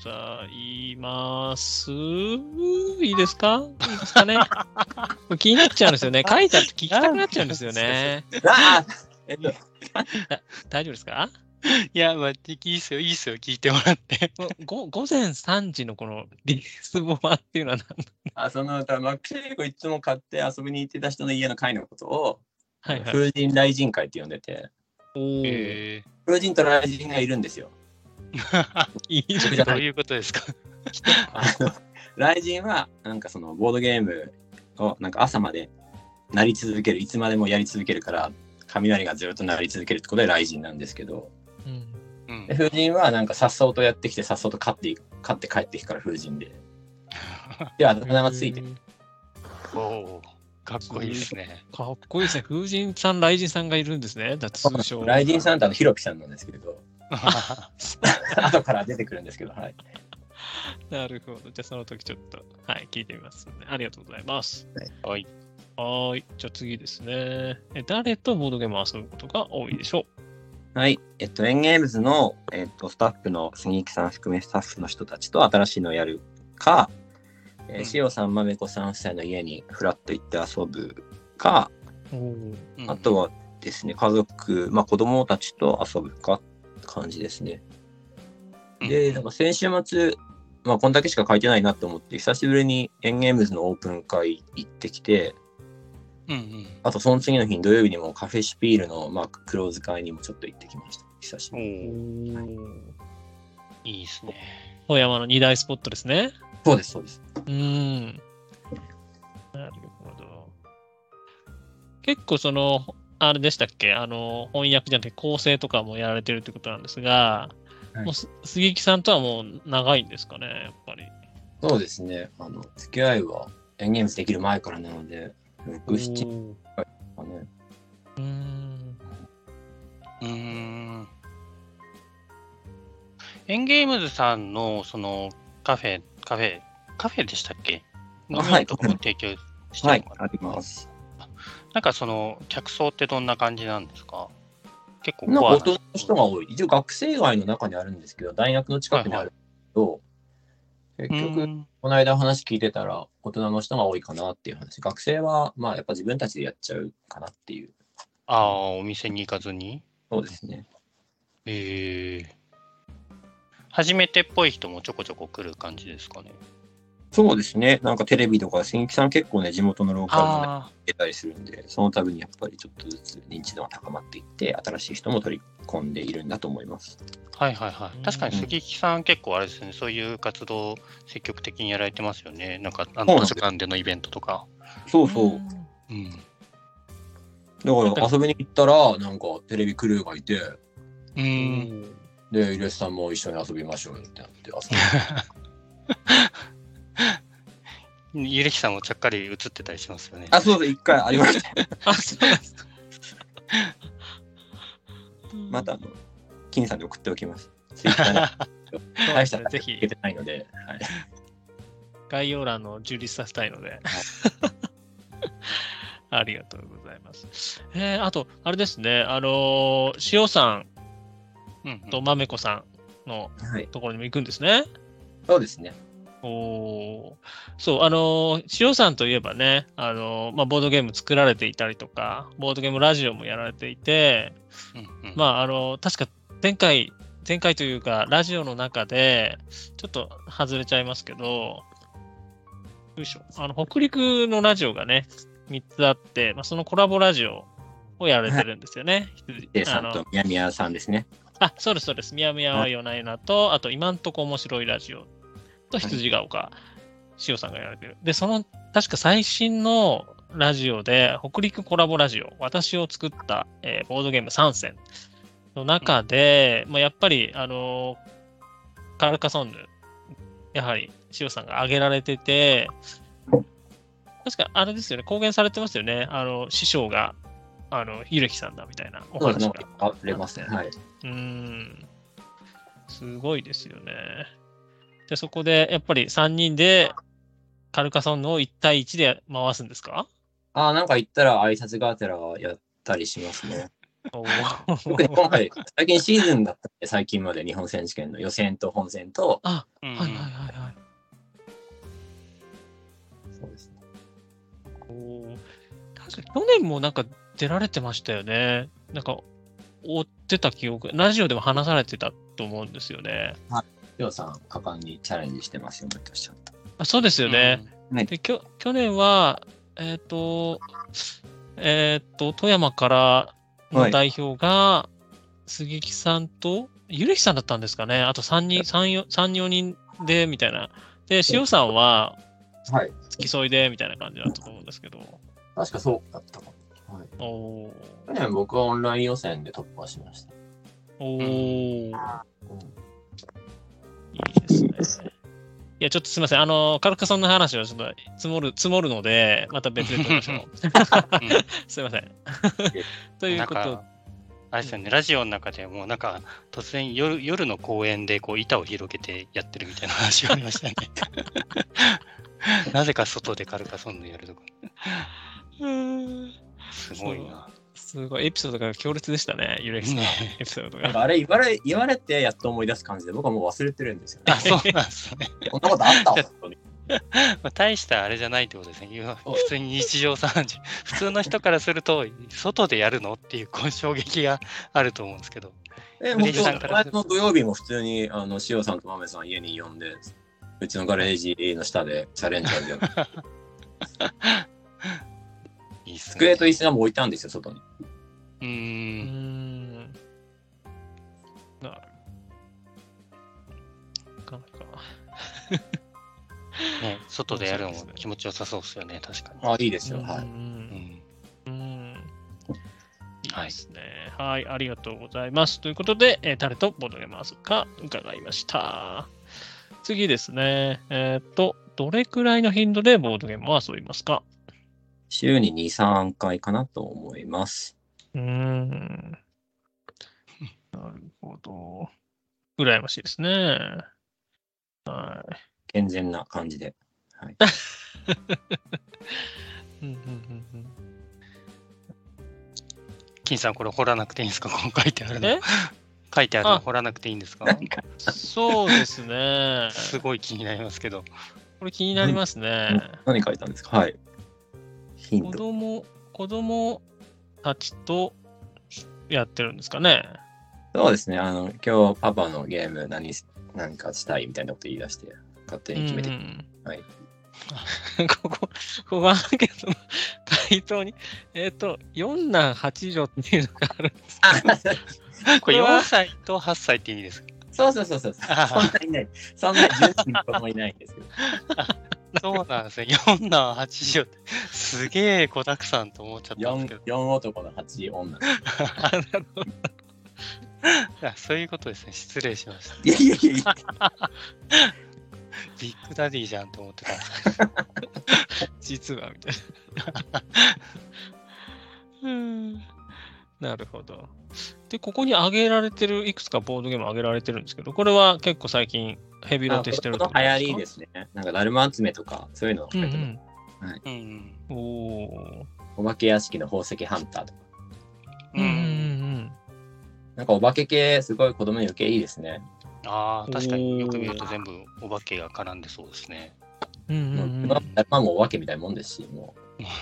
ざいます。いいですかいいですかね気になっちゃうんですよね。書いてあると聞きたくなっちゃうんですよね。 あえっと、 大丈夫ですかいや、まあ、いいっすよ、いいっすよ、聞いてもらって。 ご午前さんじのこのリスボマっていうのは何あその、マックシェイクいつも買って遊びに行ってた人の家の会のことを、 はいはい。 風神雷神会って呼んでて、 え風神と雷神がいるんですよ。 いいー、どういうことですか？ あの雷神は、なんかそのボードゲームをなんか朝までなり続ける、いつまでもやり続けるから、雷がずっとなり続けるってことで雷神なんですけど、 うんうんで風神はなんかさっそうとやってきて、さっそうと勝っていく勝って帰っていくから風神で。で、あだ名がついてる。 おお、かっこいいですね。 かっこいいですね。風神さん、雷神さんがいるんですね。だって通称。 雷神さんってあのヒロピさんなんですけど、後から出てくるんですけど、はい。 なるほど。じゃあその時ちょっと、はい、聞いてみますので、ありがとうございます。 はい。 はーい。じゃあ次ですね。え誰とボードゲームを遊ぶことが多いでしょはい。えっと、エンゲームズの、えっと、スタッフの杉木さん含めスタッフの人たちと新しいのをやるか、えー、 うんしおさん、まめこさん夫妻の家にフラッと行って遊ぶか、 うおうんあとはですね、家族、まあ子供たちと遊ぶかって感じですね。で、なんか先週末、まあこんだけしか書いてないなと思って、久しぶりにエンゲームズのオープン会行ってきて、 うんうん。 あとその次の日、土曜日にもカフェシュピールの、まあ、クローズ会にもちょっと行ってきました。久しぶりに。 おお、 ーいいですね。 富山の二大スポットですね。 そうです、そうです。 うーん。なるほど。結構その、あれでしたっけあの、翻訳じゃなくて構成とかもやられてるってことなんですが、 はいもうす杉木さんとはもう長いんですかね、やっぱり。 そうですね。あの、付き合いはエンゲームズできる前からなので、ろく、ななおー年かね。 うーん。 うーん。エンゲームズさんのそのカフェ、カフェ、カフェでしたっけ？飲み物とかも提供してはいるのか、な、 あります。 なんかその客層ってどんな感じなんですか？結構なんかコア大人の人が多い。一応学生街の中にあるんですけど、大学の近くにあるけど、結局、 うんこの間話聞いてたら、大人の人が多いかなっていう話。学生は、まあ、やっぱ自分たちでやっちゃうかなっていう。 ああ、お店に行かずに。 そうですね。 ええ初めてっぽい人もちょこちょこ来る感じですかね。 そうですね。なんかテレビとか、新木さん結構ね、地元のローカルもね、 あ出たりするんで、その度にやっぱりちょっとずつ認知度が高まっていって、新しい人も取り込んでいるんだと思います。 あ、はいはいはい。確かにうん杉木さん結構あれですね、そういう活動積極的にやられてますよね。なんかあそうなんですの図書館でのイベントとか。 そうそう。 んうん。 だから遊びに行ったら、なんかテレビクルーがいて、 う。 うんん。 で、イレスさんも一緒に遊びましょうよってなって遊びゆれきさんもちゃっかり映ってたりしますよね。 あ、そうです。一回ありましたよ。 あ、そうなんですか。 また、あの、金さんに送っておきます。ツイッターに大したぜひつけてないので、はい。 概要欄の充実させたいので。ありがとうございます。えー、あと、あれですね、あのー、塩さんうんうんとまめこさんのはい。 ところにも行くんですね。 そうですね。 おーそう、あのー、塩さんといえばね、あのーまあ、ボードゲーム作られていたりとか、ボードゲームラジオもやられていて、 うんうんまあ、あのー確か前回、前回というか、ラジオの中で、ちょっと外れちゃいますけど、よいしょ、あの、北陸のラジオがね、みっつあって、まあ、そのコラボラジオをやられてるんですよね。羊 A さあのんと宮宮さんですね。 あ、そうです、そうです。みやみやは夜な夜なと、あと、今んとこ面白いラジオと、羊が丘、塩さんがやられてる。で、その、確か最新のラジオで、北陸コラボラジオ、私を作った、えーボードゲームさん選の中で、まあ、やっぱり、あのーカルカソンヌ、やはり塩さんが挙げられてて、確かあれですよね、公言されてますよね。あの、師匠が、あの、ゆるきさんだみたいなおそうですね話が。。 あれますね。はい。 うーん。すごいですよね。で、そこで、やっぱりさんにんで、カルカソンヌをいち対いちで回すんですか？ あ、なんか行ったら挨拶がてらやったりしますね。 お特に今回、最近シーズンだったんで、最近まで日本選手権の予選と本戦と、 あ、 うんはいはいはいはい。 そうですね。 お確かに去年もなんか出られてましたよね。なんか追ってた記憶、ラジオでも話されてたと思うんですよね。 りょうさん、果敢にチャレンジしてますよ、毎年ちゃんと。 あそうですよね。 はいできょ去年は、えっ、と、えっ、と、富山からの代表が、杉木さんと、ゆるきさんだったんですかね。あとさんにん、さん、よにんで、みたいな。で、塩さんは、 はい。 付き添いで、みたいな感じだったと思うんですけど。 確かそうだったかも。はい。 おー。 去年僕はオンライン予選で突破しました。 おー。 うんいいですね。いや、ちょっとすみません。あの、カルカソンの話はちょっと積もる、積もるので、また別で撮りましょう。すみません。ということなんかあれですよね、ラジオの中でもうなんか突然夜夜の公園でこう板を広げてやってるみたいな話がありましたね。なぜか外でカルカソンヌやるとか。すごいな。 すごい、エピソードが強烈でしたね、ゆるきさんのねエピソードなんかが。 あれ言われ、言われてやっと思い出す感じで、僕はもう忘れてるんですよね。 あ、そうなんですね。 こんなことあった本当に。 まあ、大したあれじゃないってことですね。いや普通に日常茶飯事。普通の人からすると、外でやるのっていうこう衝撃があると思うんですけど。 え、 嬉し僕さんから前の土曜日も普通に、あの、塩さんと豆さん家に呼んで、うちのガレージの下でチャレンジャーでやる。 いいっすね。 机と椅子がもう置いたんですよ、外に。 うー。 うんん。なる。なかなか。 ね、外でやるのそうですねも気持ちよさそうですよね、確かに。 あ、いいですよ。はい。 うんうん。 うんいいですね。はい、ありがとうございます。ということで、えー誰とボードゲーム遊ぶか伺いました。次ですね。えっ、と、どれくらいの頻度でボードゲームを遊びますか？ 週にに、さんかいかなと思います。 うーん。なるほど。羨ましいですね。はい。 健全な感じで。はい。 うんうんうんうん金さん、これ掘らなくていいんですか？こう書いてあるの。 え書いてあるのあ掘らなくていいんですか？ そうですね。 すごい気になりますけど。 これ気になりますね。 何書いたんですか？はい。頻子度。 供、子供たちとやってるんですかね。 そうですね。あの、今日パパのゲーム何し、何かしたいみたいなこと言い出して、勝手に決めて。 うんはい。 ここ、ここアンケートの回答に、えっ、と、よん男はち女っていうのがあるんですあこれよんさいとはっさいって意味ですか？ そうそうそうそう。そんないない。そんなじゅうにん子供いないんですけど。 そうなんですね。よん男はち女って、すげえ子だくさんと思っちゃったんですけど。 よん男のはち女。 あなるほどあそういうことですね。失礼しました。 いやいやいやいや。 ビッグダディじゃんと思ってた。 実は、みたいな。うんなるほど。で、ここに挙げられてる、いくつかボードゲーム挙げられてるんですけど、これは結構最近ヘビロテしてるってこの流行りでですすね。なんか、だるま集めとか、そういうのをか。うん書いてうます。 ん。 うん。 おお。 お化け屋敷の宝石ハンターとか。 うんうんううん。 んなんかお化け系、すごい子供に受けいいですね。 ああ、確かによく見ると全部お化けが絡んでそうですね。 うん。うんもううんうんだるまもお化けみたいなもんですし、も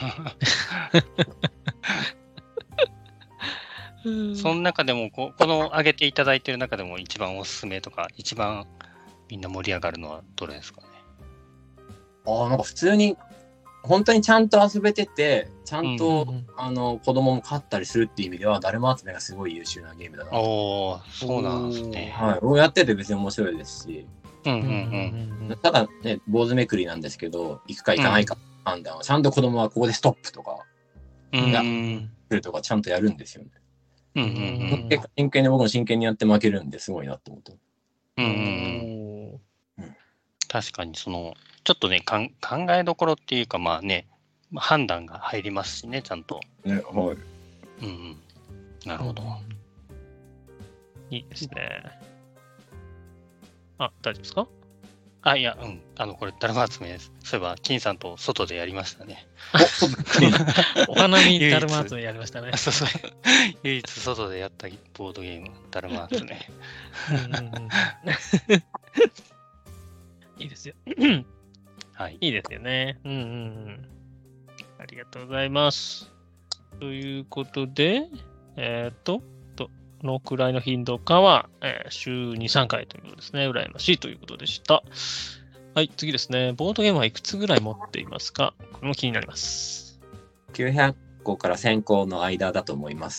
うんその中でもこ、この上げていただいている中でも一番おすすめとか、一番みんな盛り上がるのはどれですかね。 う。ああ、なんか普通に、本当にちゃんと遊べてて、ちゃんと、 うんうんあの、子供も勝ったりするっていう意味では、だるま集めがすごい優秀なゲームだなと。 おお、そうなんですね。 はい。僕やってて別に面白いですし、 うんうんうんうんうんただね、坊主めくりなんですけど、行くか行かないか判断は、ちゃんと子供はここでストップとか、 うん。うんいやうん来るとかちゃんとやるんですよね。 うんううんん結構真剣に僕も真剣にやって負けるんですごいなと思って。 うんうんうん。 おー確かにその、ちょっとね、かん考えどころっていうか、まあね、まあ判断が入りますしね、ちゃんと。 ね、はい。 うんうん。なるほど。 いいですね。あ、大丈夫ですか？ あ、いや、うん。あの、これ、だるま集めです。そういえば、金さんと外でやりましたね。 お花見だるま集めやりましたね。 そうそう。唯一外でやったボードゲーム、だるま集め。 うんうんうんいいですよ。 はい。 いいですよね。うんうんうん。ありがとうございます。ということで、えっ、と、どのくらいの頻度かは、えー週に、さんかいということですね。羨ましいということでした。はい、次ですね。ボードゲームはいくつぐらい持っていますか？これも気になります。 きゅうひゃっこからせんこの間だと思います。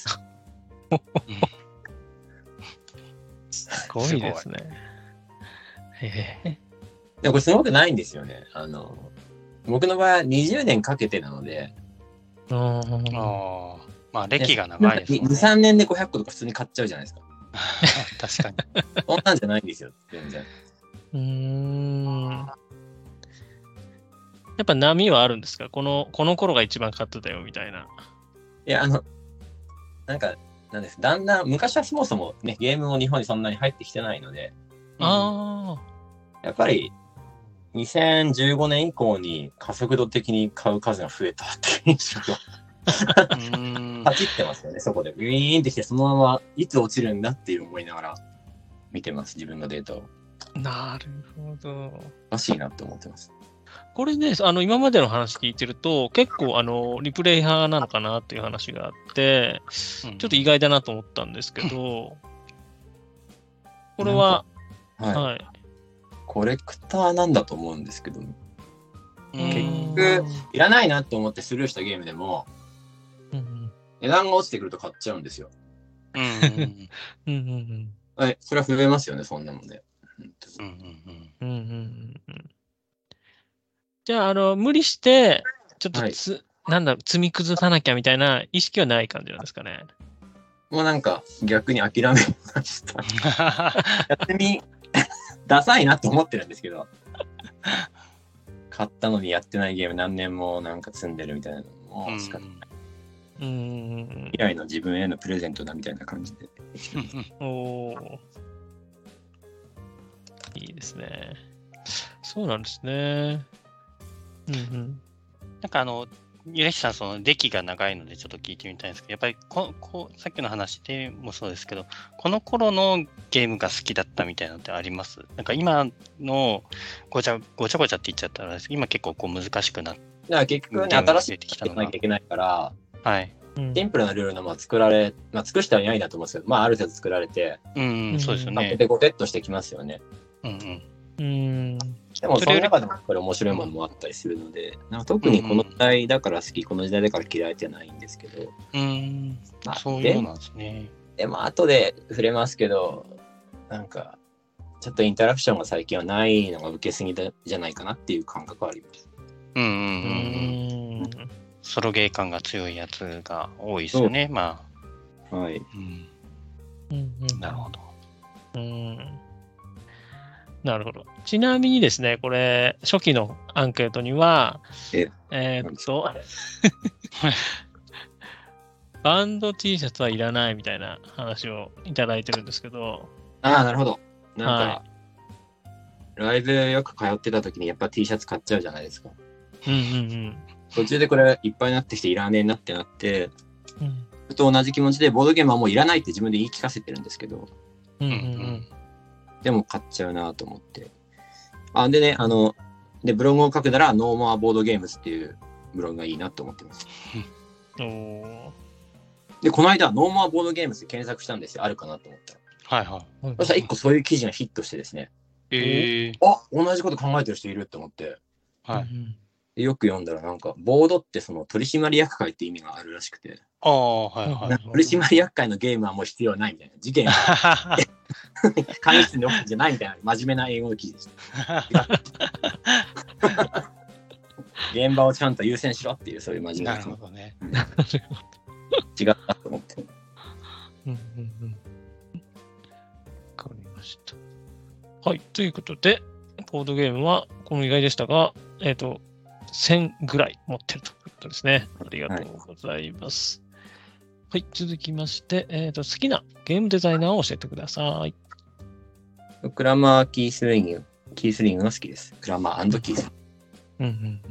すごいですね。へえ。 でもこれすごくないんですよね。あの、僕の場合はにじゅうねんかけてなので、 あーああ。まあ、歴が長いですもんね。 に、さんねんでごひゃっことか普通に買っちゃうじゃないですか。 確かに。 そんなんじゃないんですよ、全然。 うーん。やっぱ波はあるんですか？この、この頃が一番買ってたよみたいな。 いや、あの、なんか、なんです。だんだん、昔はそもそもね、ゲームも日本にそんなに入ってきてないので、 あやっぱり、にせんじゅうごねん以降に加速度的に買う数が増えたっていう印象がうーん。 パチってますよね、そこで。ウィーンってきて、そのままいつ落ちるんだっていう思いながら見てます、自分のデータを。 あ、なるほど。 おかしいなって思ってます。 これね、あの、今までの話聞いてると、結構、あの、リプレイ派なのかなっていう話があって、ちょっと意外だなと思ったんですけど、これは、 はい。 はい。 コレクターなんだと思うんですけど、 結局いらないなと思ってスルーしたゲームでも、 うん値段が落ちてくると買っちゃうんですよ。 うん。うんうんうんはい、それは増えますよね、そんなので。 うんうんうんうんうんうんじゃあ、あの、無理して、ちょっとつ、なんだろう、積み崩さなきゃみたいな意識はない感じなんですかね。 もうなんか逆に諦めました。やってみ、ダサいなと思ってるんですけど、買ったのにやってないゲーム何年もなんか積んでるみたいなのも仕方ない。 うんうん未来の自分へのプレゼントだみたいな感じで。 うん。おーいいですね。そうなんですね。うんうん。 なんかあの、ゆらしさん、その歴が長いのでちょっと聞いてみたいんですけど、やっぱりここさっきの話でもそうですけど、この頃のゲームが好きだったみたいなのってあります？なんか今のごちゃごちゃごちゃって言っちゃったらあれですけど、今結構こう難しくなって、 だから結局ね、新しいことやらなきゃいけないから、 はい。 シンプルなルールのまあ作られ、まあ、尽くしてはいないんだと思うんですけど、まあある程度作られて、 うん、そうですよね。 で、ゴテッとしてきますよね。 うんうん。 うん。 でもその中でもこれ面白いものもあったりするので、なんか特にこの時代だから好き、この時代だから嫌いじゃないんですけど、 うん、 まあ、 そういうのなんですね。 でも後で触れますけど、なんかちょっとインタラクションが最近はないのが受けすぎじゃないかなっていう感覚はあります。 うんうんうん、 ううん。 ん。 ソロゲー感が強いやつが多いですよね、まあ。 はい。 うん、 うんなるほど。 うん。なるほど。ちなみにですね、これ、初期のアンケートには、 ええーっと、バンド T シャツはいらないみたいな話をいただいてるんですけど、 ああ、なるほど。なんか、 はライブよく通ってた時にやっぱ T シャツ買っちゃうじゃないですか。 うんうん途中でこれいっぱいになってきていらねえなってなって、 うん。うんそれと同じ気持ちでボードゲームはもういらないって自分で言い聞かせてるんですけど、 うんうんでも買っちゃうなと思って。あ、でね、あの、で、ブログを書くなら、ノーモアボードゲームズっていうブログがいいなと思ってます。 うん。おーで、この間、ノーモアボードゲームズで検索したんですよ。あるかなと思ったら。 はいはい。 そしたら一個そういう記事がヒットしてですね、 えー、 あ、同じこと考えてる人いるって思って、 はい。 うんでよく読んだらなんか、ボードってその取締役会って意味があるらしくて、 ああ、はいはないんか取締役会のゲームはもう必要ないみたいな、事件は会議室に置くんじゃないみたいな、真面目な英語の記事でした。現場をちゃんと優先しろっていう、そういう真面目ななるほどね。 違ったと思って。 うんうんうん。わかりました。はい。ということで、ボードゲームはこの意外でしたが、えっ、と、せんぐらい持ってるということですね。ありがとうございます。はい。続きまして、えっ、と、好きなゲームデザイナーを教えてください。 クラマー・キース・ウェインキースリングが好きです。クラマー&キース。 うんうんうんうん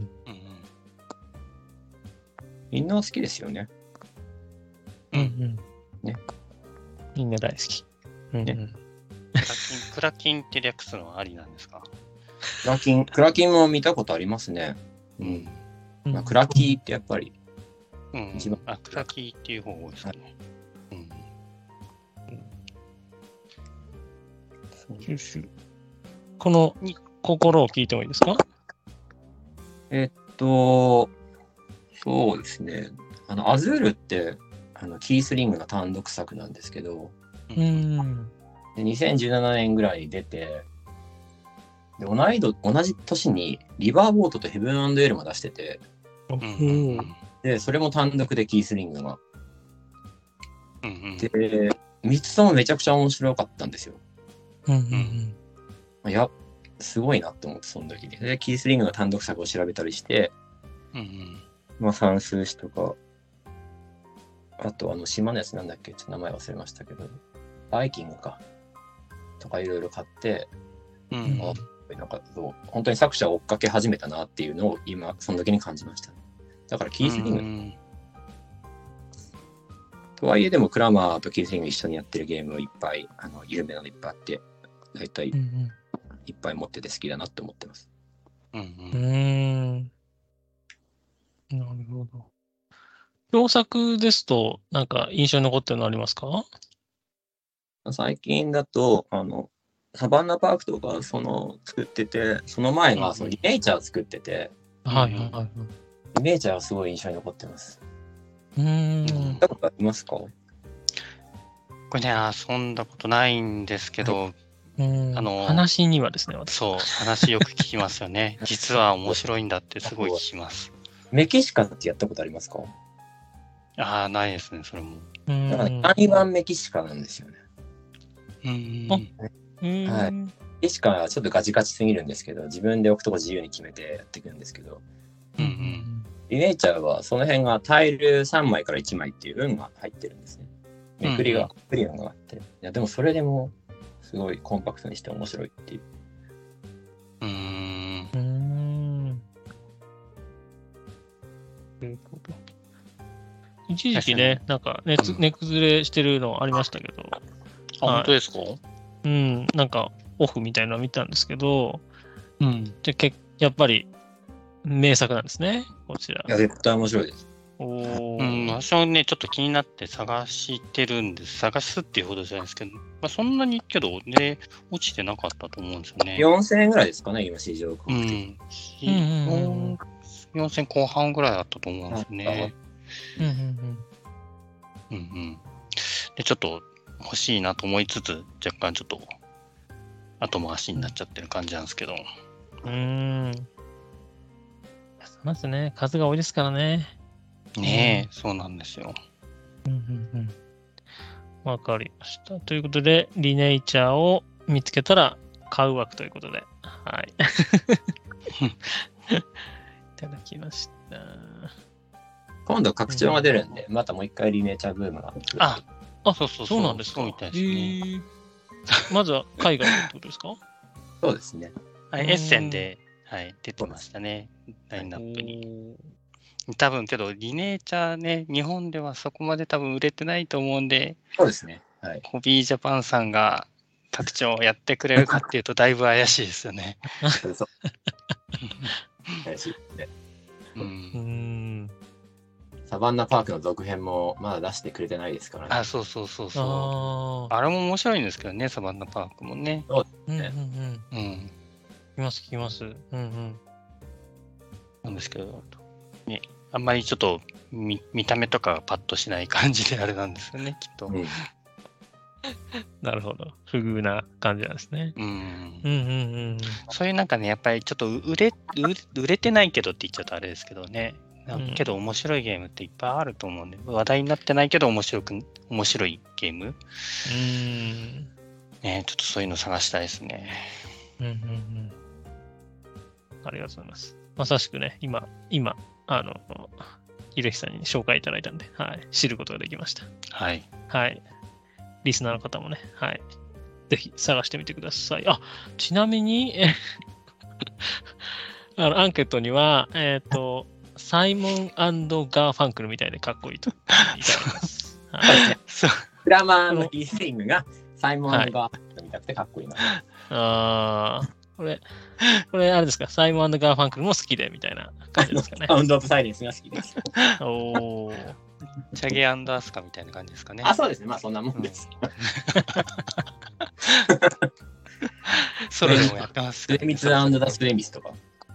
みんな好きですよね。 うん。うんうん。 ね。 みんな大好き。うんうん。 ねクラキン、クラキンって略すのはありなんですか？ クラキン、クラキンも見たことありますね。うん。まあ、クラキーってやっぱり、 うん。 一番あ、クラキーっていう方が多いですね。うん。 九州。この心を聞いてもいいですか？ えっと、そうですね。あの、アズールって、あの、キースリングの単独作なんですけど、 う。ん。 でにせんじゅうななねんぐらいに出て、で同い度同じ年にリバーボートとヘブン&エルも出してて、 うんうんうんで、それも単独でキースリングが。 うんうんで、みっつともめちゃくちゃ面白かったんですよ。 うんうんいや、すごいなって思って、その時に。で、キースリングの単独作を調べたりして、 うんうんまあ、算数詞とか、あと、あの、島のやつなんだっけ、ちょっと名前忘れましたけど、バイキングか。とかいろいろ買って、 うんうんあなんかそう、本当に作者を追っかけ始めたなっていうのを今、その時に感じました。だからキースリング、 うんとはいえでもクラマーとキースリング一緒にやってるゲームをいっぱい、あの、有名なのいっぱいあって、だいたいうんうんいっぱい持ってて好きだなって思ってます。 うんうーん。なるほど。共作ですと、なんか印象に残ってるのありますか？ 最近だと、あの、サバンナパークとか、その、作ってて、その前が、その、リネイチャー作ってて、 はいはいはい。 リネイチャーはすごい印象に残ってます。 うーん。 見たことありますか？ これね、遊んだことないんですけど、 うんあの話にはですね、私。 そう、話よく聞きますよね。実は面白いんだってすごい聞きます。 メキシカンってやったことありますか？ ああ、ないですね、それも。 うなんかね、 ん。 台湾メキシカなんですよね。 うんあうんはいメキシカンはちょっとガチガチすぎるんですけど、自分で置くとこ自由に決めてやっていくんですけど、 うんうんリネイチャーはその辺がタイルさんまいからいちまいっていう運が入ってるんですね。めくりが、 うんうんめくり運があって。いや、でもそれでも、すごいコンパクトにして面白いっていう。 うーん。 うーん。なるほど。一時期ね、なんか値つうん値崩れしてるのありましたけど、 あ、 はい本当ですか？ うん、なんかオフみたいなの見たんですけど、 うん。 でけやっぱり名作なんですね、こちらい。や、絶対面白いです。 おうん、 ー私はね、ちょっと気になって探してるんです。探すっていうほどじゃないですけど、まあ、そんなにけど、ね、落ちてなかったと思うんですよね。 よんせんえんぐらいですかね、今市場価う格的に。 ん。 うんうんうんよんせん後半ぐらいだったと思うんですよね。 うんうんうんうん。で、ちょっと欲しいなと思いつつ、若干ちょっと後回しになっちゃってる感じなんですけど。 うん。うーん。まずね、数が多いですからね。 ねえ、そうなんですよ。 うんうんうん。わかりました。ということで、リネイチャーを見つけたら買う枠ということで。はい。いただきました。 今度拡張が出るんで、またもう一回リネイチャーブームが。 あ、 あ、 そうそうそう。 そうなんですか。 そうみたいですね。 へーまずは海外ってことですか？ そうですね。 はい、エッセンで、はい、出てましたね。ラインナップに。 おー多分けど、リネーチャーね、日本ではそこまで多分売れてないと思うんで、 そうですね。はい。 ホビージャパンさんが拡張をやってくれるかっていうと、だいぶ怪しいですよね。 そうそう。怪しいね。 う。 うんーん。 サバンナパークの続編もまだ出してくれてないですからね。 あ、そうそうそうそああ。 う。あれも面白いんですけどね、サバンナパークもね。 うんうんうん。 うん。 聞きます聞きます。うんうん。 なんですけど、ね、あんまりちょっと見見た目とかがパッとしない感じであれなんですよね、きっと。 うん。 なるほど。不遇な感じなんですね。 うん。 うんうんうん。 そういうなんかね、やっぱりちょっと売れ、売れ売れてないけどって言っちゃうとあれですけどね。 うんけど面白いゲームっていっぱいあると思うんで、話題になってないけど面白く、面白いゲーム。 うーん。 ね、ちょっとそういうの探したいですね。 うんうんうん。ありがとうございます。まさしくね、今、今、あの、ゆるひさんに紹介いただいたんで、はい、知ることができました。 はい。 はい。リスナーの方もね、はい、 ぜひ探してみてください。あ、ちなみに、えあのアンケートには、えっ、ー、と、サイモン&ガーファンクルみたいでかっこいいといただきます。はい、 クラマーのイースティングがサイモン&ガーファンクルみたくてかっこいいな。はい、 ああ、これ、これあれですか、サイモン&ガーファンクルも好きでみたいな感じですかね。 サウンドオブサイレンスが好きです。 おー。 チャゲアンダースカみたいな感じですかね。 あ、そうですね。まあそんなもんです。 ソロでもやってます、 ね。スレミツ&ダスレミスとか。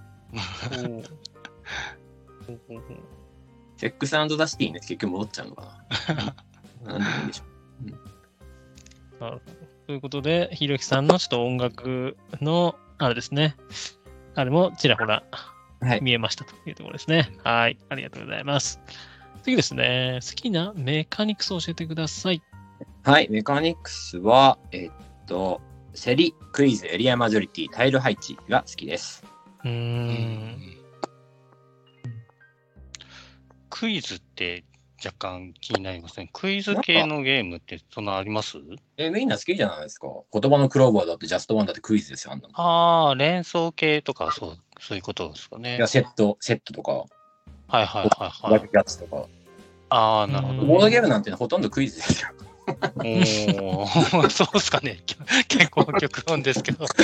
セックス&ダシティね、結局戻っちゃうのかな。なんでもいいでしょう。うん、 なるほど。ということで、ひろゆきさんのちょっと音楽の、あれですね。あれもちらほら見えましたというところですね。はい、はい、ありがとうございます。次ですね。好きなメカニクスを教えてください。 はい、メカニクスは、えっと、競り、クイズ、エリアマジョリティ、タイル配置が好きです。 うーん。 クイズって若干気になりますね。クイズ系のゲームってそんなあります？ え、みんな好きじゃないですか。言葉のクローバーだってジャストワンだってクイズですよ、あんなの。 ああ、連想系とかそう、そういうことですかね。 いや、セット、セットとか。 はいはいはいはい。 やつとか。 ああ、なるほど、ね。 ボードゲームなんてほとんどクイズですよ。 おお、そうですかね。結構極論ですけど。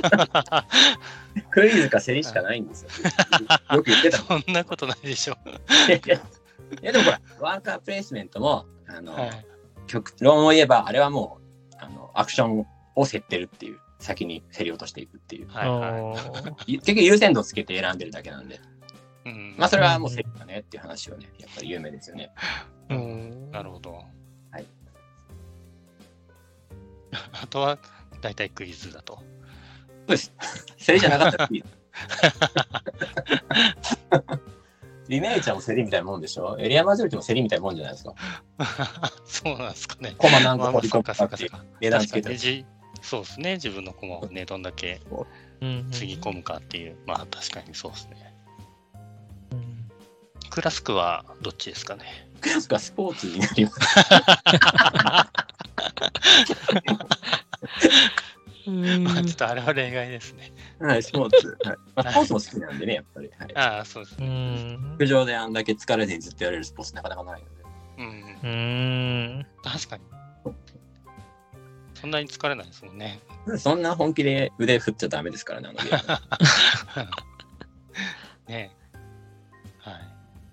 クイズか競りしかないんですよ。よく言ってた。 そんなことないでしょ。 いやでもほら、ワーカープレイスメントも、あの、はい、極論を言えば、あれはもう、あの、アクションを競ってるっていう、先に競り落としていくっていう。はいはい、結局優先度をつけて選んでるだけなんで。うん、まあそれはもう競りだねっていう話はね、やっぱり有名ですよね。 うん、なるほど。 はい。 あとは大体クイズだと。 そうです。競りじゃなかったらクイズ。リメイチャーも競りみたいなもんでしょ。エリアマジョリティも競りみたいなもんじゃないですか。 そうなんですかね。 コマ何個掘り込むかっていう値段つけて。 そうですね。自分のコマをね、どんだけつぎ込むかっていう。まあ確かにそうですね。クラスクはどっちですかね。 クラスクはスポーツになります。 まあちょっとあれは例外ですね。 はい、スポーツ。はいまあ、スポーツも好きなんでね、やっぱり。はい、 ああ、そうですね。陸上であんだけ疲れずにずっとやれるスポーツなかなかないので。 うん。 うん。 確かに。そんなに疲れないですもんね。 そんな本気で腕振っちゃダメですからね、あのゲーム。 ねえ。はい。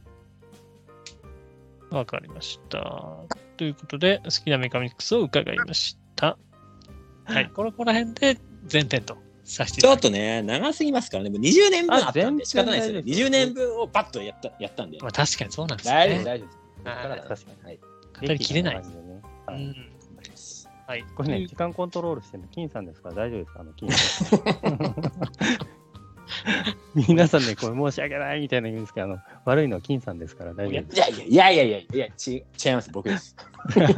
わかりました。ということで、好きなメカニクスを伺いました。はい、このこの辺で全点とさせていただきます。 ちょっとね、長すぎますからね、もうにじゅうねんぶんあったんで仕方ないですよね。にじゅうねんぶんをバッとやったやったんで。 まあ確かにそうなんですね。 大丈夫です、大丈夫です。 確かに。はい。 語りきれない。 うん。 はい。 これね、時間コントロールしてるの、金さんですから大丈夫ですか、あの、金さん。皆さんね、これ申し訳ないみたいな言うんですけど、あの、悪いのは金さんですから大丈夫です。 いやいやいやいやいやいや、ち違います、僕です。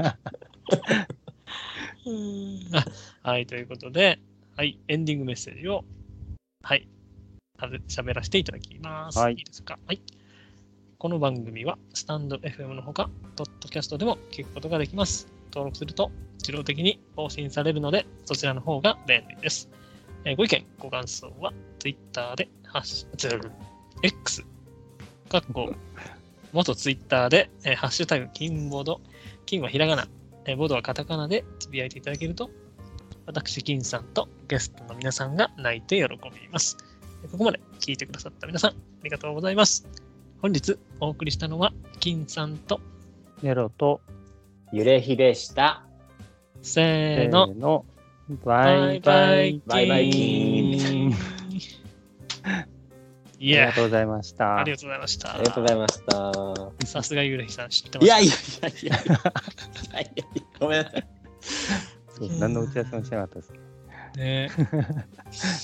はい、ということで、はい、エンディングメッセージを、はい、喋らせていただきます。はい、いいですか。はい。この番組は、スタンド エフエム のほか、ポッドキャストでも聞くことができます。登録すると、自動的に更新されるので、そちらの方が便利です。えー、ご意見、ご感想は、Twitter で、ハッシュ、X、かっこ、元 Twitter で、えー、ハッシュタグ、金ボード、金はひらがな、えー、ボードはカタカナでつぶやいていただけると、私、金さんとゲストの皆さんが泣いて喜びます。ここまで聞いてくださった皆さん、ありがとうございます。本日お送りしたのは、金さんと、 ネロと、 ゆれひでした。 せーの。 せーのバイバイ。 バイバイキーン。 いや、 ありがとうございました。 ありがとうございました。 ありがとうございました。 さすがゆれひさん知ってました。 いやいやいやいやいやごめんなさい。 そう何の打ち合わせもしなかったですね。 ね